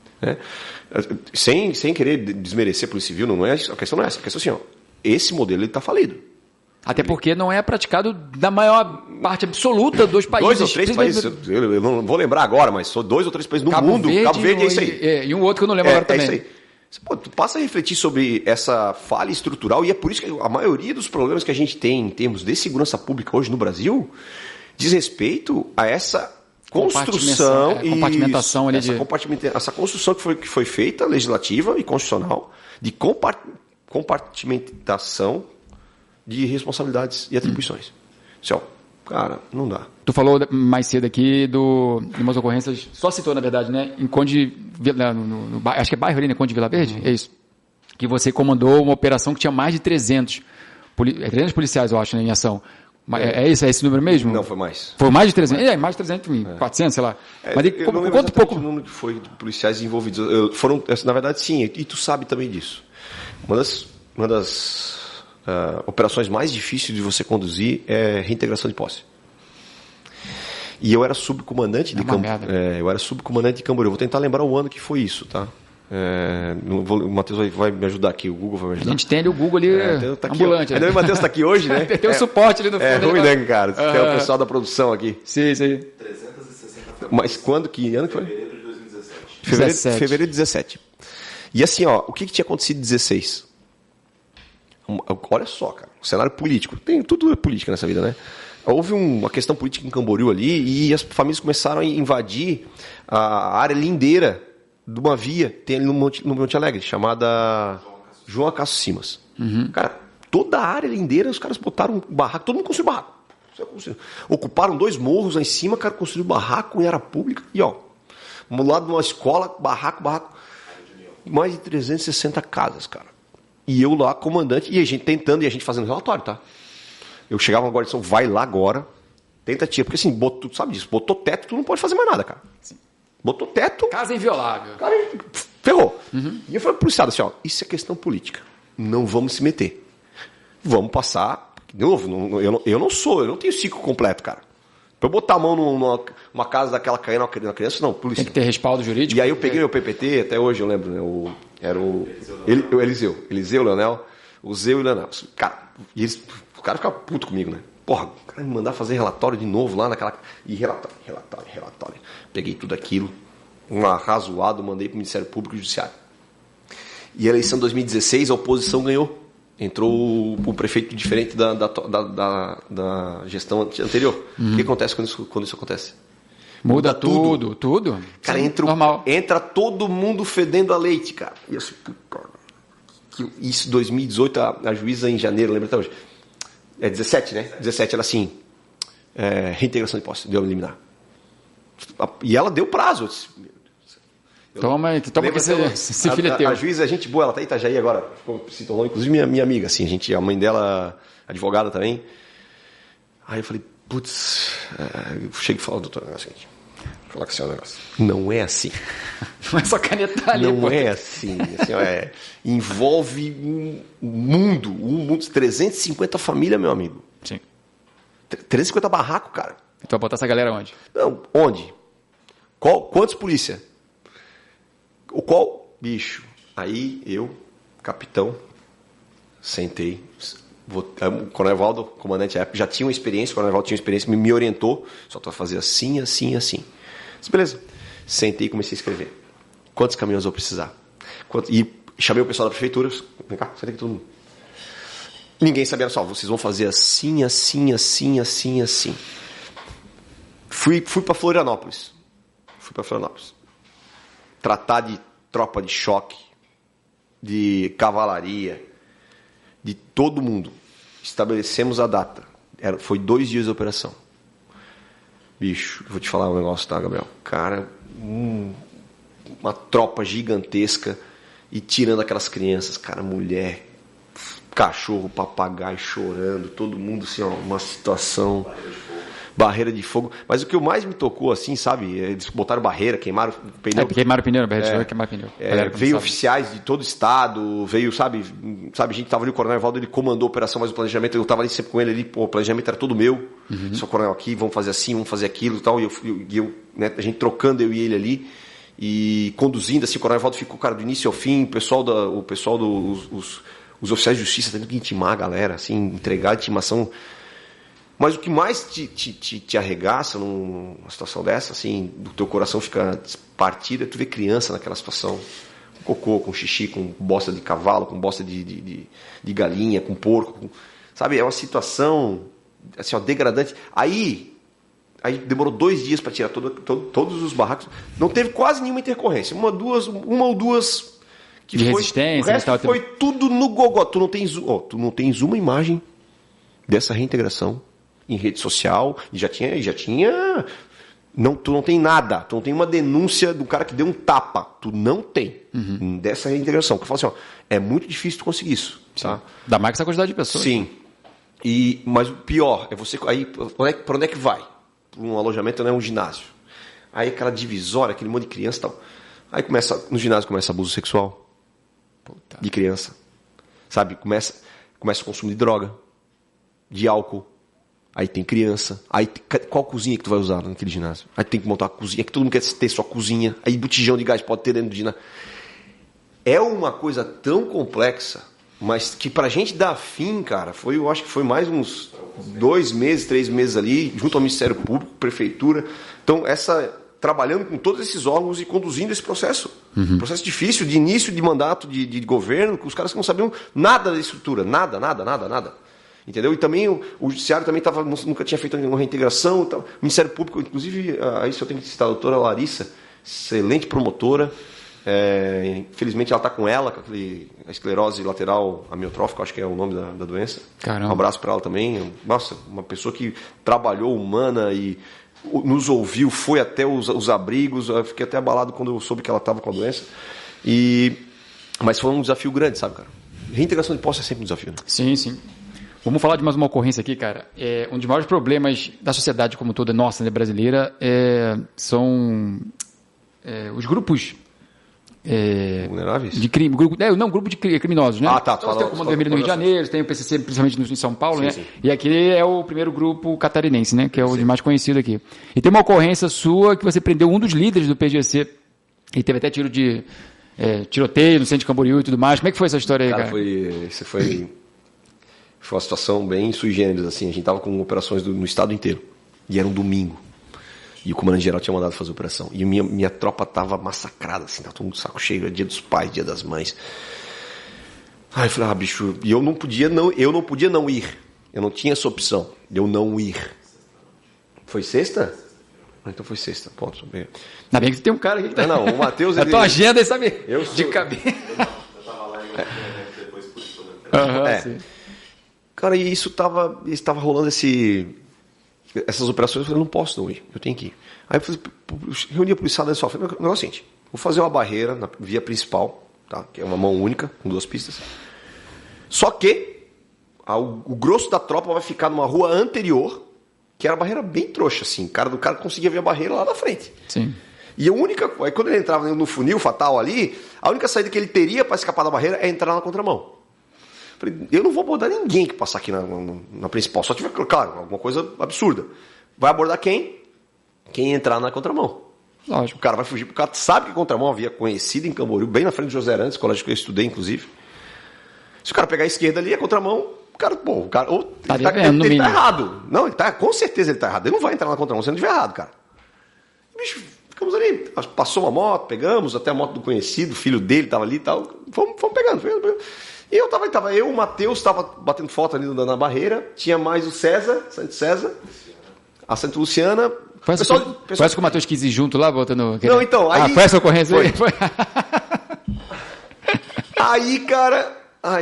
Sem querer desmerecer a polícia civil, não é, a questão não é essa, a questão é assim, esse modelo está falido. Até porque não é praticado na maior parte absoluta dos países. 2 ou 3 países, eu não vou lembrar agora, mas são 2 ou 3 países no mundo. Cabo Verde é isso aí. E um outro que eu não lembro agora também. É isso aí. Pô, tu passa a refletir sobre essa falha estrutural, e é por isso que a maioria dos problemas que a gente tem em termos de segurança pública hoje no Brasil diz respeito a essa construção e compartimentação ali essa construção que foi feita, legislativa e constitucional, de compartimentação de responsabilidades e atribuições. Cara, não dá. Tu falou mais cedo aqui de umas ocorrências, só citou na verdade, né? Em Conde, acho que é bairro ali, né? Conde de Vila Verde? É isso. Que você comandou uma operação que tinha mais de 300 policiais, eu acho, né, em ação. É esse número mesmo? Não, foi mais. Foi mais de 300? Mais de 300, 400, sei lá. Mas conta um pouco. O número que foi de policiais envolvidos. Na verdade, sim, e tu sabe também disso. Uma das operações mais difíceis de você conduzir é reintegração de posse. E eu era subcomandante de Camboriú. Vou tentar lembrar o ano que foi isso, tá? O Matheus vai me ajudar aqui, o Google vai me ajudar. A gente tem ali o Google ali, tá ambulante. Ainda o Matheus está aqui hoje, né? Tem um suporte ali no fundo. É ruim, né, cara? Tem o pessoal da produção aqui. Sim. 360. Mas que ano que foi? Fevereiro de 2017. Fevereiro de 17. E assim, ó, o que tinha acontecido em 16? Olha só, cara, o cenário político. Tem tudo é política nessa vida, né? Houve uma questão política em Camboriú ali e as famílias começaram a invadir a área lindeira de uma via, tem ali no Monte Alegre, chamada João Acácio Simas. Cara, toda a área lindeira, os caras botaram um barraco, todo mundo construiu barraco. Ocuparam 2 morros lá em cima, cara, construiu barraco em área pública e, ó, do lado de uma escola, barraco. Mais de 360 casas, cara. E eu lá, comandante, e a gente tentando, e a gente fazendo relatório, tá? Eu chegava na guarnição, vai lá agora, tenta tirar, porque assim, tu sabe disso, botou teto, tu não pode fazer mais nada, cara. Sim. Botou teto... Casa inviolável. Cara, ferrou. E eu falei pro policial assim, ó, isso é questão política, não vamos se meter. Vamos passar, de novo, eu não tenho ciclo completo, cara. Pra eu botar a mão numa casa daquela caindo uma criança, não, polícia. Tem que ter respaldo jurídico. E aí eu peguei meu PPT, até hoje eu lembro, né, era o Eliseu, Leonel, o Zeu e o Leonel. Cara, e eles... O cara ficava puto comigo, né? Porra, o cara me mandar fazer relatório de novo lá naquela... E relatório. Peguei tudo aquilo, um arrazoado, mandei pro Ministério Público e Judiciário. E a eleição de 2016, a oposição ganhou. Entrou o prefeito diferente da gestão anterior. O que acontece quando isso acontece? Muda tudo. Cara, entra todo mundo fedendo a leite, cara. E eu assim, isso 2018, a juíza em janeiro, lembra até hoje. É 17, né? 17, ela assim, reintegração de posse, deu a eliminar. E ela deu prazo. Toma que se filho é teu. A juíza é gente boa, ela tá em Itajaí agora, se tornou inclusive minha amiga, assim, a mãe dela, advogada também. Aí eu falei, putz, eu cheguei e falei, doutor, é o seguinte, vou falar com você um negócio. Não é assim. Não é só canetar ali. Não é assim. Ó, envolve um mundo, 350 famílias, meu amigo. Sim. 350 barracos, cara. Então vai botar essa galera onde? Não, onde? Quantos polícia? Qual bicho? Aí eu, capitão, sentei. O Coronel Valdo, comandante da época, já tinha uma experiência, o Coronel Valdo tinha uma experiência, me orientou, só tu vai fazer assim. Disse, beleza. Sentei e comecei a escrever. Quantos caminhões eu vou precisar? E chamei o pessoal da prefeitura. Vem cá, senta aqui todo mundo. Ninguém sabia só, vocês vão fazer assim. Fui para Florianópolis. Tratar de tropa de choque, de cavalaria, de todo mundo. Estabelecemos a data. Foi 2 dias de operação. Bicho, vou te falar um negócio, tá, Gabriel? Cara, uma tropa gigantesca e tirando aquelas crianças, cara, mulher, cachorro, papagaio chorando, todo mundo assim, ó, uma situação... Barreira de fogo. Mas o que mais me tocou, assim, sabe? Eles botaram barreira, queimaram o pneu. Queimaram o pneu, queimaram o pneu. Veio oficiais de todo o estado, veio, sabe, a gente tava ali, o Coronel Valdo, ele comandou a operação, mas o planejamento, eu tava ali sempre com ele ali, pô, o planejamento era todo meu. Só Coronel aqui, vamos fazer assim, vamos fazer aquilo e tal. E eu né, a gente trocando, eu e ele ali, e conduzindo, assim, o Coronel Valdo ficou, cara, do início ao fim, os oficiais de justiça tendo que intimar a galera, assim, entregar a intimação. Mas o que mais te arregaça numa situação dessa, assim, do teu coração fica partido, é tu ver criança naquela situação, com cocô, com xixi, com bosta de cavalo, com bosta de galinha, com porco, sabe? É uma situação, assim, ó, degradante. Aí demorou 2 dias para tirar todos os barracos. Não teve quase nenhuma intercorrência. Uma ou duas que de foi. Resistência, o resto foi tudo no gogó. Tu não tens uma imagem dessa reintegração em rede social, e já tinha tu não tem nada, tu não tem uma denúncia do cara que deu um tapa, tu não tem dessa reintegração, que eu falo assim, ó, é muito difícil tu conseguir isso, tá? Dá mais que essa quantidade de pessoas. Sim, mas o pior é você, aí, para onde é que vai? Para um alojamento, não é um ginásio, aí aquela divisória, aquele monte de criança e tal, aí no ginásio começa abuso sexual. Puta. De criança, sabe, começa o consumo de droga, de álcool. Aí tem criança. Aí qual cozinha que tu vai usar naquele ginásio? Aí tem que montar a cozinha, que todo mundo quer ter sua cozinha. Aí botijão de gás pode ter dentro do ginásio. É uma coisa tão complexa, mas que pra gente dar fim, cara, eu acho que foi mais uns 2 meses, 3 meses ali, junto ao Ministério Público, Prefeitura. Então, trabalhando com todos esses órgãos e conduzindo esse processo. Processo difícil, de início de mandato de governo, com os caras que não sabiam nada da estrutura, nada. Entendeu? E também o Judiciário também nunca tinha feito nenhuma reintegração. O Ministério Público, inclusive, isso eu tenho que citar a doutora Larissa, excelente promotora. Infelizmente ela está com a esclerose lateral amiotrófica, acho que é o nome da doença. Caramba. Um abraço para ela também. Nossa, uma pessoa que trabalhou humana e nos ouviu, foi até os abrigos. Eu fiquei até abalado quando eu soube que ela estava com a doença. Mas foi um desafio grande, sabe, cara? Reintegração de posse é sempre um desafio, né? Sim. Vamos falar de mais uma ocorrência aqui, cara. Um dos maiores problemas da sociedade como toda, nossa, né, brasileira, são os grupos vulneráveis? De crime. Grupo de criminosos, né? Tá. Então, tem o Comando Vermelho no Rio de Janeiro, tem o PCC, principalmente em São Paulo, né? Sim. E aqui é o primeiro grupo catarinense, né? Que é o mais conhecido aqui. E tem uma ocorrência sua que você prendeu um dos líderes do PGC e teve até tiroteio no centro de Camboriú e tudo mais. Como é que foi essa história aí, cara? Foi uma situação bem sui generis, assim. A gente estava com operações no estado inteiro. E era um domingo. E o comandante-geral tinha mandado fazer a operação. E minha tropa estava massacrada, assim, estava todo mundo saco cheio, dia dos pais, dia das mães. Aí eu falei, bicho, e eu não podia não ir. Eu não tinha essa opção de eu não ir. Foi sexta? Então foi sexta, ponto. Ainda bem que tem um cara aqui que tá... Não, o Matheus... A tua agenda, sabe? De cabeça. Eu estava lá e depois por isso. Sim. Cara, e estava rolando essas operações. Eu falei, não posso não ir, eu tenho que ir. Aí eu reuni a policial da só. Falei, o negócio é o seguinte, vou fazer uma barreira na via principal, tá? Que é uma mão única, com 2 pistas. Só que o grosso da tropa vai ficar numa rua anterior, que era a barreira bem trouxa, assim. O cara conseguia ver a barreira lá na frente. Sim. E aí quando ele entrava no funil fatal ali, a única saída que ele teria para escapar da barreira é entrar na contramão. Falei, eu não vou abordar ninguém que passar aqui na principal. Só tiver, claro, alguma coisa absurda. Vai abordar quem? Quem entrar na contramão. Lógico. O cara vai fugir. O cara sabe que a contramão havia conhecido em Camboriú, bem na frente do José Arantes, colégio que eu estudei, inclusive. Se o cara pegar a esquerda ali, a contramão, o cara ele tá errado. Não, com certeza ele tá errado. Ele não vai entrar na contramão se ele não estiver errado, cara. Bicho, ficamos ali. Passou uma moto, pegamos, até a moto do conhecido, o filho dele estava ali e tal. Fomos pegando. E o Matheus estava batendo foto ali na barreira, tinha mais o Santo César, a Santa Luciana. Parece que o Matheus quis ir junto lá, botando... Não, então, aí... foi essa ocorrência aí? Foi. Aí, cara,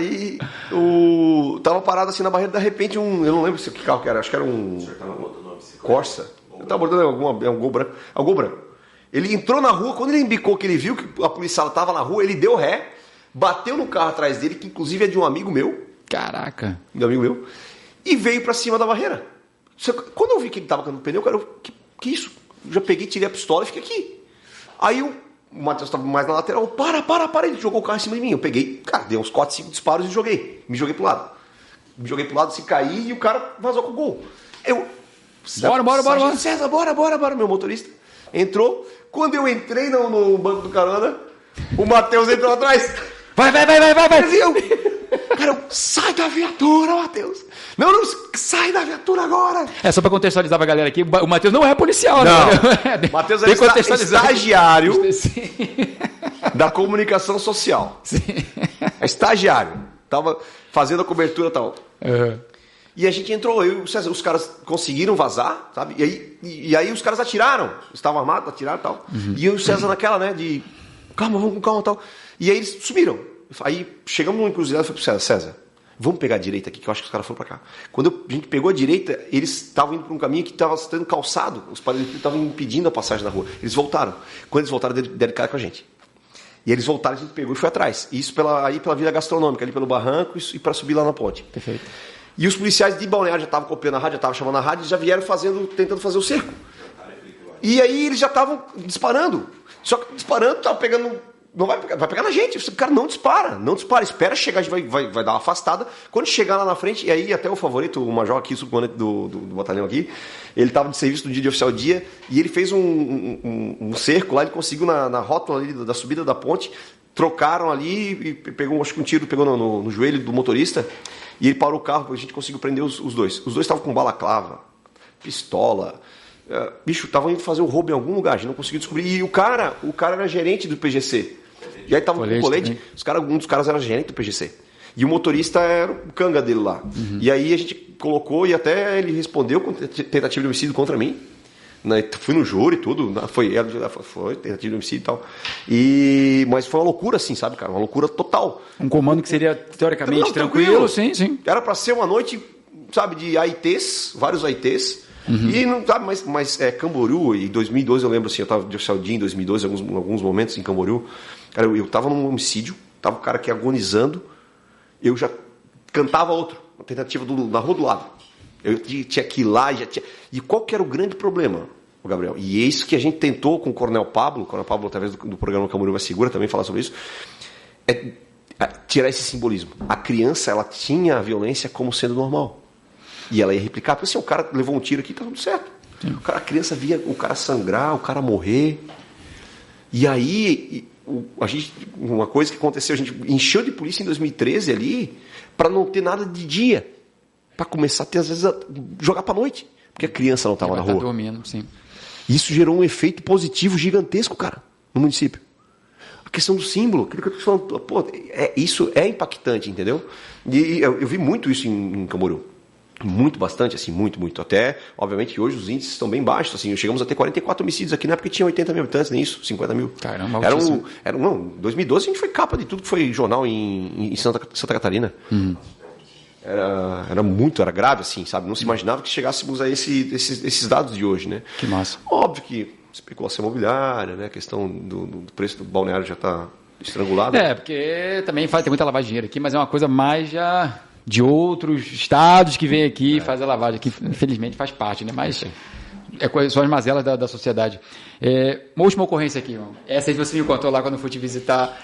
tava parado assim na barreira, de repente eu não lembro que carro que era, acho que era um Corsa. Eu tava abordando um Gol branco. Ele entrou na rua, quando ele embicou, que ele viu que a policial tava na rua, ele deu ré, bateu no carro atrás dele, que inclusive é de um amigo meu. Caraca. De um amigo meu. E veio pra cima da barreira. Quando eu vi que ele tava com o pneu, cara, que isso? Eu já peguei, tirei a pistola e fiquei aqui. Aí o Matheus tava mais na lateral. Para. Ele jogou o carro em cima de mim. Eu peguei, cara, dei uns 4, 5 disparos e joguei. Me joguei pro lado. Se caí e o cara vazou com o gol. Bora. César, bora. Meu motorista entrou. Quando eu entrei no banco do carona, o Matheus entrou atrás. Vai. Cara, sai da viatura, Matheus. Não, sai da viatura agora. Só para contextualizar pra galera aqui, o Matheus não é policial, não. Né? Matheus é estagiário da comunicação social. Sim. É estagiário. Tava fazendo a cobertura e tal. Uhum. E a gente entrou, os caras conseguiram vazar, sabe? E aí os caras atiraram. Estavam armados, atiraram e tal. Uhum. E o César naquela, né, de calma, vamos com calma e tal. E aí eles sumiram. Aí chegamos numa encruzilhada e falei pro César, vamos pegar a direita aqui, que eu acho que os caras foram pra cá. Quando a gente pegou a direita, eles estavam indo por um caminho que estava sendo calçado. Os paralelepípedos estavam impedindo a passagem na rua. Eles voltaram. Quando eles voltaram, deram cara com a gente. E eles voltaram, a gente pegou e foi atrás. Isso pela Vila Gastronômica, ali pelo barranco e para subir lá na ponte. Perfeito. E os policiais de Balneário já estavam copiando a rádio, já estavam chamando a rádio, e já vieram tentando fazer o cerco. E aí eles já estavam disparando. Só que disparando, estava pegando... Não vai pegar na gente. O cara não dispara. Espera chegar, a gente vai dar uma afastada. Quando chegar lá na frente, e aí até o favorito, o major aqui, o subcomandante do batalhão aqui, ele estava de serviço no dia de oficial dia, e ele fez um cerco lá, ele conseguiu na rótula ali da subida da ponte, trocaram ali e pegou, acho que um tiro pegou no joelho do motorista, e ele parou o carro, a gente conseguiu prender os dois. Os dois estavam com balaclava, pistola, Bicho, estavam indo fazer um roubo em algum lugar, a gente não conseguiu descobrir. E o cara era gerente do PGC. E aí tava com colete. Um dos caras era gerente do PGC. E o motorista era o canga dele lá. E aí a gente colocou e até ele respondeu com tentativa de homicídio contra mim. Fui no júri e tudo. Foi tentativa de homicídio e tal. Mas foi uma loucura, assim, sabe, cara? Uma loucura total. Um comando que seria, teoricamente, tranquilo. Sim. Era pra ser uma noite, sabe, de AITs, vários AITs. E não sabe, mas Camboriú, em 2012 eu lembro assim, eu tava de Saldim em 2012, em alguns momentos em Camboriú. Cara, eu tava num homicídio, tava o cara aqui agonizando. Eu já cantava outro, uma tentativa na rua do lado. Eu tinha que ir lá, e qual que era o grande problema, Gabriel? E é isso que a gente tentou com o Coronel Pablo, através do programa Camboriú Mais Segura, também falar sobre isso, tirar esse simbolismo. A criança, ela tinha a violência como sendo normal. E ela ia replicar, porque assim, o cara levou um tiro aqui, tá tudo certo. A criança via o cara sangrar, o cara morrer. E aí... uma coisa que aconteceu, a gente encheu de polícia em 2013 ali para não ter nada de dia, para começar a ter, às vezes, jogar para noite, porque a criança não estava na rua. Dormindo, sim. Isso gerou um efeito positivo gigantesco, cara, no município. A questão do símbolo, aquilo que eu estou falando, pô, isso é impactante, entendeu? E eu vi muito isso em Camboriú. Muito, bastante, assim, muito. Até, obviamente, que hoje os índices estão bem baixos, assim, chegamos a ter 44 homicídios aqui, na época tinha 80 mil habitantes, nem isso, 50 mil. Caramba, em 2012 a gente foi capa de tudo que foi jornal em Santa Catarina. Era grave, assim, sabe? Não se imaginava que chegássemos a esses dados de hoje, né? Que massa. Óbvio que especulação imobiliária, né? A questão do preço do balneário já está estrangulado. Porque também tem muita lavagem de dinheiro aqui, mas é uma coisa mais já... de outros estados que vêm aqui e fazem a lavagem, que infelizmente faz parte, né? Mas são as mazelas da sociedade. Uma última ocorrência aqui, irmão. Essa aí você me contou lá quando eu fui te visitar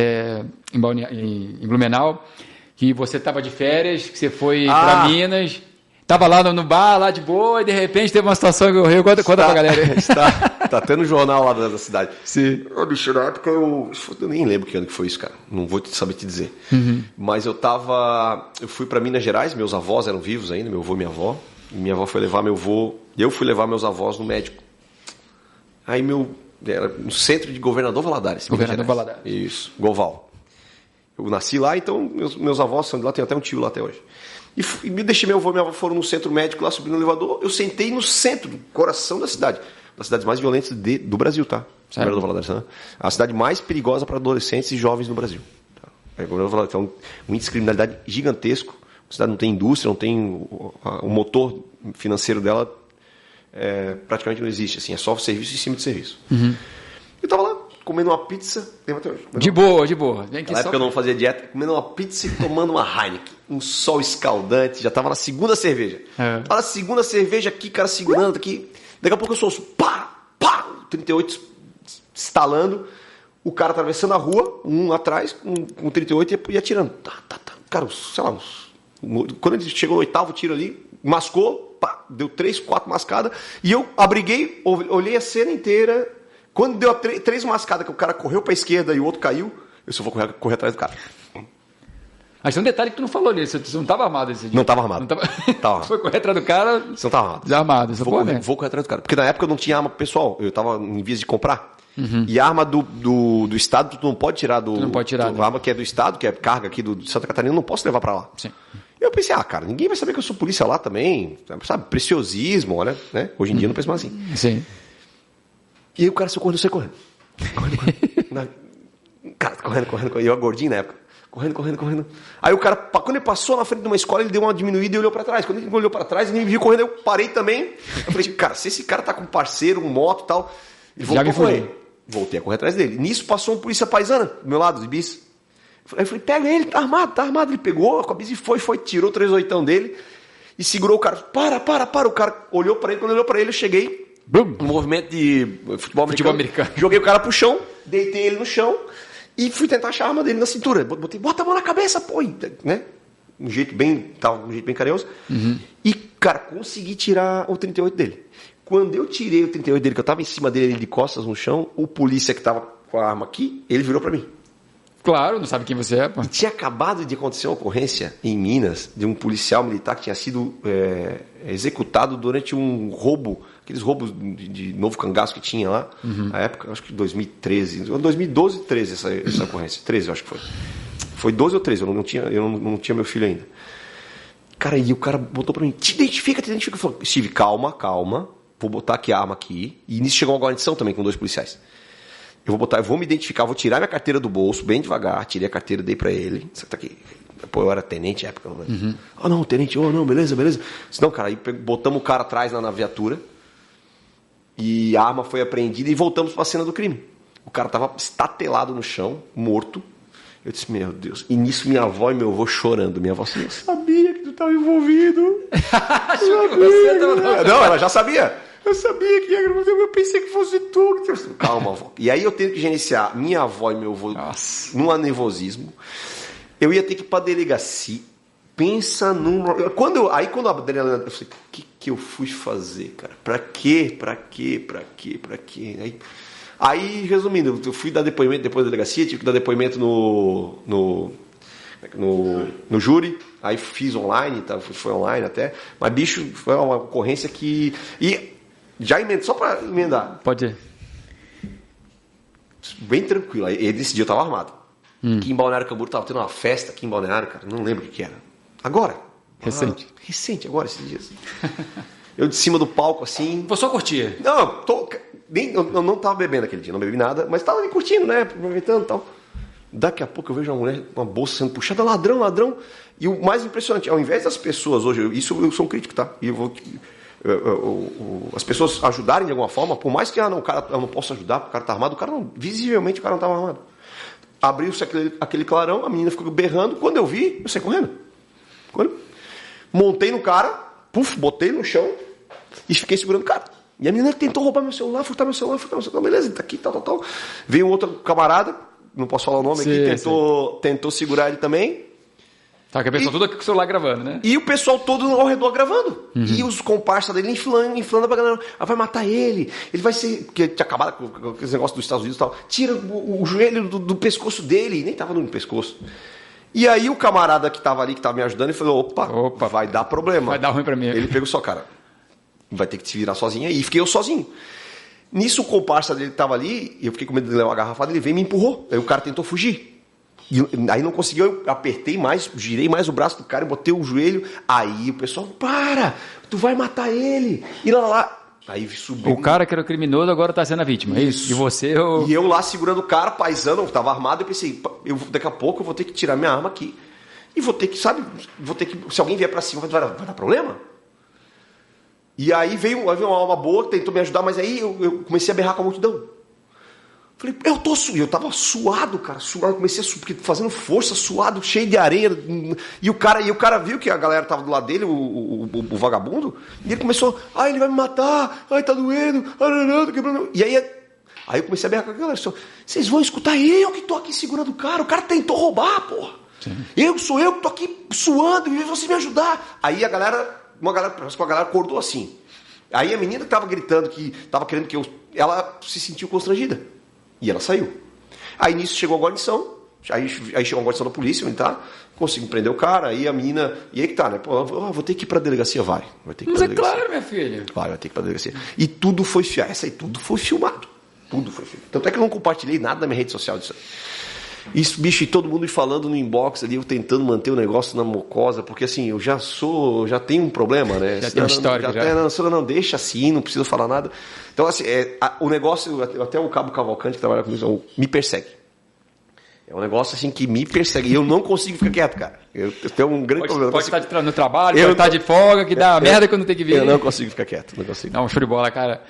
em Blumenau, que você estava de férias, que você foi para Minas, estava lá no bar, lá de boa, e de repente teve uma situação que ocorreu. Conta pra galera. Tá tendo jornal lá da cidade. Sim. Bicho, na época eu nem lembro que ano que foi isso, cara. Não vou saber te dizer. Mas eu fui para Minas Gerais, meus avós eram vivos ainda, meu avô e minha avó. E minha avó foi levar meu avô, eu fui levar meus avós no médico. Aí era no centro de Governador Valadares. Governador Valadares. Isso, Goval. Eu nasci lá, então meus avós são de lá, tenho até um tio lá até hoje. E me deixei meu avô e minha avó foram no centro médico lá, subindo no elevador. Eu sentei no centro, do coração da cidade. Das cidades mais violentas do Brasil, tá? Governador Valadares, né? A cidade mais perigosa para adolescentes e jovens no Brasil. Tá? Então, um índice de criminalidade gigantesco. A cidade não tem indústria, não tem... O motor financeiro dela praticamente não existe. Assim, é só serviço em cima de serviço. Eu estava lá, comendo uma pizza... Lembra até hoje? De boa. Na época eu não fazia dieta. Comendo uma pizza e tomando uma Heineken. Um sol escaldante. Já estava na segunda cerveja. Tava na segunda cerveja aqui, cara, segurando aqui... Daqui a pouco eu sou pá, 38 estalando, o cara atravessando a rua, um atrás, com 38 e atirando. Tá. Cara, sei lá, quando ele chegou no 8º tiro ali, mascou, pá, deu 3, 4 mascadas, e eu abriguei, olhei a cena inteira. Quando deu 3 mascadas, que o cara correu pra esquerda e o outro caiu, eu só vou correr atrás do cara. Mas tem um detalhe que tu não falou nisso, você não estava armado esse dia. Não estava armado. Tava. Foi correr atrás do cara... Você não estava armado. Desarmado. Vou correr atrás do cara. Porque na época eu não tinha arma pessoal, eu estava em vias de comprar. E a arma do Estado tu não pode tirar do... Tu não pode tirar. A arma que é do Estado, que é carga aqui de Santa Catarina, eu não posso levar para lá. Sim. Eu pensei, cara, ninguém vai saber que eu sou polícia lá também. Sabe, preciosismo, olha, né? Hoje em dia eu não penso mais assim. Sim. E aí o cara saiu correndo. Cara, correndo. E eu gordinho na época. Correndo. Aí o cara, quando ele passou na frente de uma escola, ele deu uma diminuída e olhou pra trás. Quando ele olhou pra trás, ele me viu correndo, eu parei também. Eu falei, cara, se esse cara tá com um parceiro, um moto e tal, ele voltou a correr. Voltei a correr atrás dele. Nisso passou um polícia paisana do meu lado, de bis. Aí eu falei, pega ele, tá armado. Ele pegou com a bis e foi, tirou o 38 dele e segurou o cara. Para. O cara olhou pra ele, quando olhou pra ele, eu cheguei, um movimento de futebol americano. Joguei o cara pro chão, deitei ele no chão. E fui tentar achar a arma dele na cintura. Bota a mão na cabeça, pô. Né? Um jeito bem carinhoso. E, cara, consegui tirar o 38 dele. Quando eu tirei o 38 dele, que eu tava em cima dele de costas no chão, o polícia que tava com a arma aqui, ele virou pra mim. Claro, não sabe quem você é, pô. E tinha acabado de acontecer uma ocorrência em Minas de um policial militar que tinha sido executado durante um roubo aqueles roubos de novo cangaço que tinha lá, na época, acho que 2013, 2012, 13 essa ocorrência, 13 eu acho que foi. Foi 12 ou 13, eu não tinha meu filho ainda. Cara, e o cara botou pra mim, te identifica. Eu falei, Steve, calma, vou botar aqui a arma aqui. E nisso chegou uma guarnição também com 2 policiais. Eu vou me identificar, vou tirar minha carteira do bolso, bem devagar, tirei a carteira, dei pra ele. Você tá aqui. Pô, eu era tenente na época, não lembro. Não, tenente, não, beleza. Não, cara, aí botamos o cara atrás na viatura. E a arma foi apreendida e voltamos pra cena do crime. O cara tava estatelado no chão, morto. Eu disse, meu Deus. E nisso minha avó e meu avô chorando. Minha avó assim, eu sabia que tu estava envolvido. Não, ela já sabia. Eu sabia que ia acontecer, eu pensei que fosse tu. Calma, avó. E aí eu tenho que gerenciar minha avó e meu avô num nervosismo. Eu ia ter que ir pra delegacia. Pensa num... Quando a adrenalina... Eu falei, o que eu fui fazer, cara? Pra quê? Aí, resumindo, eu fui dar depoimento depois da delegacia, tive que dar depoimento no júri, aí fiz online, tá? Foi online até, mas bicho, foi uma ocorrência que... E já emendo, só pra emendar. Pode ir. Bem tranquilo, aí desse dia eu tava armado. Aqui em Balneário Camboriú, tava tendo uma festa aqui em Balneário, cara, não lembro o que era. Agora. Recente, agora, esses dias. Eu de cima do palco, assim... Vou só curtir. Não, eu não tava bebendo aquele dia, não bebi nada, mas tava ali curtindo, né? Aproveitando e tal. Daqui a pouco eu vejo uma mulher, uma bolsa sendo puxada, ladrão. E o mais impressionante, ao invés das pessoas hoje, isso eu sou um crítico, tá? E as pessoas ajudarem de alguma forma, por mais que eu não posso ajudar, porque o cara tá armado, visivelmente o cara não tava armado. Abriu-se aquele clarão, a menina ficou berrando, quando eu vi, eu saí correndo. Montei no cara, botei no chão e fiquei segurando o cara. E a menina tentou roubar meu celular, furtar meu celular, beleza, tá aqui, tal. Veio um outro camarada, não posso falar o nome aqui, tentou segurar ele também. Tá, que a pessoa toda com o celular gravando, né? E o pessoal todo ao redor gravando. E os comparsas dele inflando pra galera. Vai matar ele vai ser... Porque tinha acabado com esse negócio dos Estados Unidos e tal. Tira o joelho do pescoço dele. Nem tava no pescoço. E aí o camarada que tava ali, que tava me ajudando, ele falou, opa, vai dar problema. Vai dar ruim pra mim. Ele pegou só, cara, vai ter que se virar sozinho aí. E fiquei eu sozinho. Nisso o comparsa dele que tava ali, eu fiquei com medo de levar uma garrafada, ele veio e me empurrou. Aí o cara tentou fugir. E aí não conseguiu, eu apertei mais, girei mais o braço do cara, botei o joelho. Aí o pessoal, tu vai matar ele. E lá. Aí subiu. O cara que era o criminoso agora tá sendo a vítima, é isso? E você... E eu lá segurando o cara, paisando, tava armado, eu pensei, daqui a pouco eu vou ter que tirar minha arma aqui. E vou ter que, se alguém vier pra cima, vai dar problema? E aí veio uma alma boa, tentou me ajudar, mas aí eu comecei a berrar com a multidão. Falei, eu tava suado, cara, comecei fazendo força, suado, cheio de areia. E o cara viu que a galera tava do lado dele, o vagabundo, e ele começou, ele vai me matar, tá doendo, tô quebrando. E aí eu comecei a berrar com a galera, vocês vão escutar eu que tô aqui segurando o cara tentou roubar, porra. Sim. Sou eu que tô aqui suando, e vocês me ajudar. Aí uma galera acordou assim. Aí a menina que tava gritando, que tava querendo ela se sentiu constrangida. E ela saiu. Aí nisso chegou a guarnição. Aí chegou a guarnição da polícia militar. Consegui prender o cara. Aí a menina... E aí que tá, né? Pô, vou ter que ir pra delegacia. Vai ter que ir pra delegacia. Mas é claro, minha filha. Vai ter que ir pra delegacia. E tudo foi filmado. Essa aí tudo foi filmado. Tudo foi filmado. Tanto é que eu não compartilhei nada na minha rede social disso. Isso, bicho, e todo mundo me falando no inbox ali, eu tentando manter o negócio na mucosa, porque assim, eu já tenho um problema, né? Já tem um histórico já. Não deixa assim, não precisa falar nada. Então, assim, o negócio, até o Cabo Cavalcante que trabalha comigo, me persegue. É um negócio assim que me persegue. E eu não consigo ficar quieto, cara. Eu tenho um grande problema. Pode estar no trabalho, pode estar de folga, que dá merda quando tem que vir. Eu não consigo ficar quieto, não consigo. Não, show de bola, cara.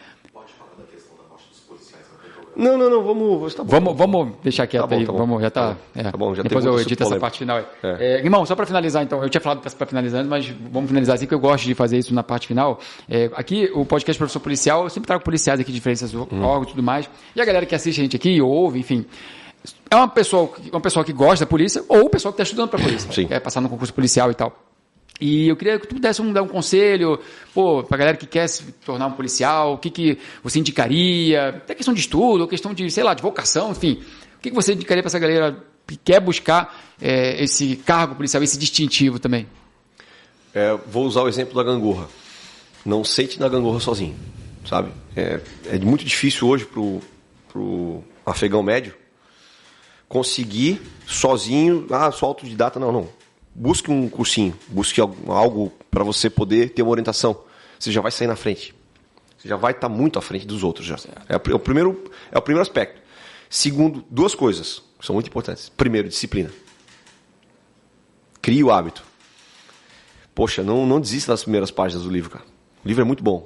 Não, vamos... Tá bom. Vamos deixar quieto aí. Tá bom. Vamos, já tá. Tá bom, já depois eu edito essa parte final aí. Irmão, só para finalizar então, eu tinha falado para finalizar, mas vamos finalizar assim, que eu gosto de fazer isso na parte final. Aqui, o podcast Professor Policial, eu sempre trago policiais aqui de diferentes órgãos e tudo mais. E a galera que assiste a gente aqui, ouve, enfim... É uma pessoa que gosta da polícia, ou o pessoal que está estudando para a polícia, Sim. Quer passar no concurso policial e tal. E eu queria que tu pudesse dar um conselho, para a galera que quer se tornar um policial, o que você indicaria, até questão de estudo, ou questão de, sei lá, de vocação, enfim. O que você indicaria para essa galera que quer buscar esse cargo policial, esse distintivo também? Vou usar o exemplo da gangorra. Não sente na gangorra sozinho. sabe? É muito difícil hoje pro afegão médio conseguir sozinho, sou autodidata, não. Busque um cursinho, busque algo para você poder ter uma orientação. Você já vai sair na frente. Você já vai estar muito à frente dos outros já. É o primeiro aspecto. Segundo, 2 coisas que são muito importantes. Primeiro, disciplina. Crie o hábito. Poxa, não desista das primeiras páginas do livro, cara. O livro é muito bom.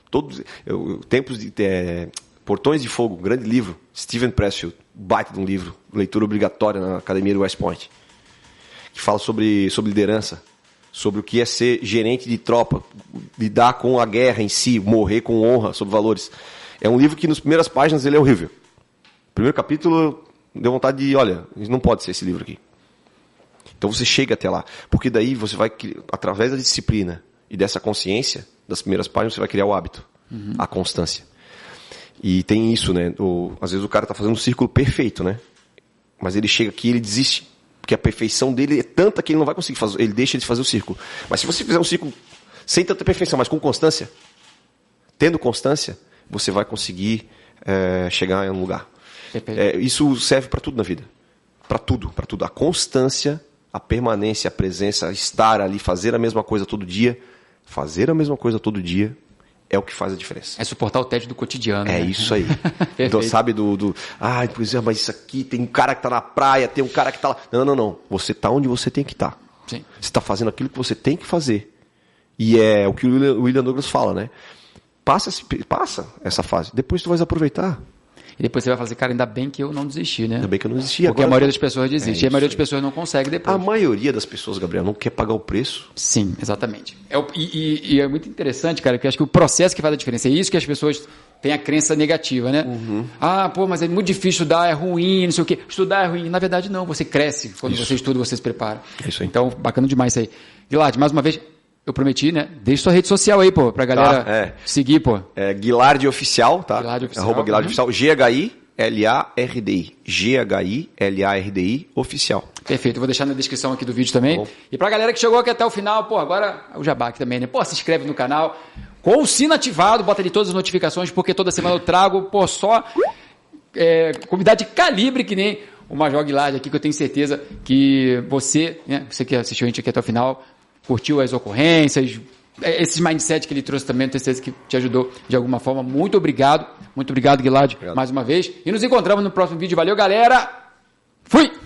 Portões de Fogo, um grande livro. Steven Pressfield, baita de um livro. Leitura obrigatória na Academia do West Point. Que fala sobre liderança. Sobre o que é ser gerente de tropa. Lidar com a guerra em si. Morrer com honra, sobre valores. É um livro que nas primeiras páginas ele é horrível. Primeiro capítulo, deu vontade de, olha, não pode ser esse livro aqui. Então você chega até lá. Porque daí você vai, através da disciplina e dessa consciência, das primeiras páginas, você vai criar o hábito. A constância. E tem isso, né? Às vezes o cara está fazendo um círculo perfeito, né? Mas ele chega aqui e ele desiste. Porque a perfeição dele é tanta que ele não vai conseguir fazer. Ele deixa de fazer o círculo. Mas se você fizer um círculo sem tanta perfeição, mas com constância, tendo constância, você vai conseguir chegar em um lugar. Isso serve para tudo na vida. Para tudo. A constância, a permanência, a presença, estar ali, fazer a mesma coisa todo dia. Fazer a mesma coisa todo dia é o que faz a diferença. É suportar o tédio do cotidiano. É, né? Isso aí. Sabe pois é, mas isso aqui, tem um cara que tá na praia, tem um cara que tá lá. Não. Você tá onde você tem que estar. Sim. Você tá fazendo aquilo que você tem que fazer. E é o que o William Douglas fala, né? Passa essa fase. Depois tu vais aproveitar. E depois você vai fazer, cara, ainda bem que eu não desisti, né? Ainda bem que eu não desisti. Porque a maioria das pessoas desiste. E a maioria das pessoas não consegue depois. A maioria das pessoas, Gabriel, não quer pagar o preço. Sim, exatamente. E é muito interessante, cara, porque eu acho que o processo que faz a diferença. É isso que as pessoas têm a crença negativa, né? Mas é muito difícil estudar, é ruim, não sei o quê. Estudar é ruim. Na verdade, não. Você cresce quando você estuda, você se prepara. É isso aí. Então, bacana demais isso aí. Guilherme, mais uma vez... Eu prometi, né? Deixa sua rede social aí, pô, pra galera seguir, pô. É Guilardi Oficial, tá? Guilardi Oficial. @ Guilardi Oficial. GHILARDI. GHILARDI Oficial. Perfeito. Eu vou deixar na descrição aqui do vídeo também. E pra galera que chegou aqui até o final, pô, agora o jabá aqui também, né? Pô, se inscreve no canal. Com o sino ativado, bota ali todas as notificações, porque toda semana eu trago, pô, só convidado de calibre que nem o Major Guilardi aqui, que eu tenho certeza que você, né? Você que assistiu a gente aqui até o final, curtiu as ocorrências, esses mindset que ele trouxe também, eu tenho certeza que te ajudou de alguma forma. Muito obrigado, Guilardi, mais uma vez. E nos encontramos no próximo vídeo. Valeu, galera! Fui!